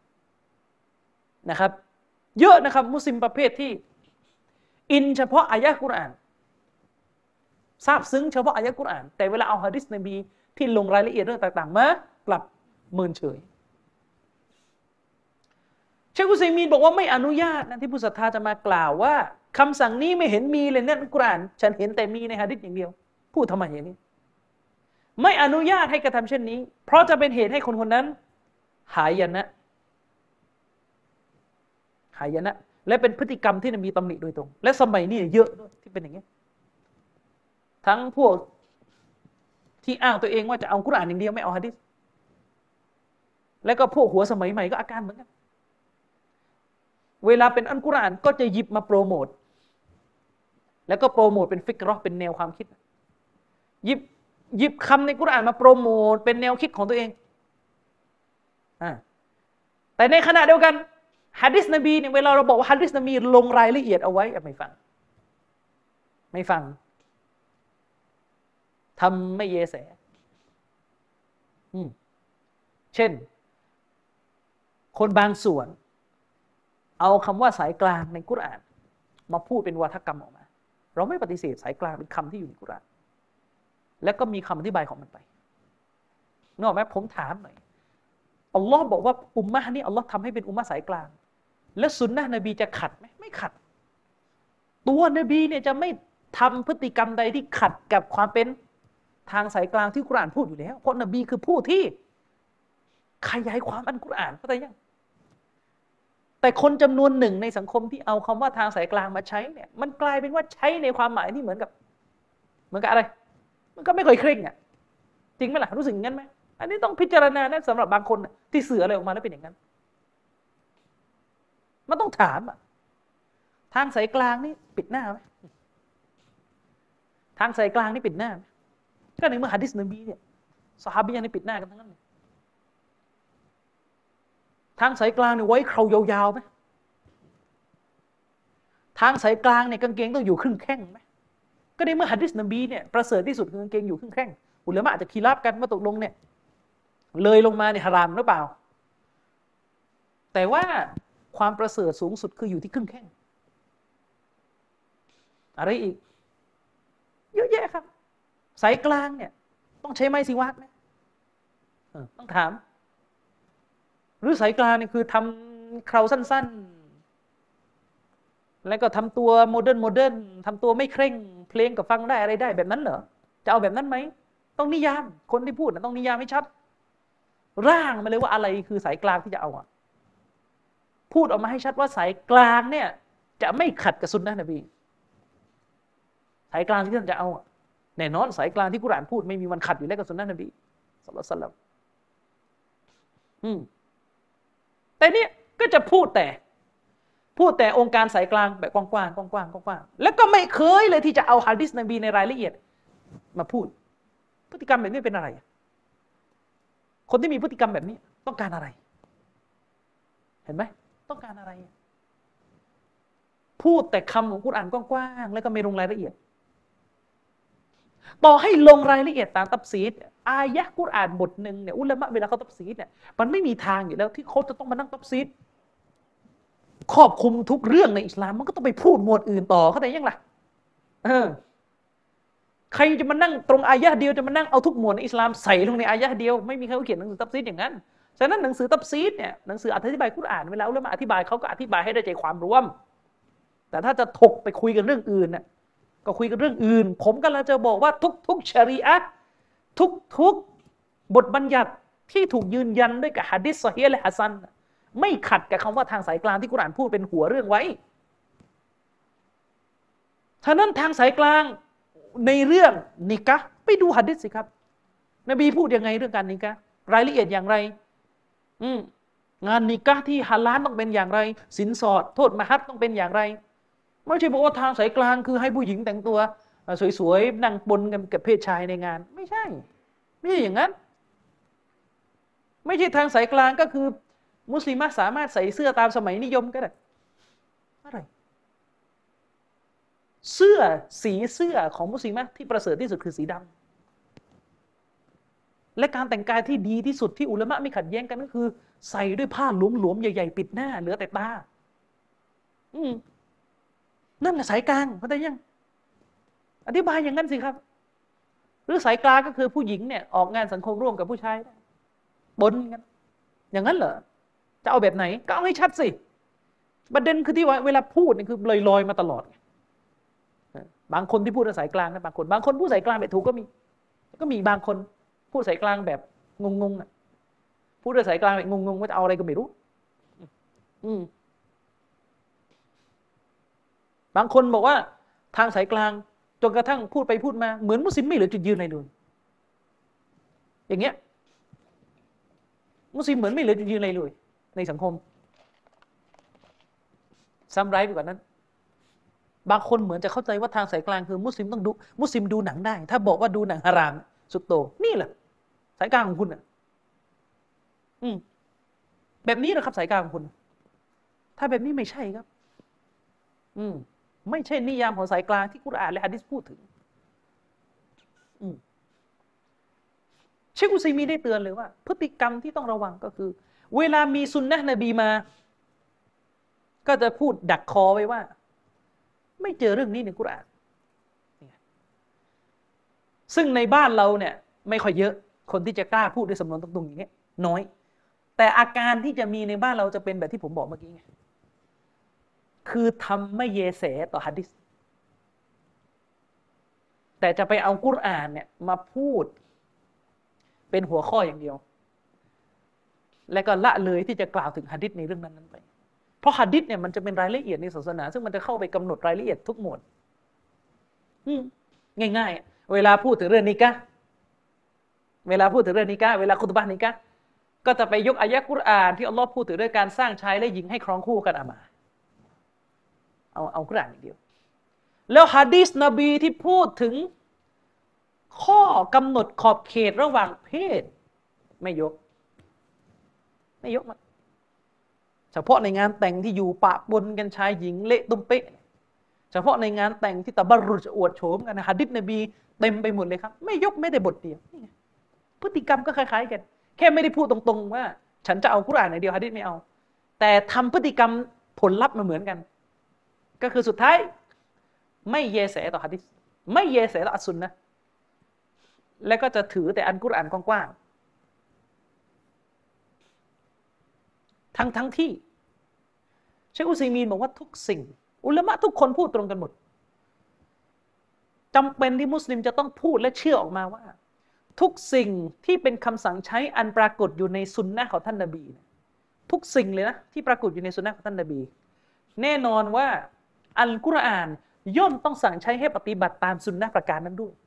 นะครับเยอะนะครับมุสลิมประเภทที่อินเฉพาะอายะห์กุรอานทราบซึ้งเฉพาะอายะห์กุรอานแต่เวลาเอาหะดีษนบีที่ลงรายละเอียดเรื่องต่างๆมากลับเมินเฉยเชคอุซัยมีนบอกว่าไม่อนุญาตนะที่ผู้ศรัทธาจะมากล่าวว่าคำสั่งนี้ไม่เห็นมีเลยในกุรอานฉันเห็นแต่มีในหะดีษอย่างเดียวพูดทำไมอย่างนี้ไม่อนุญาตให้กระทำเช่นนี้เพราะจะเป็นเหตุให้คนคนนั้นหายนะหายนะและเป็นพฤติกรรมที่มีตำหนิโดยตรงและสมัยนี้เยอะด้วยที่เป็นอย่างนี้ทั้งพวกที่อ้างตัวเองว่าจะเอากุรอานอย่างเดียวไม่เอาหะดีษแล้วก็พวกหัวสมัยใหม่ก็อาการเหมือนกันเวลาเป็นอัลกุรอานก็จะหยิบมาโปรโมทแล้วก็โปรโมทเป็นฟิกเราะห์เป็นแนวความคิดหยิบหยิบคำในกุรอานมาโปรโมทเป็นแนวคิดของตัวเองอ่าแต่ในขณะเดียวกันหะดีษนบีเนี่ยเวลาเราบอกว่าหะดีษนบีลงรายละเอียดเอาไว้ไม่ฟังไม่ฟังทำไม่เยแสอืมเช่นคนบางส่วนเอาคำว่าสายกลางในกุรอานมาพูดเป็นวาทกรรมออกมาเราไม่ปฏิเสธสายกลางเป็นคำที่อยู่ในกุรอานแล้วก็มีคำอธิบายของมันไปนึกออกไหมผมถามหน่อยอัลลอฮ์บอกว่าอุมมะฮ์นี้อัลลอฮ์ทำให้เป็นอุมมะฮ์สายกลางและสุนนะนบีจะขัดไหมไม่ขัดตัวนบีเนี่ยจะไม่ทำพฤติกรรมใดที่ขัดกับความเป็นทางสายกลางที่กุรอานพูดอยู่แล้วเพราะนบีคือผู้ที่ขยายความอัลกุรอานเข้าใจยังแต่คนจำนวนหนึ่งในสังคมที่เอาคำว่าทางสายกลางมาใช้เนี่ยมันกลายเป็นว่าใช้ในความหมายที่เหมือนกับเหมือนกับอะไรมันก็ไม่ค่อยเคร่งอ่ะจริงไหมล่ะรู้สึกอย่างนั้นไหมอันนี้ต้องพิจารณานะสำหรับบางคนที่สื่ออะไรออกมาแล้วเป็นอย่างนั้นมันต้องถามอ่ะทางสายกลางนี่ปิดหน้าไหมทางสายกลางนี่ปิดหน้าไหมก็ในเมื่อหะดีษนบีเนี่ยซอฮาบะห์นี่ปิดหน้ากันทั้งนั้นเลยทางสายกลางเนี่ยไว้เครายาวๆไหมทางสายกลางเนี่ยกางเกงต้องอยู่ครึ่งแข้งไหมก็ในเมื่อหะดีษนบีเนี่ยประเสริฐที่สุดคือกางเกงอยู่ครึ่งแข้งอุลามะอาจจะคีราบกันว่าตกลงเนี่ยเลยลงมาเนี่ยฮารามหรือเปล่าแต่ว่าความประเสริฐสูงสุดคืออยู่ที่ครึ่งแข้งอะไรอีกเยอะแยะครับสายกลางเนี่ยต้องใช้ไม้สิวากไหมต้องถามหรือสายกลางนี่คือทำเคราสั้นๆแล้วก็ทำตัวโมเดิร์นโมเดิร์นทำตัวไม่เคร่งเพลงก็ฟังได้อะไรได้แบบนั้นเหรอจะเอาแบบนั้นไหมต้องนิยามคนที่พูดนะต้องนิยามให้ชัดร่างมาเลยว่าอะไรคือสายกลางที่จะเอาอะพูดออกมาให้ชัดว่าสายกลางเนี่ยจะไม่ขัดกับสุนนะนบีสายกลางที่ท่านจะเอาแน่นอนสายกลางที่กุรอานพูดไม่มีวันขัดอยู่แล้วกับสุนนะนบีศ็อลลัลลอฮุอะลัยฮิวะซัลลัมอืมแต่เนี่ยก็จะพูดแต่พูดแต่องค์การสายกลางแบบกว้างๆกว้างๆกว้างๆแล้วก็ไม่เคยเลยที่จะเอาหะดีษนบีในรายละเอียดมาพูดพฤติกรรมแบบนี้เป็นอะไรคนที่มีพฤติกรรมแบบนี้ต้องการอะไรเห็นไหมต้องการอะไรพูดแต่คำของกุรอานกว้างๆแล้วก็ไม่ลงรายละเอียดต่อให้ลงรายละเอียดตามตัฟซีรอายะห์กุรอานบทหนึ่งเนี่ยอุลามะเวลาเขาตัฟซีรเนี่ยมันไม่มีทางอยู่แล้วที่เขาจะต้องมานั่งตัฟซีรครอบคลุมทุกเรื่องในอิสลามมันก็ต้องไปพูดหมวดอื่นต่อเข้าใจยังล่ะเออใครจะมานั่งตรงอายะห์เดียวจะมานั่งเอาทุกหมวดในอิสลามใส่ลงในอายะห์เดียวไม่มีใครเขียนหนังสือตัฟซีรอย่างนั้นฉะนั้นหนังสือตัฟซีรเนี่ยหนังสืออธิบายกุรอานเวลาอุลามะอธิบายเขาก็อธิบายให้ได้ใจความรวมแต่ถ้าจะถกไปคุยกันเรื่องอื่นน่ะก็คุยกันเรื่องอื่นผมกำลังจะบอกว่าทุกๆชะรีอะห์ทุกๆบทบัญญัติที่ถูกยืนยันด้วยกับหะดีษซอฮีฮ์และหะซันไม่ขัดกับคำว่าทางสายกลางที่กุรอานพูดเป็นหัวเรื่องไว้ฉะนั้นทางสายกลางในเรื่องนิกะห์ไปดูหะดีษสิครับนบีพูดยังไงเรื่องการนิกะห์รายละเอียดอย่างไรอืมงานนิกะห์ที่ฮาลาลต้องเป็นอย่างไรสินสอดโทษมหัรต้องเป็นอย่างไรไม่ใช่บอกว่าทางสายกลางคือให้ผู้หญิงแต่งตัวสวยๆนั่งปนกันกับเพศชายในงานไม่ใช่ไม่ใช่อย่างนั้นไม่ใช่ทางสายกลางก็คือมุสลิมะสามารถใส่เสื้อตามสมัยนิยมก็ได้อะไรเสื้อสีเสื้อของมุสลิมะที่ประเสริฐที่สุดคือสีดำและการแต่งกายที่ดีที่สุดที่อุลามะไม่ขัดแย้งกันก็คือใส่ด้วยผ้าหลวมๆใหญ่ๆปิดหน้าเหลือแต่ตาอืมนั่นแหละสายกลางเข้าใจยังอธิบายอย่างนั้นสิครับหรือสายกลางก็คือผู้หญิงเนี่ยออกงานสังคมร่วมกับผู้ชายปนกันอย่างนั้นเหรอจะเอาแบบไหนก็เอาให้ชัดสิประเด็นคือที่ว่าเวลาพูดนี่คือลอยๆมาตลอดบางคนที่พูดสายกลางนะบางคนบางคนพูดสายกลางแบบถูกก็มีก็มีบางคนพูดสายกลางแบบงงๆอ่ะพูดสายกลางแบบงงๆว่าจะเอาอะไรก็ไม่รู้อืมบางคนบอกว่าทางสายกลางจนกระทั่งพูดไปพูดมาเหมือนมุสลิมไม่เหลือจุดยืนอะไรเลยอย่างเงี้ยมุสลิมเหมือนไม่เหลือจุดยืนอะไรเลยในสังคมซ้ำร้ายไปกว่านั้นบางคนเหมือนจะเข้าใจว่าทางสายกลางคือมุสลิมต้องดูมุสลิมดูหนังได้ถ้าบอกว่าดูหนังฮารามสุดโต่งนี่แหละสายกลางของคุณอ่ะอืมแบบนี้นะครับสายกลางของคุณถ้าแบบนี้ไม่ใช่ครับอืมไม่ใช่นิยามของสายกลางที่กุรอานและหะดีษพูดถึงอืมเชคอุซัยมีนได้เตือนเลยว่าพฤติกรรมที่ต้องระวังก็คือเวลามีสุนนะห์นบีมาก็จะพูดดักคอไว้ว่าไม่เจอเรื่องนี้ในกุรอานซึ่งในบ้านเราเนี่ยไม่ค่อยเยอะคนที่จะกล้าพูดด้วยสำนวนตรงๆอย่างนี้น้อยแต่อาการที่จะมีในบ้านเราจะเป็นแบบที่ผมบอกเมื่อกี้ไงคือทำไม่เยแสต่อหะดีษแต่จะไปเอากุรอานเนี่ยมาพูดเป็นหัวข้ออย่างเดียวและก็ละเลยที่จะกล่าวถึงหะดีษในเรื่องนั้นๆไปเพราะหะดีษเนี่ยมันจะเป็นรายละเอียดในศาสนาซึ่งมันจะเข้าไปกำหนดรายละเอียดทุกหมวดง่ายๆเวลาพูดถึงเรื่องนิกะห์เวลาพูดถึงเรื่องนิกะห์เวลาคุตบะห์นิกะห์ก็จะไปยกอายะห์กุรอานที่อัลลอฮ์พูดถึงเรื่องการสร้างชายและหญิงให้ครองคู่กันเอามาเอาเอากุรอานอย่างเดียวแล้วหะดีษนบีที่พูดถึงข้อกำหนดขอบเขตระหว่างเพศไม่ยกไม่ยกมาเฉพาะในงานแต่งที่อยู่ปะปนกันชายหญิงเละตุ้มเป๊ะเฉพาะในงานแต่งที่ตะบัรรุจอวดโฉมกันนะหะดีษนบีเต็มไปหมดเลยครับไม่ยกไม่ได้บทเดียวนี่ไงพฤติกรรมก็คล้ายๆกันแค่ไม่ได้พูดตรงๆว่าฉันจะเอากุรอานอย่างเดียวหะดีษไม่เอาแต่ทำพฤติกรรมผลลัพธ์มาเหมือนกันก็คือสุดท้ายไม่เยแสต่อหะดีษไม่เยแสต่ออัสซุนนะห์แล้วก็จะถือแต่อันกุรอานกว้างทั้งทั้งที่เชคอุซัยมีนบอกว่าทุกสิ่งอุลามะทุกคนพูดตรงกันหมดจำเป็นที่มุสลิมจะต้องพูดและเชื่อออกมาว่าทุกสิ่งที่เป็นคำสั่งใช้อันปรากฏอยู่ในสุนนะของท่านนบีทุกสิ่งเลยนะที่ปรากฏอยู่ในสุนนะของท่านนบีแน่นอนว่าอัลกุรอานย่อมต้องสั่งใช้ให้ปฏิบัติตามสุนนะประการนั้นด้วย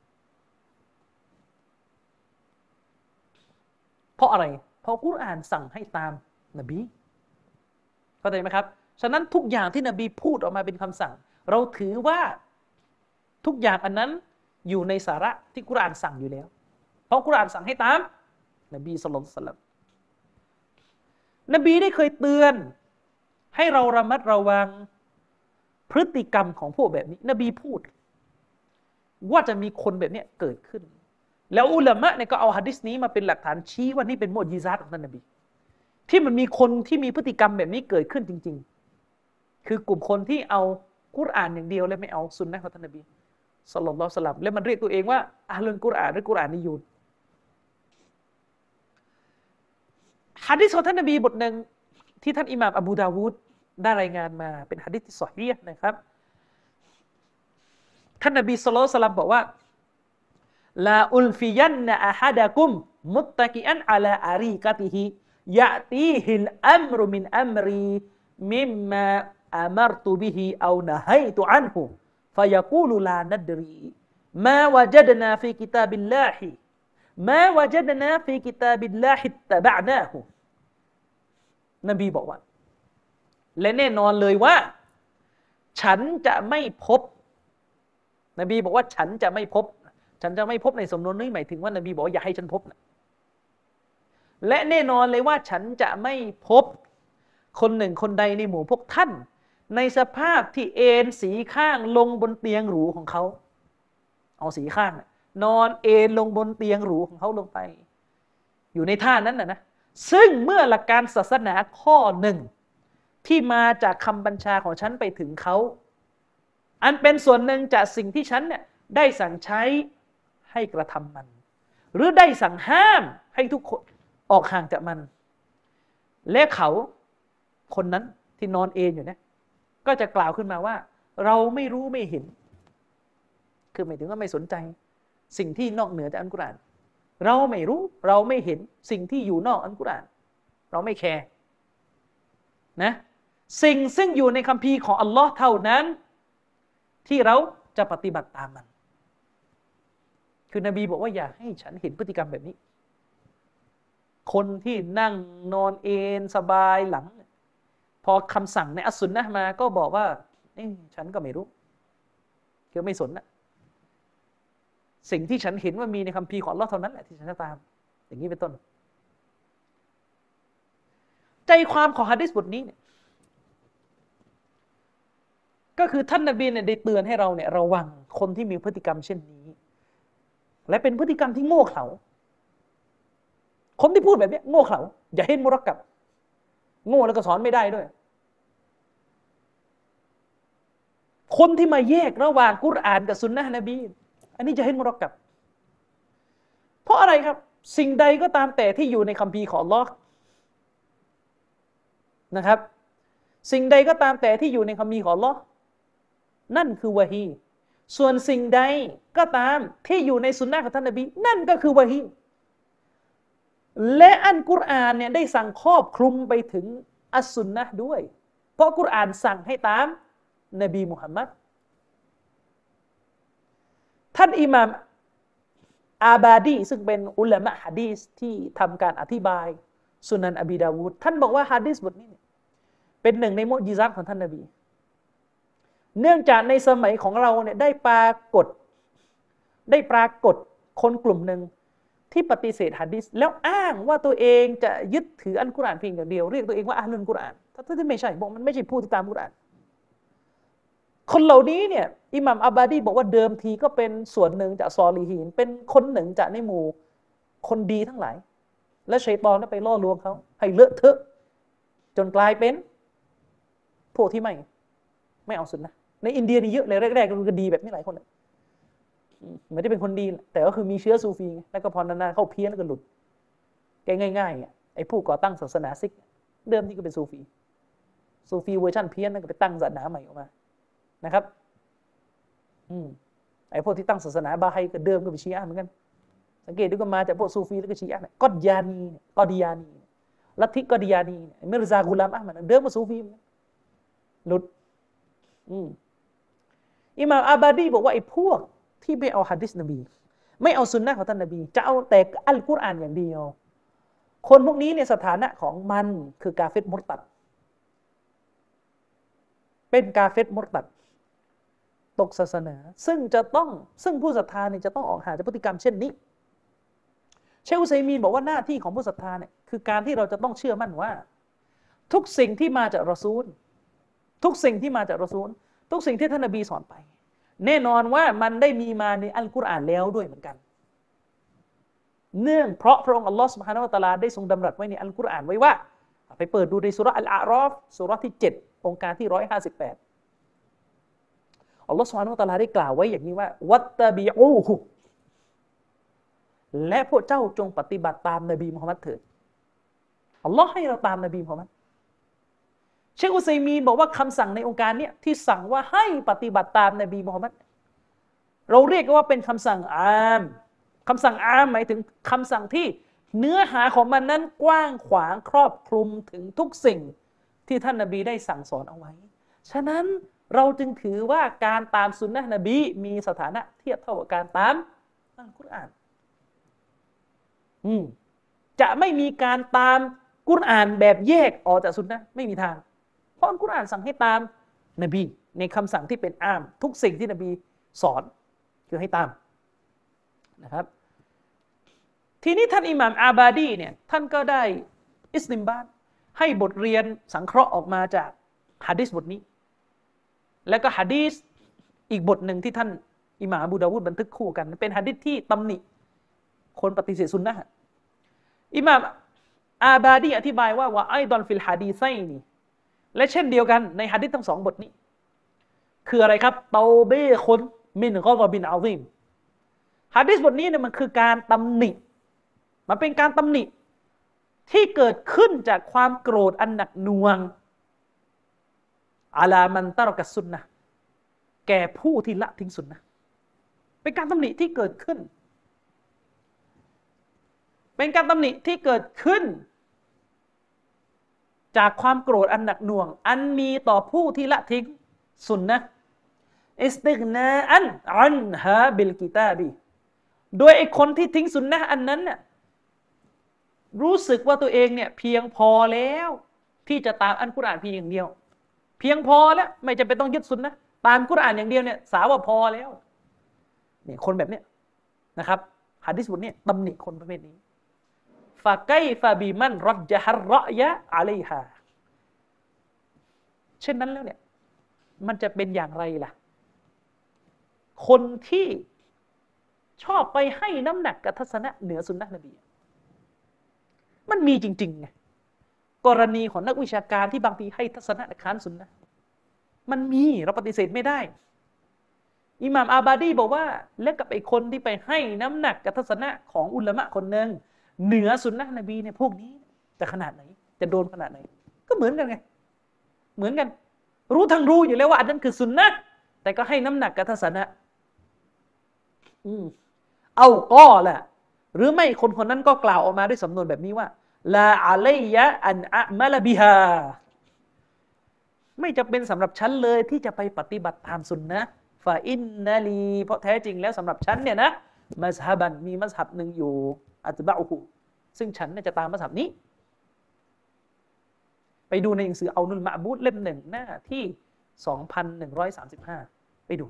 เพราะอะไรเพราะกุรอานสั่งให้ตามนบีเข้าใจไหมครับฉะนั้นทุกอย่างที่นบีพูดออกมาเป็นคำสั่งเราถือว่าทุกอย่างอันนั้นอยู่ในสาระที่กุรอานสั่งอยู่แล้วเพราะกุรอานสั่งให้ตามนบีศ็อลลัลลอฮุอะลัยฮิวะซัลลัมนบีได้เคยเตือนให้เราระมัดระวังพฤติกรรมของพวกแบบนี้นบีพูดว่าจะมีคนแบบนี้เกิดขึ้นแล้วอุลามะเนี่ยก็เอาหะดีษนี้มาเป็นหลักฐานชี้ว่านี่เป็นมุอ์ญิซาตของท่านนบีที่มันมีคนที่มีพฤติกรรมแบบนี้เกิดขึ้นจริงๆคือกลุ่มคนที่เอากุรอานอย่างเดียวและไม่เอาซุนนะห์ของท่านนบีศ็อลลัลลอฮุอะลัยฮิวะซัลลัมและมันเรียกตัวเองว่าอะห์ลุลกุรอานหรือกุรอานนิยูนหะดีษของท่านนบีบทหนึ่งที่ท่านอิหม่ามอบูดาวูดได้รายงานมาเป็นหะดีษที่ศอฮีฮ์นะครับท่านนบีศ็อลลัลลอฮุอะลัยฮิวะซัลลัมบอกว่าลาอุลฟิยันนะอะฮะดะกุมมุตตะกิอันอะลาอารีกะติฮิยะตีฮิลอัมรุมินอัมรีมิมมาอะมัรตุบิฮิเอานะฮัยตุอันฮุฟะยะกูลุลานัดรีมาวะจัดนาฟีกิตาบิลลาฮิมาวะจัดนาฟีกิตาบิลลาฮิตตะบะนาฮุนบีบอกว่าและแน่นอนเลยว่าฉันจะไม่พบนบีบอกว่าฉันจะไม่พบฉันจะไม่พบในสำนวนนี้หมายถึงว่านบีบอกว่าอย่าให้ฉันพบนะและแน่นอนเลยว่าฉันจะไม่พบคนหนึ่งคนใดในหมู่พวกท่านในสภาพที่เอนสีข้างลงบนเตียงหรูของเขาเอาสีข้างนอนเอนลงบนเตียงหรูของเขาลงไปอยู่ในท่านั้นนะนะซึ่งเมื่อหลักการศาสนาข้อหนึ่งที่มาจากคำบัญชาของฉันไปถึงเขาอันเป็นส่วนหนึ่งจากสิ่งที่ฉันเนี่ยได้สั่งใช้ให้กระทำมันหรือได้สั่งห้ามให้ทุกคนออกห่างจากมันและเขาคนนั้นที่นอนเอนอยู่เนี่ยก็จะกล่าวขึ้นมาว่าเราไม่รู้ไม่เห็นคือหมายถึงว่าไม่สนใจสิ่งที่นอกเหนือจากอัลกุรอานเราไม่รู้เราไม่เห็นสิ่งที่อยู่นอกอัลกุรอานเราไม่แคร์นะสิ่งซึ่งอยู่ในคัมภีร์ของอัลลอฮ์เท่านั้นที่เราจะปฏิบัติตามมันคือนบีบอกว่าอย่าให้ฉันเห็นพฤติกรรมแบบนี้คนที่นั่งนอนเอนสบายหลังพอคำสั่งในอัสซุนนะห์มาก็บอกว่าเอ๊ะฉันก็ไม่รู้คือไม่สนนะสิ่งที่ฉันเห็นว่ามีในคัมภีร์ของอัลเลาะห์เท่านั้นแหละที่ฉันจะตามอย่างนี้เป็นต้นใจความของหะดีษบทนี้เนี่ยก็คือท่านนบีเนี่ยได้เตือนให้เราเนี่ยระวังคนที่มีพฤติกรรมเช่นนี้และเป็นพฤติกรรมที่โง่เขลาคนที่พูดแบบนี้โง่เขลาอย่าเห็นมุรักกับโง่แล้วก็สอนไม่ได้ด้วยคนที่มาแยกระหว่างกุรอานกับซุนนะห์นบีอันนี้จะเห็นมุรักกับเพราะอะไรครับสิ่งใดก็ตามแต่ที่อยู่ในคัมภีร์ของอัลเลาะห์นะครับสิ่งใดก็ตามแต่ที่อยู่ในคัมภีร์ของอัลเลาะห์นั่นคือวะฮีส่วนสิ่งใดก็ตามที่อยู่ในสุนนะห์ของท่านนบีนั่นก็คือวะฮีและอัลกุรอานเนี่ยได้สั่งครอบคลุมไปถึงอัสซุนนะห์ด้วยเพราะกุรอานสั่งให้ตามนบีมุฮัมมัดท่านอิหม่ามอาบาดีซึ่งเป็นอุลามะหะดีษที่ทำการอธิบายสุนันอบีดาวูดท่านบอกว่าหะดีษบทนี้เป็นหนึ่งในมุอ์ญิซาตของท่านนบีเนื่องจากในสมัยของเราเนี่ยได้ปรากฏได้ปรากฏคนกลุ่มหนึ่งที่ปฏิเสธหะดีษแล้วอ้างว่าตัวเองจะยึดถืออัลกุรอานเพียงอย่างเดียวเรียกตัวเองว่าอะห์ลุลกุรอานทั้งที่ไม่ใช่บอกมันไม่ใช่ผู้ที่ตามกุรอานคนเหล่านี้เนี่ยอิหม่ามอับบาดีบอกว่าเดิมทีก็เป็นส่วนหนึ่งจากซอลีฮีนเป็นคนหนึ่งจากในหมู่คนดีทั้งหลายและชัยฏอนไปล่อลวงเขาให้เลอะเทอะจนกลายเป็นพวกที่ไม่ไม่เอาสุนนะในอินเดียนี่เยอะเลยแรกๆก็คือดีแบบนี้หลายคนเลยไม่ได้เป็นคนดีแต่ก็คือมีเชื้อซูฟีแล้วก็พอนานๆเข้าเพี้ยนแล้วก็หลุดแกง่ายๆไอ้ผู้ก่อตั้งศาสนาซิกเดิมที่ก็เป็นซูฟีซูฟีเวอร์ชันเพี้ยนนั่นก็ไปตั้งศาสนาใหม่ออกมานะครับอืมไอ้พวกที่ตั้งศาสนาบาไฮก็เดิมก็เป็นชีอะห์เหมือนกันสังเกตดูก็มาจากพวกซูฟีแล้วก็ชีอะห์เนี่ยกอฎยานีกอฎยานีลัทธิกอฎยานีมิรซากุลามอะห์มัดเดิมก็ซูฟีหลุดอืมอิหม่ามอาบาดีบอกว่าไอ้พวกที่ไม่เอาหะดีษนบีไม่เอาสุนนะของท่านนบีจะเอาแต่อัลกุรอานอย่างเดียวคนพวกนี้เนี่ยสถานะของมันคือกาเฟรมุรตัดเป็นกาเฟรมุรตัดตกศาสนาซึ่งจะต้องซึ่งผู้ศรัทธาเนี่ยจะต้องออกห่างจากพฤติกรรมเช่นนี้เชคอุซัยมีนบอกว่าหน้าที่ของผู้ศรัทธาเนี่ยคือการที่เราจะต้องเชื่อมั่นว่าทุกสิ่งที่มาจากรอซูลทุกสิ่งที่มาจากรอซูลทุกสิ่งที่ท่านนบีสอนไปแน่นอนว่ามันได้มีมาในอัลกุรอานแล้วด้วยเหมือนกันเนื่องเพราะพระองค์อัลลอฮฺซุบฮานะฮูวะตะอาลาได้ทรงดำรัสไว้ในอัลกุรอานไว้ว่าไปเปิดดูในซูเราะห์อัลอาราฟซูเราะห์ที่เจ็ดองค์การที่หนึ่งร้อยห้าสิบแปดอัลลอฮฺซุบฮานะฮูวะตะอาลาได้กล่าวไว้อย่างนี้ว่าวัตตะบิอูฮุและพวกเจ้าจงปฏิบัติตามนบีมุฮัมมัดเถิดอัลลอฮ์ให้เราตามนบีมุฮัมมัดเชคอุซัยมีนบอกว่าคำสั่งในองค์การนี้ที่สั่งว่าให้ปฏิบัติตามนบีมุฮัมมัดเราเรียกว่าเป็นคำสั่งอามคำสั่งอามหมายถึงคำสั่งที่เนื้อหาของมันนั้นกว้างขวางครอบคลุมถึงทุกสิ่งที่ท่านนบีได้สั่งสอนเอาไว้ฉะนั้นเราจึงถือว่าการตามสุนนะห์นบีมีสถานะเทียบเท่ากับการตามอัลกุรอานอืมจะไม่มีการตามกุรอานแบบแยกออกจากสุนนะห์ไม่มีทางเพราะอัลกุรอานสั่งให้ตามนบีในคำสั่งที่เป็นอามทุกสิ่งที่นบีสอนคือให้ตามนะครับทีนี้ท่านอิหม่ามอาบาดีเนี่ยท่านก็ได้อิสติมบาตให้บทเรียนสังเคราะห์ออกมาจากหะดีษบทนี้แล้วก็หะดีษอีกบทหนึ่งที่ท่านอิหม่ามอบูดาวูดบันทึกคู่กันเป็นหะดีษที่ตำหนิคนปฏิเสธสุนนะห์อิหม่ามอาบาดีอธิบายว่าว่าไอดอนฟิลหะดีไซนีและเช่นเดียวกันในหะดีษทั้งสองบทนี้คืออะไรครับเตาเบคุนมินกอฎบินอะซีมหะดีษบทนี้เนี่ยมันคือการตำหนิมันเป็นการตำหนิที่เกิดขึ้นจากความโกรธอันหนักหน่วงอะลามันตะรกัสซุนนะห์แก่ผู้ที่ละทิ้งสุนนะห์เป็นการตำหนิที่เกิดขึ้นเป็นการตำหนิที่เกิดขึ้นจากความโกรธอันหนักหน่วงอันมีต่อผู้ที่ละทิ้งสุนนะห์อิสติฆนาอันอันฮาบิลกิตาบีโดยไอ้คนที่ทิ้งสุนนะห์อันนั้นน่ะรู้สึกว่าตัวเองเนี่ยเพียงพอแล้วที่จะตามอัลกุรอานเพียงอย่างเดียวเพียงพอแล้วไม่จำเป็นต้องยึดสุนนะห์ตามกุรอานอย่างเดียวเนี่ยสาวว่าพอแล้วเนี่ยคนแบบเนี้ยนะครับหะดีษบทนี้ตำหนิคนประเภทนี้ฟะไกฟะบิมันรัจญะฮัรรอยะอะลัยฮาเช่นนั้นแล้วเนี่ยมันจะเป็นอย่างไรล่ะคนที่ชอบไปให้น้ำหนักกับทัศนะเหนือสุนนะห์นบีมันมีจริงๆไงกรณีของนักวิชาการที่บางทีให้ทัศนะค้านสุนนะห์มันมีเราปฏิเสธไม่ได้อิหม่ามอาบาดีบอกว่าและกับไอ้คนที่ไปให้น้ำหนักกับทัศนะของอุลามะคนนึงเหนือสุนนะห์นบีเนี่ยพวกนี้จะขนาดไหนจะโดนขนาดไหนก็เหมือนกันไงเหมือนกันรู้ทั้งรู้อยู่แล้วว่าอันนั้นคือสุนนะห์แต่ก็ให้น้ำหนักกับทัศนะอืมเอาก็แหละหรือไม่คนคนนั้นก็กล่าวออกมาด้วยสำนวนแบบนี้ว่าลาอะลัยยะอันอะมะลบิฮาไม่จำเป็นสำหรับฉันเลยที่จะไปปฏิบัติตามสุนนะห์ฟาอินนาลีเพราะแท้จริงแล้วสำหรับฉันเนี่ยนะมัซฮะบันมีมัซฮับหนึ่งอยู่อัตบะอุฮูซึ่งฉันเนี่ยจะตามมัซฮับนี้ไปดูในหนังสือเอานุลมะบูดเล่มหนึ่งหน้าที่ สองพันหนึ่งร้อยสามสิบห้า ไปดู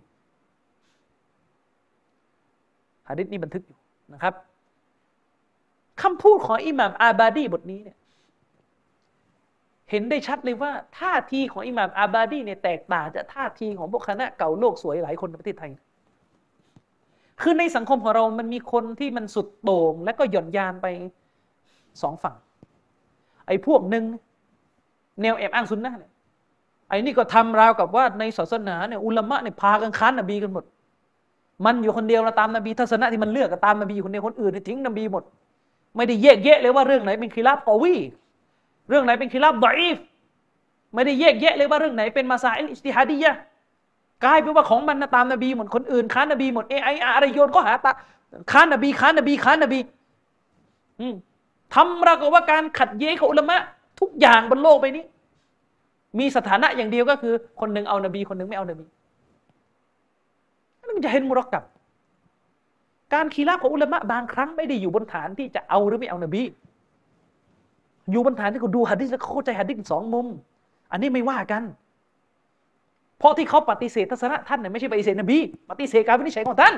หะดีษนี้บันทึกอยู่นะครับคำพูดของอิหม่ามอาบาดีบทนี้เนี่ยเห็นได้ชัดเลยว่าท่าทีของอิหม่ามอาบาดีเนี่ยแตกต่างจากท่าทีของพวกคณะเก่าโลกสวยหลายคนในประเทศไทยคือในสังคมของเรามันมีคนที่มันสุดโต่งและก็หย่อนยานไปสองฝั่งไอ้พวกหนึ่งแนวแอบอ้างซุนนะห์เนี่ยไอ้นี่ก็ทำราวกับว่าในศาสนาเนี่ยอุลามะเนี่ยพากันค้านนบีกันหมดมันอยู่คนเดียวเราตามนบีทัศนะที่มันเลือกก็ตามนบีคนเดียวคนอื่นทิ้งนบีหมดไม่ได้แยกแยะเลยว่าเรื่องไหนเป็นคิลาฟกอวีเรื่องไหนเป็นคิลาฟฎออีฟไม่ได้แยกแยะเลยว่าเรื่องไหนเป็นมาซาอิลอิจติฮาดียะห์กลายเป็นว่าของมันนะตามนบีหมดคนอื่นค้านนบีหมดเอไออะไรโยนก็หาตาค้านนบีค้านนบีค้านนบีอืมทำเราก็ว่าการขัดแย้งของอุลามะทุกอย่างบนโลกไปนี้มีสถานะอย่างเดียวก็คือคนหนึ่งเอานบีคนหนึ่งไม่เอานบีนั่นมันจะเห็นมุรักกับการคีราฟของอุลามะบางครั้งไม่ได้อยู่บนฐานที่จะเอาหรือไม่เอานบีอยู่บนฐานที่เขาดูหะดีษแล้วเขาเข้าใจหะดีษสองมุมอันนี้ไม่ว่ากันเพราะที่เขาปฏิเสธทัศนะท่านเนี่ยไม่ใช่ปฏิเสธนบีปฏิเสธการวินิจฉัยของท่าน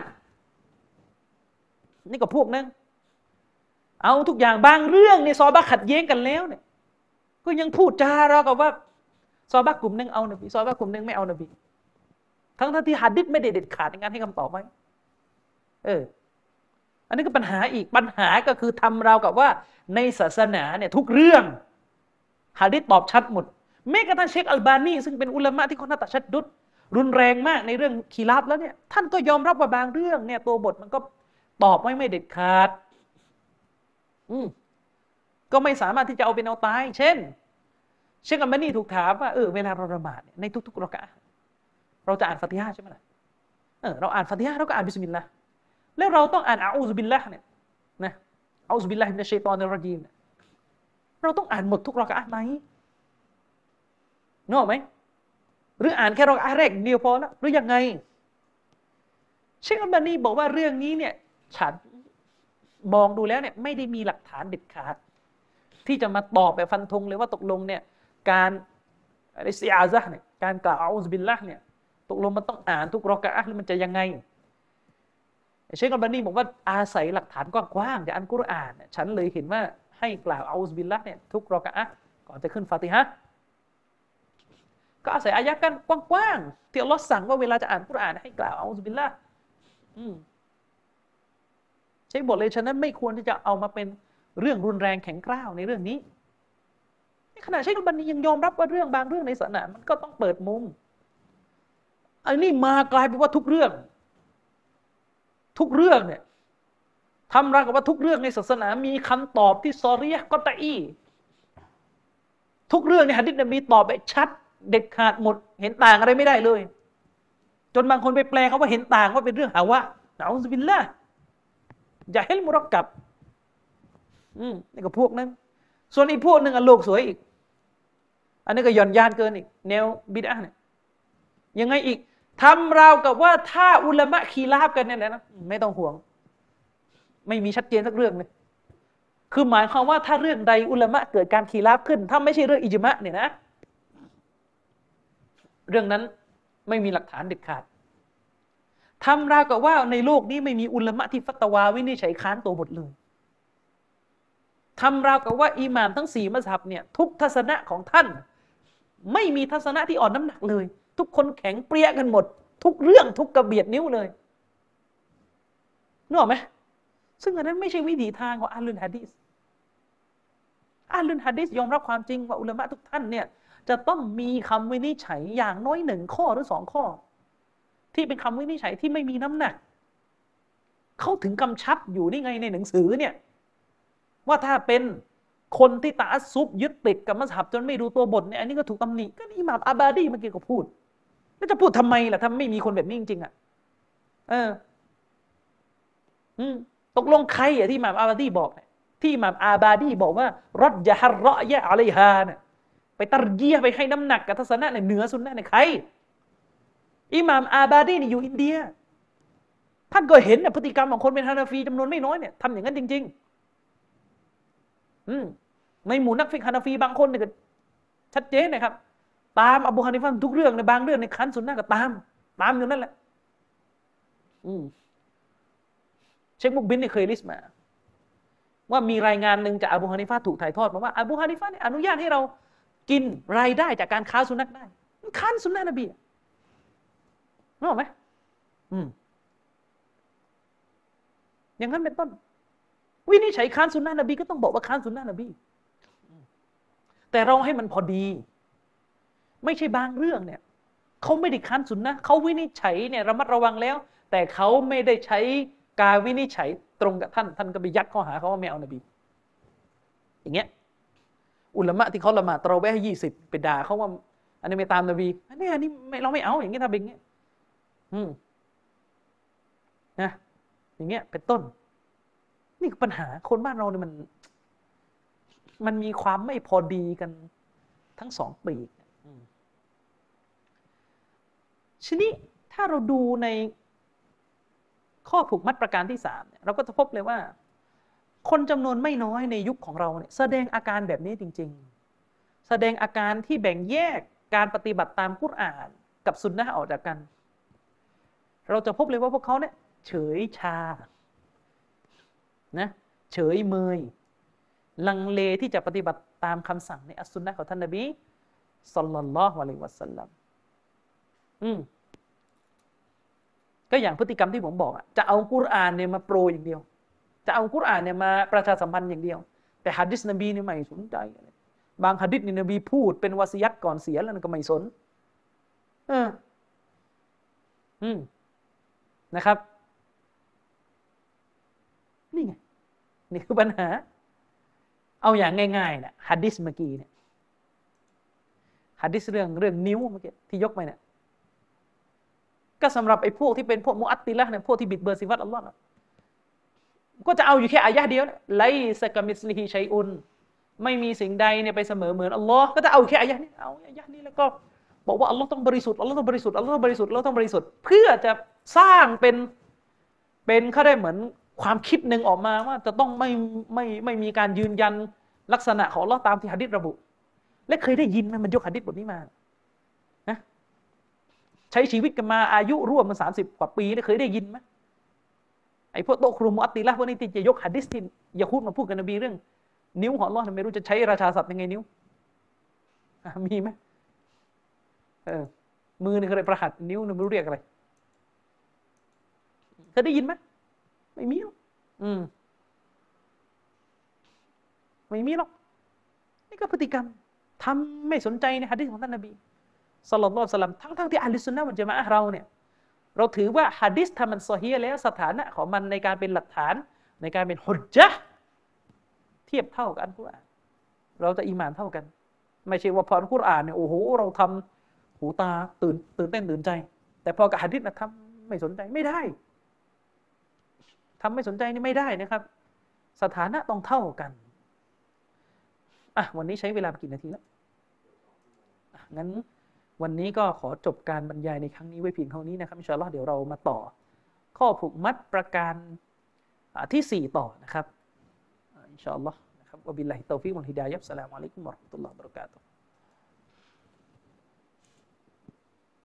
นี่ก็พวกนั้นเอาทุกอย่างบางเรื่องเนี่ยซอฮาบะห์ขัดแย้งกันแล้วเนี่ยก็ยังพูดจาเรากับว่าซอฮาบะห์กลุ่มนึงเอานบีซอฮาบะห์กลุ่มนึงไม่เอานบีทั้งที่หะดีษไม่ได้เด็ดขาดในการให้คำตอบไว้เอออันนี้ก็ปัญหาอีกปัญหาก็คือทำเรากับว่าในศาสนาเนี่ยทุกเรื่องหะดีษตอบชัดหมดแม้กระทั่งเชคอัลบานีซึ่งเป็นอุลามะที่ค่อนข้างตัดชัดดุษรุนแรงมากในเรื่องคีราฟแล้วเนี่ยท่านก็ยอมรับว่าบางเรื่องเนี่ยตัวบทมันก็ตอบไม่ไม่เด็ดขาดอืมก็ไม่สามารถที่จะเอาเป็นเอาตายเช่นเชคอัลบานีถูกถามว่าเออเวลาเราละหมาดเนี่ยในทุกๆเราะกะอะห์เราจะอ่านฟาติฮะห์ใช่ไหมล่ะเออเราอ่านฟาติฮะห์เราก็อ่านบิสมิลลาห์แล้วเราต้องอ่านอะอูซุบิลลาห์เนี่ยนะอะอูซุบิลลาฮิมินัชชัยฏอนิรเราะญีมเราต้องอ่านหมดทุกเราะกะอะห์ไหมนึกออกไหมหรืออ่านแค่เราะกะอะห์แรกเดียวพอแล้วหรือยังไงเชคอัลบานีบอกว่าเรื่องนี้เนี่ยฉันมองดูแล้วเนี่ยไม่ได้มีหลักฐานเด็ดขาดที่จะมาตอบแบบฟันธงเลยว่าตกลงเนี่ยการอิสติอาซะห์เนี่ยการกล่าวอะอูซุบิลลาห์เนี่ยตกลงมันต้องอ่านทุกเราะกะอะห์หรือมันจะยังไงเชคอัลบานีบอกว่าอาศัยหลักฐานกว้างๆจากอัลกุรอานเนี่ยฉันเลยเห็นว่าให้กล่าวอะอูซุบิลลาห์เนี่ยทุกเราะกะอะห์ก่อนจะขึ้นฟาติฮะห์ก็อาศัยอายะห์กันกว้างๆที่อัลเลาะห์สั่งว่าเวลาจะอ่านกุรอานให้กล่าวอะอูซุบิลลาห์อืมเชคบอกเลยฉะนั้นไม่ควรที่จะเอามาเป็นเรื่องรุนแรงแข็งกร้าวในเรื่องนี้ขณะเชคอัลบานียังยอมรับว่าเรื่องบางเรื่องในศาสนามันก็ต้องเปิดมุมอันนี้มากลายเป็นว่าทุกเรื่องทุกเรื่องเนี่ยทำรักกับว่าทุกเรื่องในศาสนามีคำตอบที่ซอรียะห์กอตอีทุกเรื่องในหะดีษนบีตอบแบบชัดเด็ดขาดหมดเห็นต่างอะไรไม่ได้เลยจนบางคนไปแปลเขาว่าเห็นต่างว่าเป็นเรื่องหาวะนะอูซุบิลลาห์อย่าให้มุรักกับอืมนี่ก็พวกนั้นส่วนอีกพวกนึงอ่ะโลกสวยอีกอันนี้ก็หย่อนยานเกินอีกแนวบิดอะห์เนี่ยยังไงอีกทำราวกับว่าถ้าอุลามะคีราฟกันเนี่ยนะไม่ต้องห่วงไม่มีชัดเจนสักเรื่องเลยคือหมายความว่าถ้าเรื่องใดอุลามะเกิดการคีราฟขึ้นถ้าไม่ใช่เรื่องอิจมะเนี่ยนะเรื่องนั้นไม่มีหลักฐานเด็ดขาดทำราวกับว่าในโลกนี้ไม่มีอุลามะที่ฟัตวาวินิจฉัยค้านตัวบทเลยทำราวกับว่าอิหม่ามทั้งสี่มัซฮับเนี่ยทุกทัศนะของท่านไม่มีทัศนะที่อ่อนน้ำหนักเลยทุกคนแข็งเปรี้ยกันหมดทุกเรื่องทุกกระเบียดนิ้วเลยนึกออกไหมซึ่งอันนั้นไม่ใช่วิถีทางของอาลุนฮะดีษอาลุนฮะดีษยอมรับความจริงว่าอุลามะทุกท่านเนี่ยจะต้องมีคำวินิจฉัยอย่างน้อยหนึ่งข้อหรือสองข้อที่เป็นคำวินิจฉัยที่ไม่มีน้ำหนักเขาถึงกำชับอยู่นี่ไงในหนังสือเนี่ยว่าถ้าเป็นคนที่ตะอัสซุบยึดติดกับมัซฮับจนไม่ดูตัวบทเนี่ยอันนี้ก็ถูกตำหนิก็อิหม่ามอับบาดีเมื่อกี้ก็พูดแล้วจะพูดทำไมล่ะถ้าไม่มีคนแบบนี้จริงๆอ่ะเอออืมตกลงใครอ่ะที่อิหม่ามอับบาดีบอกเนี่ยที่อิหม่ามอับบาดีบอกว่ารอดยะฮัรเราะยะอะลัยฮาเนี่ยไปตัรเจียห์ไปให้น้ำหนักกับทัศนะในเหนือซุนนะห์เนี่ยใครอิหม่ามอับบาดีนี่อยู่อินเดียท่านก็เห็นพฤติกรรมของคนเป็นฮานาฟีจำนวนไม่น้อยเนี่ยทำอย่างนั้นจริงๆอืมในหมู่นักฟิกฮานาฟีบางคนเนี่ยชัดเจนนะครับตามอบูฮานิฟะห์ทุกเรื่องในบางเรื่องในคันซุนนะห์ก็ตามตามอยู่นั่นแหละอืมเชคมุกบินเนี่ยเคยลิสต์มาว่ามีรายงานหนึ่งจากอบูฮานิฟะห์ถูกถ่ายทอดมาว่าอบูฮานิฟะห์เนี่ยอนุญาตให้เรากินรายได้จากการค้าสุนัขได้ค้าสุนนะห์นบีรู้ไหมอืมอย่างนั้นเป็นต้นวินิจฉัยค้านสุนนะห์นบีก็ต้องบอกว่าค้านสุนนะห์นบีแต่เราให้มันพอดีไม่ใช่บางเรื่องเนี่ยเขาไม่ได้ค้านสุนนะห์เขาวินิจฉัยเนี่ยระมัดระวังแล้วแต่เขาไม่ได้ใช้การวินิจฉัยตรงกับท่านท่านก็ไปยัดข้อหาเขาว่าไม่เอานบีอย่างเงี้ยอุลามะที่เขาละหมาดตะเราะเวห์ยี่สิบไปด่าเขาว่าอันนี้ไม่ตามนบีอันนี้อันนี้ไม่เราไม่เอาอย่างเงี้ยทำอย่างเงี้ยอืมนะอย่างเงี้ยเป็นต้นนี่คือปัญหาคนบ้านเราเนี่ยมันมันมีความไม่พอดีกันทั้งสองปีกทีนี้ถ้าเราดูในข้อผูกมัดประการที่สามเนี่ยเราก็จะพบเลยว่าคนจำนวนไม่น้อยในยุคของเราเนี่ยแสดงอาการแบบนี้จริงๆแสดงอาการที่แบ่งแยกการปฏิบัติตามกุรอานกับซุนนะห์ออกจากกันเราจะพบเลยว่าพวกเขาเนี่ยเฉยชานะเฉยเมยลังเลที่จะปฏิบัติตามคำสั่งในอัสซุนนะห์ของท่านนบีศ็อลลัลลอฮุอะลัยฮิวะซัลลัมอืมก็อย่างพฤติกรรมที่ผมบอกอ่ะจะเอากุรอานเนี่ยมาโปรอย่างเดียวจะเอากุรอานเนี่ยมาประชาสัมพันธ์อย่างเดียวแต่หะดีษนบีนี่ไม่สนใจบางหะดีษนี่นบีพูดเป็นวาสิยัตก่อนเสียแล้วก็ไม่สนเอออืมนะครับนี่ไงนี่คือปัญหาเอาอย่างง่ายๆนะหะดีษเมื่อกี้เนี่ยหะดีษเรื่องเรื่องนิ้วเมื่อกี้ที่ยกไปเนี่ยก็สำหรับไอ้พวกที่เป็นพวกมุอัตติละห์เนี่ยพวกที่บิดเบือนสิฟัตอัลลอฮ์ก็จะเอาอยู่แค่อายะห์เดียวไลซะกะมิสลิฮิชัยอุนไม่มีสิ่งใดเนี่ยไปเสมอเหมือนอัลลอฮ์ก็จะเอาแค่อายะห์นี้เอาอายะห์นี้แล้วก็บอกว่าอัลลอฮ์ต้องบริสุทธิ์อัลลอฮ์ต้องบริสุทธิ์อัลลอฮ์ต้องบริสุทธิ์อัลลอฮ์ต้องบริสุทธิ์เพื่อจะสร้างเป็นเป็นเขาได้เหมือนความคิดหนึ่งออกมาว่าจะต้องไม่ไม่ไม่มีการยืนยันลักษณะของอัลลอฮ์ตามที่หะดีษระบุและเคยได้ยินไหมมันยกหะดีษบทนี้มานะใช้ชีวิตกันมาอายุร่วมมาสามสิบกว่าปีได้เคยได้ยินไหมไอ้พวกโตครูมุอัตติละห์พวกนี้ที่จะยกหะดีษที่ยะฮูดมาพูดกับนบีเรื่องนิ้วของอัลเลาะห์ไม่รู้จะใช้ราชาศัพท์ยังไงนิ้วมีไหมเออมือนี่เขาเรียกประหัตนิ้วนี่ไม่รู้เรียกอะไรเคยได้ยินไหมไม่มีหรอกอืมไม่มีหรอกนี่ก็พฤติกรรมทำไม่สนใจในหะดีษของท่านนบีศ็อลลัลลอฮุอะลัยฮิวะซัลลัมทั้งๆที่อะห์ลุสซุนนะฮ์วัลญะมาอะฮ์เราเนี่ยเราถือว่าหะดีษถ้ามันซอฮีฮ์แล้วสถานะของมันในการเป็นหลักฐานในการเป็นฮุจญะห์เทียบเท่ากับอัลกุรอานเราจะอีหม่านเท่ากันไม่ใช่ว่าพออัลกุรอานเนี่ยโอ้โหเราทำหูตาตื่นตื่นเต้นตื่นใจแต่พอกับหะดีษนะทำไม่สนใจไม่ได้ทำไม่สนใจนี่ไม่ได้นะครับสถานะต้องเท่ากันอ่ะวันนี้ใช้เวลากี่นาทีแล้วงั้นวันนี้ก็ขอจบการบรรยายในครั้งนี้ไว้เพียงเท่านี้นะครับอินชาอัลเลาะห์เดี๋ยวเรามาต่อข้อผูกมัดประการที่สี่ต่อนะครับอินชาอัลเลาะห์นะครับวะบิลลาฮิตตอฟิกวัลฮิดายะฮ์อัสสลามุอะลัยกุมวะเราะห์มะตุลลอฮิวะบะเราะกาตุฮ์